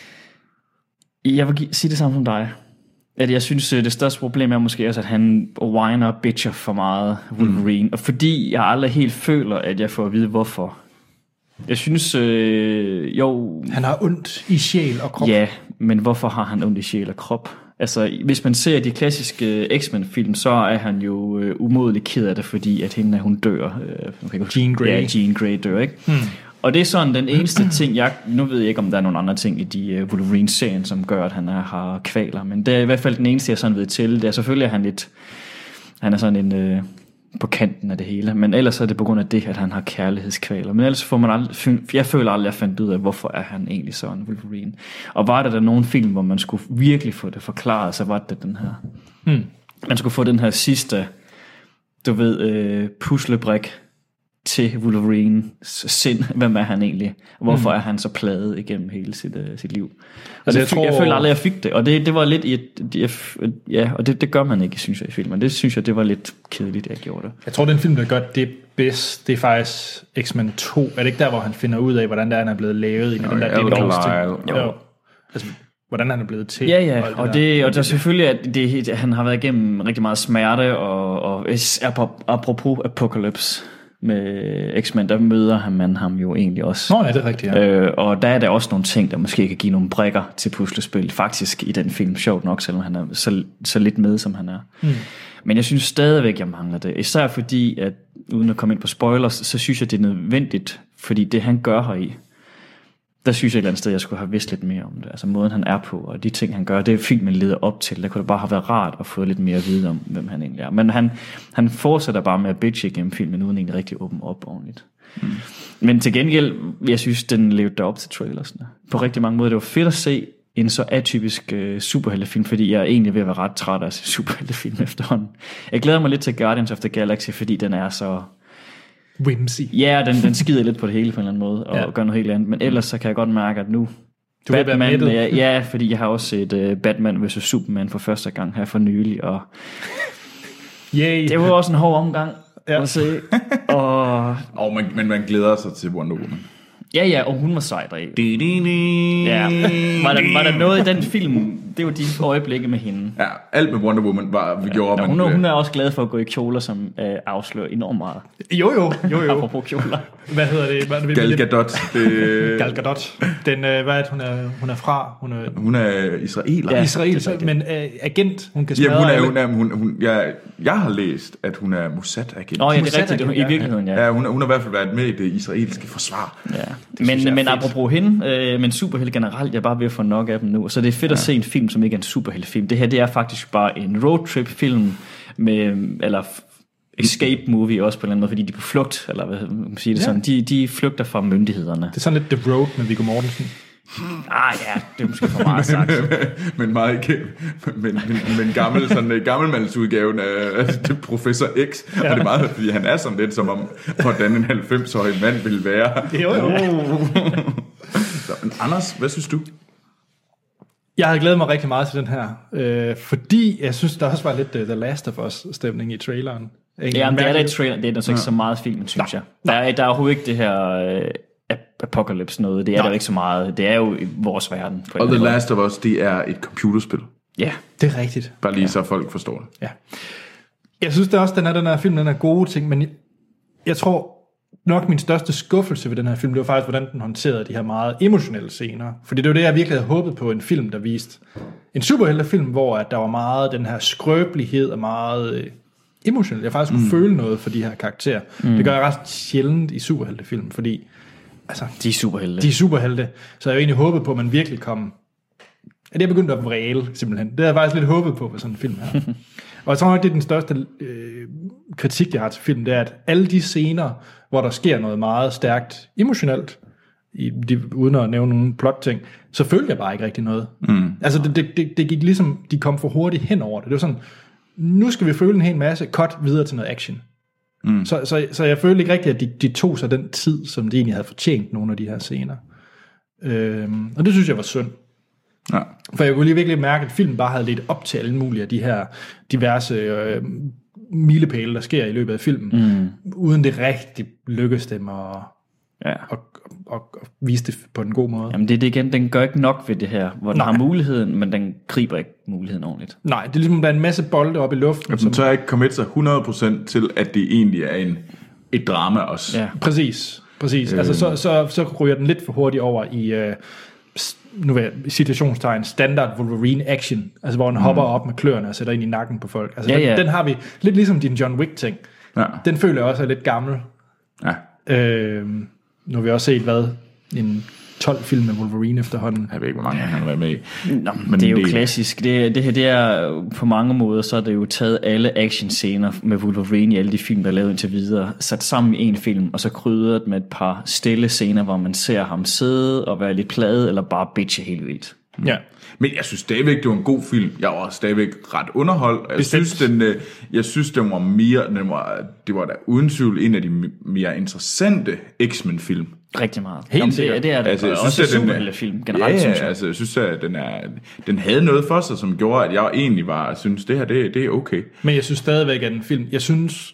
Jeg vil give, sige det samme som dig. At jeg synes, det største problem er måske også, at han whiner og bitcher for meget Wolverine. Mm. Og fordi jeg aldrig helt føler, at jeg får at vide, hvorfor. Jeg synes, øh, jo... Han har ondt i sjæl og krop. Ja, men hvorfor har han ondt i sjæl og krop? Altså, hvis man ser de klassiske X-Men-film, så er han jo øh, umådeligt ked af det, fordi at hende, hun dør. Øh, okay, Jean Grey. Ja, Jean Grey dør, ikke? Hmm. Og det er sådan den eneste ting, jeg... Nu ved jeg ikke, om der er nogle andre ting i de uh, Wolverine-serien, som gør, at han er, har kvaler. Men det er i hvert fald den eneste, jeg sådan ved til. Det er selvfølgelig, at han lidt... Han er sådan en... Uh, på kanten af det hele. Men ellers er det på grund af det, at han har kærlighedskvaler. Men ellers får man aldrig... Jeg føler aldrig, at jeg fandt ud af, hvorfor er han egentlig sådan, Wolverine. Og var der der nogen film, hvor man skulle virkelig få det forklaret, så var det den her. Hmm. Man skulle få den her sidste, du ved, uh, puslebrik til Wolverines sind. Hvem er han egentlig? Hvorfor mm. er han så plaget igennem hele sit, uh, sit liv? Altså, jeg, tror... jeg føler aldrig, jeg fik det. Og det, det var lidt i et, jeg, ja, og det, det gør man ikke, synes jeg, i filmen. Det synes jeg, det var lidt kedeligt, at jeg gjorde det. Jeg tror, den film, der gør det bedst, det er faktisk X-Men to. Er det ikke der, hvor han finder ud af, hvordan der han er blevet lavet i den okay, der del jo. Jo. Altså, hvordan han er blevet til. Ja, ja, og det, og, der, det, og der selvfølgelig, at det, han har været igennem rigtig meget smerte, og, og apropos Apocalypse, med X-Men, der møder han man ham jo egentlig også. Nå ja, det er rigtigt, ja. Øh, og der er der også nogle ting, der måske kan give nogle brikker til puslespil, faktisk i den film, sjovt nok, selvom han er så, så lidt med, som han er. Mm. Men jeg synes stadigvæk, jeg mangler det. Især fordi, at uden at komme ind på spoilers, så synes jeg, det er nødvendigt, fordi det han gør her i, der synes jeg et eller andet sted, jeg skulle have vidst lidt mere om det. Altså måden han er på, og de ting han gør, det er filmen leder op til. Der kunne det bare have været rart at få lidt mere at vide om, hvem han egentlig er. Men han, han fortsætter bare med at bitche igennem filmen, uden egentlig rigtig åbne op ordentligt. Mm. Men til gengæld, jeg synes, den levede derop til trailersne. På rigtig mange måder. Det var fedt at se en så atypisk uh, superheltefilm, fordi jeg er egentlig ved at være ret træt af at se superheltefilm efterhånden. Jeg glæder mig lidt til Guardians of the Galaxy, fordi den er så... whimsy. Ja, den, den skider lidt på det hele på en eller anden måde, og ja. gør noget helt andet. Men ellers så kan jeg godt mærke, at nu... Du Batman, ja, ja, fordi jeg har også set uh, Batman versus Superman for første gang her for nylig, og Yay. det var også en hård omgang ja. at se. Og... oh, men, men man glæder sig til Wonder Woman. Ja, ja, og hun var sej deri. Ja. Var, der, var der noget i den film? Det var de øjeblikke med hende. Ja, alt med Wonder Woman var, vi ja, gjorde... Hun, man, hun er også glad for at gå i kjoler, som øh, afslører enormt meget. Jo, jo, jo, jo. Apropos kjoler. Hvad hedder det? Hvad, Gal Gadot. Det... Gal Gadot. Den, øh, hvad er det, hun er, hun er fra? Hun er, hun er israeler. Ja, Israel, så, men øh, agent, hun kan smadre... Ja, hun er, hun er, hun, hun, jeg, jeg har læst, at hun er Mossad-agent. Åh, oh, ja, det er rigtigt, det, i virkeligheden, ja. Ja, hun, hun har i hvert fald været med i det israelske forsvar. Ja. Men, men apropos hende, øh, men superhelte generelt, jeg er bare ved at få nok af dem nu. Så det er fedt ja. at se en film, som ikke er en superheltefilm. Det her, det er faktisk bare en roadtrip-film med, eller escape movie også på en eller anden måde, fordi de er på flugt, eller hvad man siger det ja. sådan. De, de flygter fra myndighederne. Det er sådan lidt The Road med Viggo Mortensen. Ah ja, det er måske for meget sagt. men meget ikke, men, men, men gammel, sådan gammelmandsudgaven af det Professor X, ja. Og det er meget, fordi han er sådan lidt som om, hvordan en halvfems-årig mand ville være. Jo, jo. Så, men Anders, hvad synes du? Jeg havde glædet mig rigtig meget til den her, øh, fordi jeg synes, der også var lidt uh, The Last of Us-stemning i traileren. Ja, men det er der i traileren, det er der så ikke ja. så meget filmen, synes jeg. Der er, der er overhovedet ikke det her... Øh, Apocalypse noget, det er Nej. der jo ikke så meget. Det er jo i vores verden. Og The Last of Us, det er et computerspil. Ja. Det er rigtigt. Bare lige ja. så folk forstår det. Ja. Jeg synes det også, den her, den her film, den er gode ting, men jeg, jeg tror nok min største skuffelse ved den her film, det var faktisk, hvordan den håndterede de her meget emotionelle scener. Fordi det var det, jeg virkelig havde håbet på, en film, der viste en superheltefilm, hvor at der var meget den her skrøbelighed og meget øh, emotionelt. Jeg faktisk kunne mm. føle noget for de her karakterer. Mm. Det gør jeg ret sjældent i superheltefilm, fordi altså, de er superhelte. De er superhelte. Så jeg havde egentlig håbet på, at man virkelig kom... At jeg begyndte at vræle, simpelthen. Det havde jeg faktisk lidt håbet på, ved sådan en film her. Og jeg tror nok, det er den største øh, kritik, jeg har til filmen, det er, at alle de scener, hvor der sker noget meget stærkt emotionelt, i de, uden at nævne nogle plot-ting, så følte jeg bare ikke rigtig noget. Mm. Altså, det, det, det gik ligesom, de kom for hurtigt hen over det. Det var sådan, nu skal vi føle en hel masse, cut videre til noget action. Mm. Så, så, så jeg følte ikke rigtigt, at de, de tog sig den tid, som de egentlig havde fortjent, nogle af de her scener. Øhm, og det synes jeg var synd. Ja. For jeg kunne lige virkelig mærke, at filmen bare havde lidt op til alle mulige af de her diverse øh, milepæle, der sker i løbet af filmen, mm. uden det rigtig lykkes dem at, ja. at, at, at vise det på en god måde. Jamen det er det igen, den gør ikke nok ved det her, hvor den Nej. har muligheden, men den griber ikke muligheden ordentligt. Nej, det er ligesom, der er en masse bolde op i luften. Jamen, som tør ikke komme sig hundrede procent til, at det egentlig er en, et drama også. Ja. Præcis, præcis. Øh. Altså så, så, så ryger den lidt for hurtigt over i... Øh, nu vil jeg citationstegn, standard Wolverine action, altså hvor han mm. hopper op med kløerne og sætter ind i nakken på folk. Altså ja, ja. Den, den har vi lidt ligesom din John Wick ting. Ja. Den føler jeg også er lidt gammel. Ja. Øh, nu har vi også set, hvad, en tolv film med Wolverine efterhånden. Jeg ved ikke, hvor mange han har været med i. Nå, men det er jo det... klassisk. Det, det her, det er på mange måder, så er det jo taget alle actionscener med Wolverine i alle de film, der er lavet indtil videre, sat sammen i en film, og så krydret med et par stille scener, hvor man ser ham sidde og være lidt plaget, eller bare bitche helt vildt. Ja. Men jeg synes stadigvæk, det var en god film. Jeg var også stadigvæk ret underholdt. Jeg synes, den, jeg synes, den var mere, den var, det var da uden tvivl en af de mere interessante X-Men-film. Rigtig meget. Helt Jamen, sikkert. Det, det er det. Altså, jeg også synes, superheltefilm generelt, ja, synes jeg. altså, jeg synes, at den, er, den havde noget for sig, som gjorde, at jeg egentlig var, synes, det her, det, det er okay. Men jeg synes stadigvæk, at den film, jeg synes,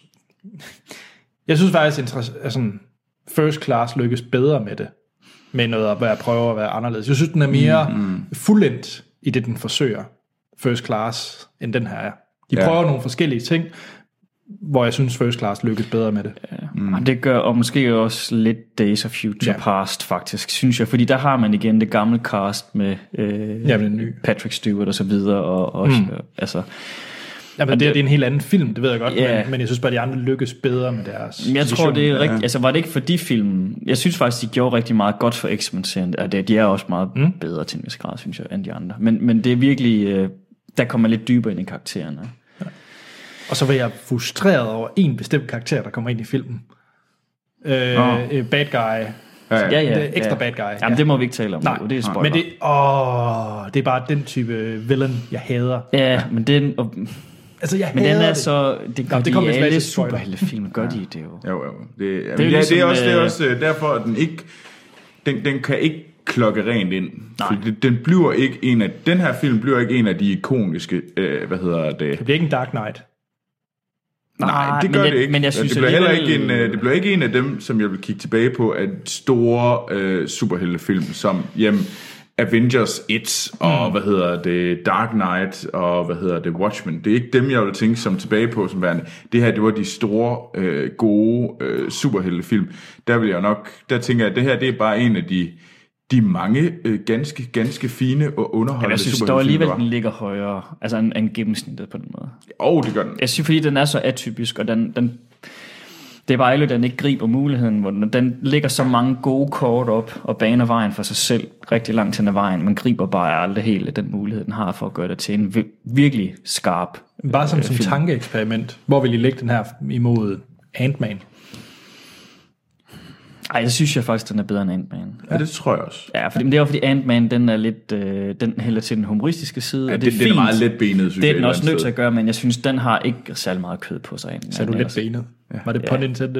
jeg synes faktisk, at altså, First Class lykkes bedre med det, med noget at være, prøve at være anderledes. Jeg synes, den er mere mm, mm. fuldendt i det, den forsøger, First Class, end den her er. De prøver ja. nogle forskellige ting, hvor jeg synes First Class lykkes bedre med det. Ja. Mm. Det gør, og måske også lidt Days of Future ja. Past faktisk, synes jeg, fordi der har man igen det gamle cast med øh, ja, ny. Patrick Stewart og så videre, og, og mm. altså... Ja, men det, det er en helt anden film, det ved jeg godt, yeah. men, men jeg synes bare, de andre lykkes bedre med deres... Jeg tror, det er rigtigt. Altså, var det ikke for de film... Jeg synes faktisk, de gjorde rigtig meget godt for X-Men-serien. De er også meget mm. bedre til en vis grad, synes jeg, end de andre. Men, men det er virkelig... Der kommer lidt dybere ind i karaktererne. Ja. Og så var jeg frustreret over en bestemt karakter, der kommer ind i filmen. Øh, oh. Bad guy. Ja, ja. ja, ja. Ekstra ja. bad guy. Jamen, ja. det må vi ikke tale om. Nej, det er spoiler. Men det, åh, det er bare den type villain, jeg hader. Ja, men den... Og, altså, jeg men den er det. så... Det gør Nå, det de i alle superheltefilm, gør ja. de det jo. Jo, jo. Det, det, er, det, er, ligesom, det er også, det er også derfor, at den ikke... Den, den kan ikke klokke rent ind. Den, den bliver ikke en af... Den her film bliver ikke en af de ikoniske... Øh, hvad hedder det? Det bliver ikke en Dark Knight. Nej, det gør jeg, det ikke. Men jeg synes, det, bliver alligevel... ikke en, det bliver ikke en af dem, som jeg vil kigge tilbage på, at store øh, superheltefilm, som jamen, Avengers et, og mm. hvad hedder det, Dark Knight, og hvad hedder det, Watchmen. Det er ikke dem, jeg vil tænke som tilbage på, som værende. Det her, det var de store, øh, gode øh, superheltefilm. Der vil jeg nok, der tænker jeg, at det her, det er bare en af de de mange øh, ganske, ganske fine og underholdende. Jeg synes dog alligevel, den ligger højere, altså en, en gennemsnittet på den måde. Åh, oh, det gør den. Jeg synes, fordi den er så atypisk, og den, den, det er bare ærligt, at den ikke griber muligheden, hvor den, den ligger så mange gode kort op, og baner vejen for sig selv rigtig langt hen ad vejen, men griber bare aldrig helt den mulighed, den har for at gøre det til en virkelig skarp Bare som, øh, som tankeeksperiment. Hvor vil I lægge den her imod Ant-Man? Ej, det synes jeg faktisk, den er bedre end Ant-Man. Ja, det tror jeg også. Ja, fordi, men det er jo fordi Ant-Man, den er lidt, øh, den hælder til den humoristiske side. Ja, og det, det, det er meget let benet, synes det er jeg. den også nødt til at gøre, men jeg synes, den har ikke særlig meget kød på sig. Så er du lidt benet? Ja. Var det pun intended?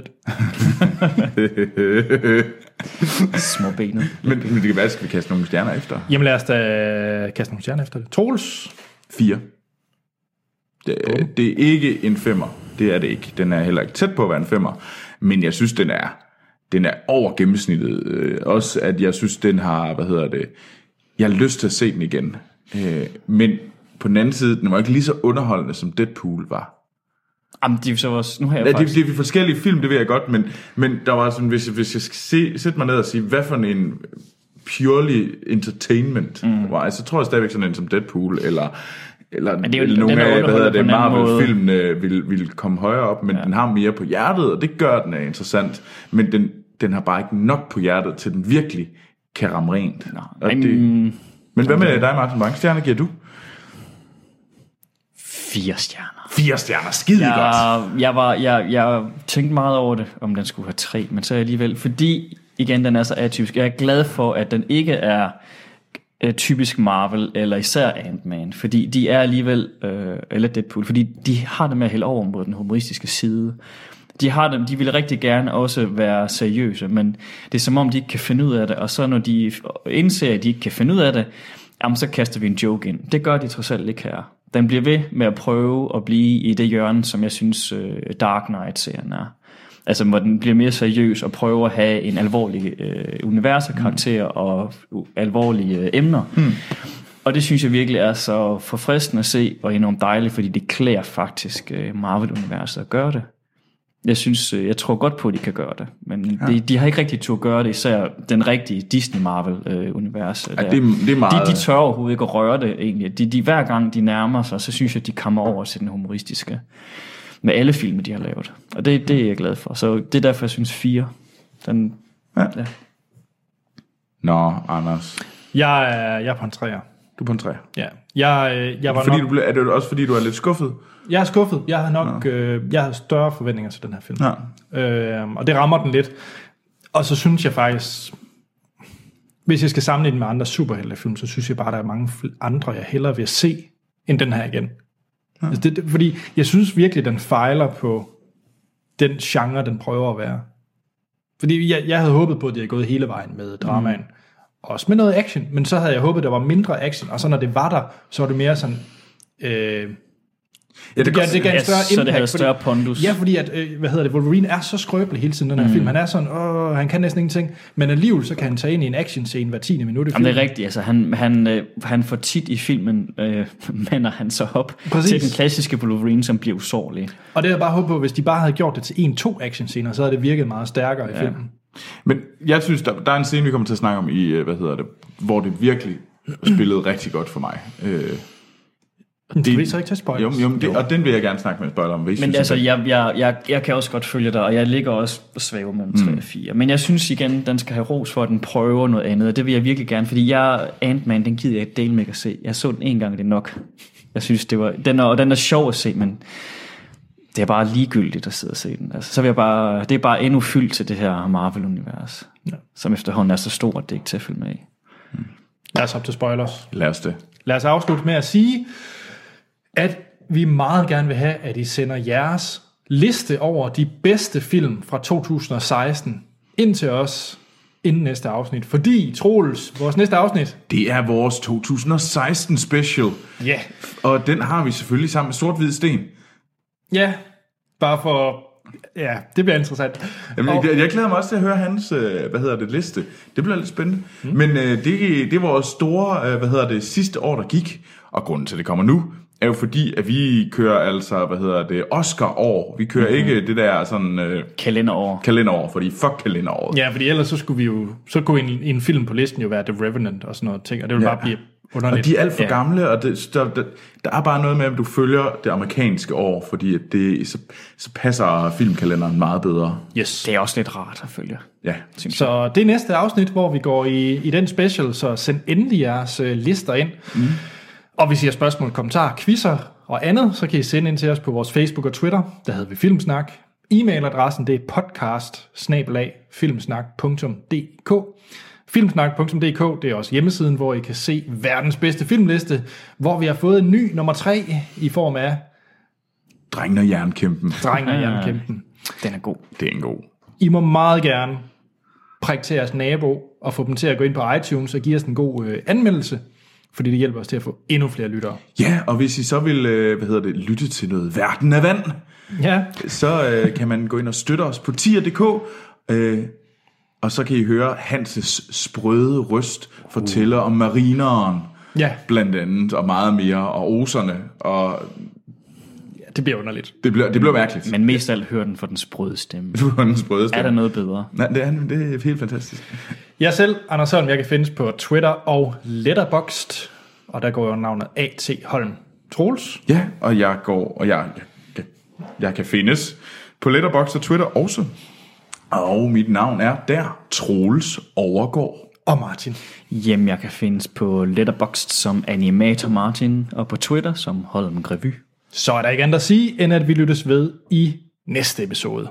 Små benet. men, men det kan være, at vi kaste nogle stjerner efter. Jamen lad os da kaste nogle stjerner efter det. Troels? Fire. Det, oh. det er ikke en femmer. Det er det ikke. Den er heller ikke tæt på at være en femmer. Men jeg synes, den er... Den er over gennemsnittet. Øh, også at jeg synes, den har, hvad hedder det, jeg har lyst til at se den igen. Øh, men på den anden side, den var ikke lige så underholdende, som Deadpool var. Jamen, de er så også... Nu har jeg Ja, faktisk... det, det er forskellige film, det ved jeg godt, men, men der var sådan, hvis, hvis jeg skal se, sætte mig ned og sige, hvad for en purely entertainment mm. var, så tror jeg stadigvæk sådan en som Deadpool, eller, eller, det er jo, eller nogle af, hvad hedder det, Marvel-filmene vil, vil komme højere op, men ja. Den har mere på hjertet, og det gør den er interessant, men den, den har bare ikke nok på hjertet, til den virkelig kan ramme rent. Nå, men, det, men hvad med dig, Martin? Hvor mange stjerner giver du? Fire stjerner. Fire stjerner, skide jeg, godt. Jeg, var, jeg, jeg tænkte meget over det, om den skulle have tre, men så alligevel, fordi igen, den er så atypisk. Jeg er glad for, at den ikke er øh, typisk Marvel, eller især Ant-Man, fordi de er alligevel, øh, eller Deadpool, fordi de har det med at hælde over mod den humoristiske side. De har dem, de vil rigtig gerne også være seriøse, men det er som om, de ikke kan finde ud af det, og så når de indser, at de ikke kan finde ud af det, jamen, så kaster vi en joke ind. Det gør de trods alt ikke her. Den bliver ved med at prøve at blive i det hjørne, som jeg synes Dark Knight-serien er. Altså, hvor den bliver mere seriøs og prøver at have en alvorlig øh, univers af karakterer mm. og uh, alvorlige øh, emner. Mm. Og det synes jeg virkelig er så forfriskende at se, og enormt dejligt, fordi det klæder faktisk øh, Marvel-universet at gøre det. Jeg synes, jeg tror godt på, at de kan gøre det, men ja. de, de har ikke rigtig tur at gøre det, især den rigtige Disney-Marvel-univers. Ja, det, det er meget... de, de tør overhovedet ikke at røre det, egentlig. De, de, hver gang de nærmer sig, så synes jeg, at de kommer over til den humoristiske, med alle film, de har lavet. Og det, det er jeg glad for. Så det er derfor, jeg synes fire. Den, ja. Ja. Nå, Anders. Jeg er, jeg er på en træer. Du er på en træer? Ja. Jeg, jeg var fordi nok... du ble, er det også fordi, du er lidt skuffet? Jeg er skuffet. Jeg havde nok øh, jeg havde større forventninger til den her film. Ja. Øh, og det rammer den lidt. Og så synes jeg faktisk, hvis jeg skal sammenligne den med andre superheltefilm, så synes jeg bare, der er mange andre, jeg hellere vil se, end den her igen. Ja. Altså det, det, fordi jeg synes virkelig, den fejler på den genre, den prøver at være. Fordi jeg, jeg havde håbet på, at det er gået hele vejen med dramaen. Mm. Også med noget action, men så havde jeg håbet, at der var mindre action, og så når det var der, så var det mere sådan... Øh, Ja, det, det, gav, det gav en større yes, impact, så det havde større fordi, pondus. Ja, fordi at, øh, hvad hedder det, Wolverine er så skrøbelig hele tiden, den her mm. film. Han er sådan, åh, han kan næsten ingenting, men alligevel så kan han tage ind i en actionscene hver tiende minut i filmen. Jamen, det er rigtigt, altså han, han, øh, han får tit i filmen, øh, mander han så op Præcis. til den klassiske Wolverine, som bliver usårlig. Og det er jeg bare håbe på, hvis de bare havde gjort det til en, to actionscener, så havde det virket meget stærkere ja. i filmen. Men jeg synes, der, der er en scene, vi kommer til at snakke om i, hvad hedder det, hvor det virkelig spillede rigtig godt for mig. Øh, Det, det vil så ikke tage spoilers. Jo, jo, det, og den vil jeg gerne snakke med spoiler om. Men synes, altså, jeg, jeg, jeg, jeg kan også godt følge dig, og jeg ligger også og svæver mellem tre og fire. Men jeg synes igen, den skal have ros for, at den prøver noget andet, og det vil jeg virkelig gerne, fordi jeg, Ant-Man, den gider jeg dele med at se. Jeg så den en gang, det er nok. Jeg synes, det var, den er, og den er sjov at se, men det er bare ligegyldigt at sidde og se den. Altså, så vil jeg bare, det er bare endnu fyldt til det her Marvel-univers, ja. som efterhånden er så stort, at det ikke til at følge med i. Hmm. Lad os op til spoilers. Lad os det. Lad os afslutte med at sige, at vi meget gerne vil have, at I sender jeres liste over de bedste film fra to tusind og seksten ind til os inden næste afsnit. Fordi, Troels, vores næste afsnit... Det er vores to tusind og seksten special. Ja. Yeah. Og den har vi selvfølgelig sammen med Sort-Hvid Sten. Ja, bare for... Ja, det bliver interessant. Jamen, og... jeg, jeg glæder mig også til at høre hans, hvad hedder det, liste. Det bliver lidt spændende. Mm. Men øh, det, det var vores store, øh, hvad hedder det, sidste år, der gik. Og grunden til, at det kommer nu, er jo fordi, at vi kører altså, hvad hedder det, Oscar-år. Vi kører mm-hmm. ikke det der sådan... Øh, kalenderår. Kalenderår, fordi fuck kalenderåret. Ja, fordi ellers så skulle vi jo... Så kunne en, en film på listen jo være The Revenant og sådan noget ting, og det ville ja. bare blive underligt. Og de er alt for ja. gamle, og det, der, der, der er bare noget med, at du følger det amerikanske år, fordi at det, så, så passer filmkalenderen meget bedre. Yes. Det er også lidt rart at følge. Ja. Så det er næste afsnit, hvor vi går i, i den special, så send endelig jeres uh, lister ind. Mm. Og hvis I har spørgsmål, kommentarer, quizzer og andet, så kan I sende ind til os på vores Facebook og Twitter. Der hedder vi Filmsnak. E-mailadressen det er podcast bindestreg filmsnak punktum d k. Filmsnak punktum d k, det er også hjemmesiden, hvor I kan se verdens bedste filmliste, hvor vi har fået en ny nummer tre i form af... Drengen og Jernkæmpen. Drengen og Jernkæmpen. Den er god. Det er en god. I må meget gerne prikke til jeres nabo og få dem til at gå ind på iTunes og give os en god øh, anmeldelse. Fordi det hjælper os til at få endnu flere lyttere. Ja, og hvis I så vil øh, hvad hedder det, lytte til noget Verden af Vand, ja. så øh, kan man gå ind og støtte os på tier punktum d k, øh, og så kan I høre Hanses sprøde røst fortælle uh. om marineren. Ja. Blandt andet, og meget mere, og oserne, og Ja, det bliver underligt. det bliver, det bliver mærkeligt. Men mest af alt hører den for den sprøde stemme. Du har den sprøde stemme. Er der noget bedre? Nej, det er, det er helt fantastisk. Jeg selv, Anders Holm, jeg kan findes på Twitter og Letterboxd, og der går jo navnet A T Holm. Troels? Ja, og jeg går, og jeg, jeg, jeg kan findes på Letterboxd og Twitter også. Og mit navn er der, Troels Overgaard. Og Martin. Jamen, jeg kan findes på Letterboxd som Animator Martin, og på Twitter som Holm Revy. Så er der ikke andet at sige, end at vi lyttes ved i næste episode.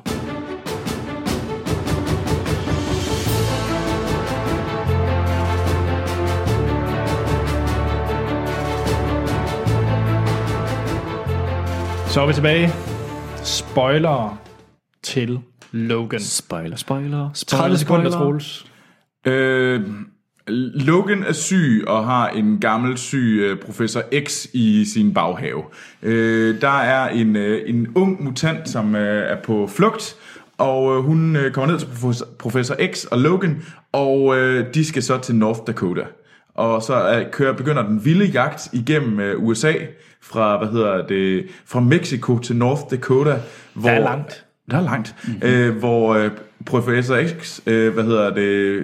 Så er vi tilbage. Spoiler til Logan. Spoiler, spoiler, spoiler. tredive sekunder, spoiler. Troels. Øh, Logan er syg og har en gammel syg øh, professor X i sin baghave. Øh, der er en, øh, en ung mutant, som øh, er på flugt, og øh, hun øh, kommer ned til professor, professor X og Logan, og øh, de skal så til North Dakota. Og så øh, kører, begynder den vilde jagt igennem øh, U S A, fra, hvad hedder det, fra Mexico til North Dakota. Hvor, Der er langt. Der er langt. Mm-hmm. Øh, hvor øh, professor X, øh, hvad hedder det...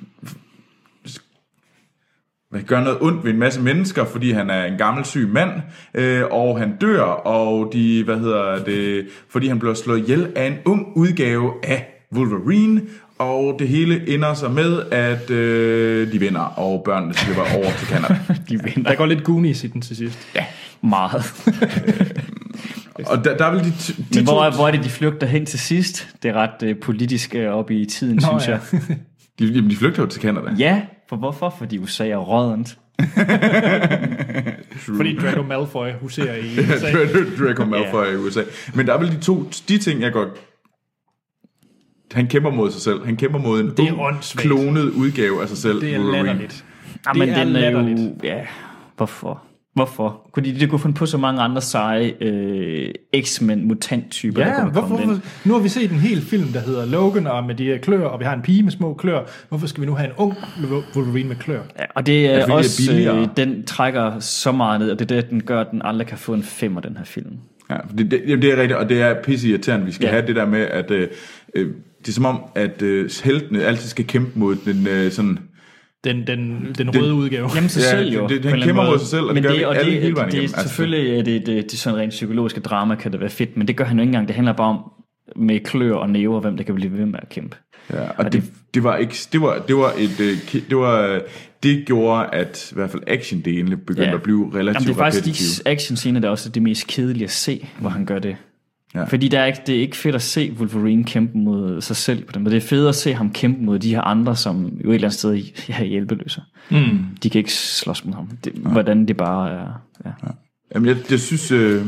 Man gør noget ondt ved en masse mennesker, fordi han er en gammel syg mand, øh, og han dør, og de, hvad hedder det, fordi han bliver slået ihjel af en ung udgave af Wolverine, og det hele ender så med, at øh, de vinder, og børnene slipper over til Canada. De vinder Der går lidt Goonies i den til sidst. ja, meget. Og der, der er vel de, de Men to... hvor, er, hvor er det, de flygter hen til sidst? Det er ret øh, politisk øh, op i tiden, Nå, synes ja. jeg. De, jamen, de flygter jo til Canada. Ja, for hvorfor? Fordi U S A er rådent. Fordi Draco Malfoy huserer i U S A. Draco Malfoy i U S A. Men der er vel de to, de ting, jeg godt... Han kæmper mod sig selv. Han kæmper mod en Det er ung, åndssvagt. klonet udgave af sig selv. Det er Wolverine. latterligt. Ja, Det men er den er jo... latterligt. Ja, hvorfor? Hvorfor? Fordi de kunne finde på så mange andre seje øh, X-Men mutant-typer. der Ja, kunne hvorfor, komme ind. hvorfor, nu har vi set en hel film, der hedder Logan, og med de her klør, og vi har en pige med små klør. Hvorfor skal vi nu have en ung Wolverine med klør? Ja, og det er, Ja, fordi også, det er billigere. øh, den trækker så meget ned, og det er det, den gør, at den aldrig kan få en femmer, den her film. Ja, det, det, jamen, det er rigtigt, og det er pisse irriterende. Vi skal Ja. have det der med, at øh, øh, det er som om, at øh, heltene altid skal kæmpe mod den øh, sådan... Den, den, den røde udgave. Jamen sig Ja, selv jo. det- det- på han en eller kæmper anden mod måde. sig selv, og det Men gør vi og alle det, hele vejen det, igennem. det, Altså. selvfølgelig er det, det, det sådan rent psykologiske drama, kan det være fedt, men det gør han jo ikke engang. Det handler bare om med klør og næver, hvem der kan blive ved med at kæmpe. Ja, og, og det, det var ikke det var det var et øh, ki- det var det gjorde at i hvert fald actiondelene begyndte Ja. at blive Jamen, relativt det er faktisk repetitive. de actionscener, der er også det mest kedelige at se, hvor han gør det. Ja. Fordi der er ikke, det er ikke fedt at se Wolverine kæmpe mod sig selv på dem, men det er fedt at se ham kæmpe mod de her andre, som jo et eller andet sted er hjælpeløse. Mm. De kan ikke slås med ham. Det, hvordan det bare er... Ja. Ja. Jamen jeg, jeg synes øh,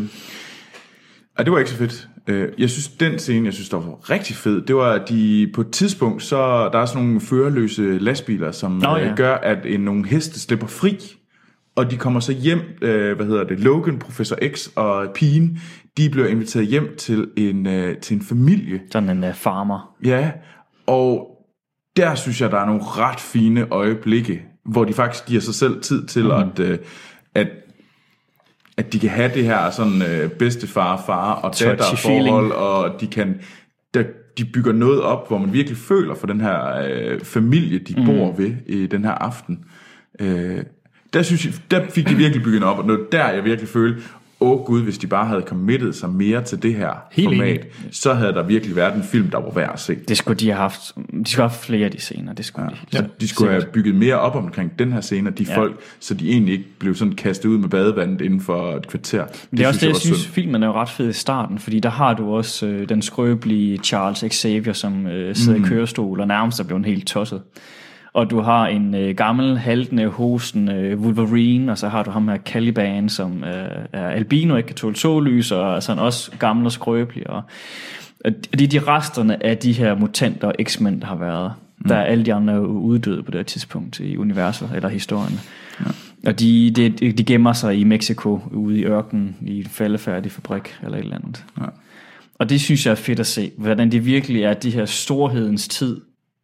ah, det var ikke så fedt. Øh, Jeg synes den scene, jeg synes der var rigtig fed, det var at de på et tidspunkt så der er sådan nogle førerløse lastbiler, som Nå, ja. øh, gør at en, nogle heste slipper fri. Og de kommer så hjem, øh, hvad hedder det, Logan, Professor X og pigen, de bliver inviteret hjem til en, øh, til en familie. Sådan en uh, farmer. Ja, og der synes jeg, der er nogle ret fine øjeblikke, hvor de faktisk giver sig selv tid til, mm. at, øh, at, at de kan have det her sådan øh, bedstefar, far og datter Touchy forhold, feeling. og de kan... Der, de bygger noget op, hvor man virkelig føler for den her øh, familie, de mm. bor ved i den her aften. Øh, der, synes jeg, der fik de virkelig bygget op, og noget der jeg virkelig følte, åh oh, gud, hvis de bare havde committet sig mere til det her Helt format, enig. så havde der virkelig været en film, der var værd at se. Det skulle de have haft. De skulle have haft flere af de scener. Det skulle ja. de. Så de skulle have bygget mere op omkring den her scene, og de Ja. folk, så de egentlig ikke blev sådan kastet ud med badevandet inden for et kvarter. Men det er også det, jeg var synes, synd. filmen er jo ret fed i starten, fordi der har du også øh, den skrøbelige Charles Xavier, som øh, sidder mm. i kørestol og nærmest er blevet helt tosset. Og du har en øh, gammel, haltende, hostende øh, Wolverine, og så har du ham her Caliban, som øh, er albino, ikke kan tåle sollys, og er sådan også gammel og skrøbelig. Og, og det er de resterne af de her mutanter og X-Men, der har været. Mm. Der er alle de andre uddøde på det her tidspunkt i universet, eller historien. Ja. Og de, de, de gemmer sig i Mexico, ude i ørkenen, i en faldefærdig fabrik, eller et eller andet. Ja. Og det synes jeg er fedt at se, hvordan det virkelig er de her storhedens tid,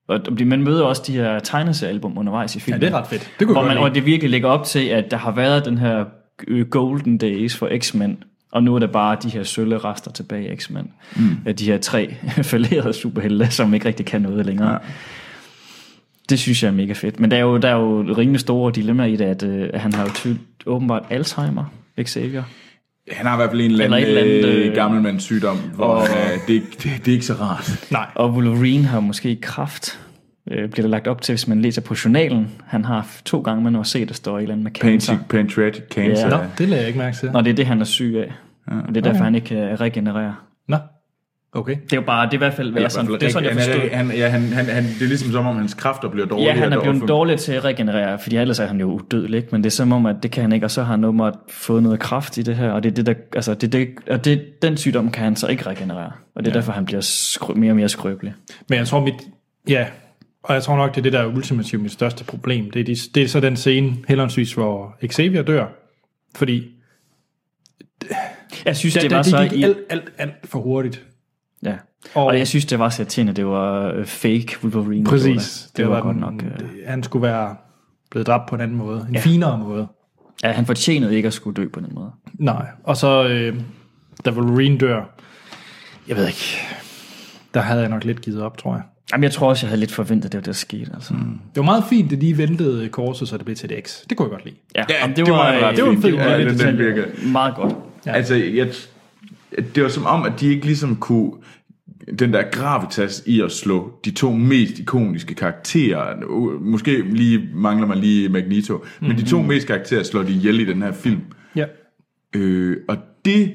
Og man møder også de her tegneseriealbum undervejs i Ja, filmen. det er ret fedt. Det kunne hvor jeg man, godt og det virkelig lægger op til, at der har været den her golden days for X-Men, og nu er der bare de her sølle rester tilbage i X-Men. Mm. De her tre fallerede superhelte, som ikke rigtig kan noget længere. Ja. Det synes jeg er mega fedt. Men der er jo, der er jo rimelig store dilemmaer i det, at øh, han har jo ty- åbenbart Alzheimer, Xavier. Han har i hvert fald en eller anden, eller et eller andet, øh, gammelmands sygdom, hvor og, øh, det, det, det er ikke så rart. Nej. Og Wolverine har måske kræft, øh, bliver der lagt op til, hvis man læser på journalen. Han har to gange, man har set, der står et eller andet med cancer. Pancreatic cancer. Ja. Nå, det lader jeg ikke mærke til. Og det er det, han er syg af. Ja. Og det er derfor, Okay. han ikke kan regenerere. Nå, okay. Det er jo bare, det er i hvert fald, hvad jeg sådan, det er sådan, jeg forstår. Han, ja, han, han, han, det er ligesom som om, hans kræfter bliver dårligere. Ja, han er blevet derfor. dårlig til at regenerere, fordi ellers er han jo udødelig, ikke? Men det er som om, at det kan han ikke, og så har han åbenbart fået noget kraft i det her, og det er det, der, altså, det, det, og det, den sygdom kan han så ikke regenerere, og det er ja. derfor, han bliver skrø, mere og mere skrøbelig. Men jeg tror mit, ja, og jeg tror nok, det er det, der er ultimativt mit største problem. Det er, de, det er så den scene, heldigvis, hvor Xavier dør, fordi Jeg synes, det, det det, var det så... gik i, alt, alt, alt for hurtigt. ja. Og, Og jeg synes, det var så irriterende, det var øh, fake Wolverine. der præcis. gjorde Det, det, det var, var godt nok... den, Øh, det, han skulle være blevet dræbt på en anden måde. En Ja. ja. finere måde. ja, han fortjenede ikke at skulle dø på den måde. Nej. Og så, øh, da Wolverine dør, jeg ved ikke, der havde jeg nok lidt givet op, tror jeg. Jamen, jeg tror også, jeg havde lidt forventet, det var det, der skete. Altså. Mm. Det var meget fint, at de ventede korset, så det blev til et X. Det kunne jeg godt lide. Ja, Ja, jamen, det var en ret det var en fin- fed det var- ja, den- den detalje. virkede. Meget godt. Ja. Altså, jeg, det var som om, at de ikke ligesom kunne... Den der gravitas i at slå de to mest ikoniske karakterer, måske lige mangler man lige Magneto, mm-hmm. men de to mest karakterer slår de ihjel i den her film. Ja. Øh, og det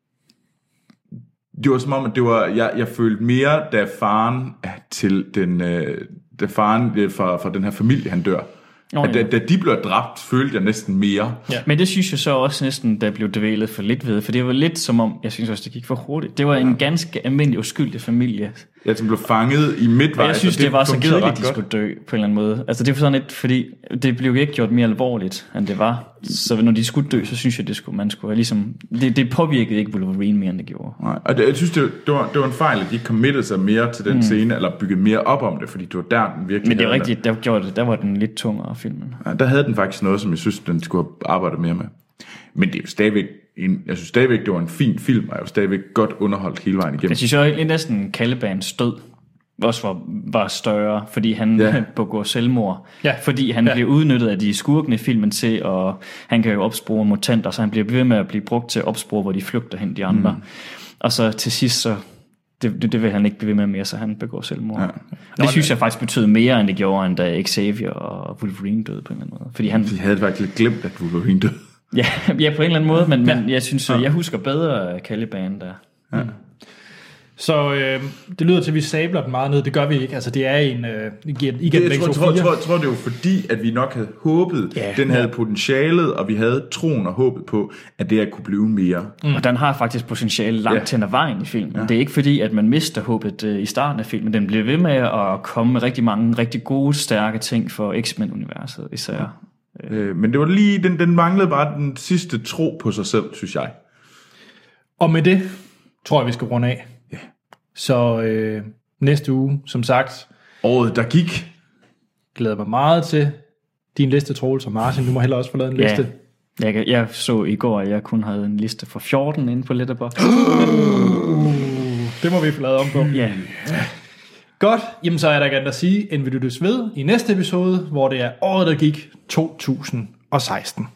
det var som om, at det var, jeg, jeg følte mere, da faren til den, øh, da faren øh, fra, fra den her familie, han dør. Oh, at da, da de blev dræbt, følte jeg næsten mere. Ja. Men det synes jeg så også næsten, der blev dvælet for lidt ved, for det var lidt som om, jeg synes også, det gik for hurtigt. Det var en ganske almindelig uskyldig familie. Jeg som blev fanget i midtvejs. Og jeg synes, og det, det var så fungerede kedeligt, ret de godt. skulle dø på en eller anden måde. Altså det var sådan lidt, fordi det blev ikke gjort mere alvorligt, end det var. Så når de skulle dø, så synes jeg, det skulle, man skulle have ligesom... Det, det påvirkede ikke Wolverine mere, end det gjorde. Nej, og det, jeg synes, det, det, var, det var en fejl, at de ikke committede sig mere til den mm. scene, eller byggede mere op om det, fordi det var der, den virkelig... Men det er havde- rigtigt, der, gjorde det, der var den lidt tungere, filmen. Ja, der havde den faktisk noget, som jeg synes, den skulle have arbejdet mere med. Men det er jo stadigvæk en, jeg synes stadigvæk, det var en fin film, og jeg var stadigvæk godt underholdt hele vejen igennem. Jeg synes jo egentlig næsten, Calibans død også var, var større, fordi han Ja. ja. begår selvmord. Ja. Fordi han Ja. ja. bliver udnyttet af de skurkene i filmen til, og han kan jo opspore mutanter, så han bliver ved med at blive brugt til at opspore, hvor de flygter hen, de andre. Mm. Og så til sidst, så det, det, det vil han ikke blive ved med mere, så han begår selvmord. Ja. Det synes jeg faktisk betød mere, end det gjorde, end da Xavier og Wolverine døde på en eller anden måde. Fordi han, Jeg havde faktisk lidt glemt, at Wolverine døde. ja, ja, på en eller anden måde, men, men jeg synes, jeg husker bedre Caliban der. Ja. Så øh, det lyder til, at vi sabler den meget ned. Det gør vi ikke. Altså, det er en... Øh, igen, igen Jeg begge tror, to tror, fire. tror, tror, det var fordi, at vi nok havde håbet, Ja. den havde potentialet, og vi havde troen og håbet på, at det her kunne blive mere. Mm. Og den har faktisk potentiale langt Ja. ja. hen ad vejen i filmen. Ja. Det er ikke fordi, at man mister håbet uh, i starten af filmen. Den bliver ved med at komme med rigtig mange rigtig gode, stærke ting for X-Men-universet især. Ja. Øh, men det var lige, den, den manglede bare den sidste tro på sig selv, synes jeg. Og med det tror jeg, vi skal runde af. Ja. Så øh, næste uge, som sagt, Året, der gik. glæder mig meget til din liste, Troels og Martin. Du må heller også få lavet en liste. Jeg, kan- jeg så i går, at jeg kun havde en liste for fjorten inde på Letterboxd. Det må vi få lavet om på. Ja. Godt, jamen så er der ikke andet at sige, end vi lyttes ved i næste episode, hvor det er året, der gik to tusind og seksten.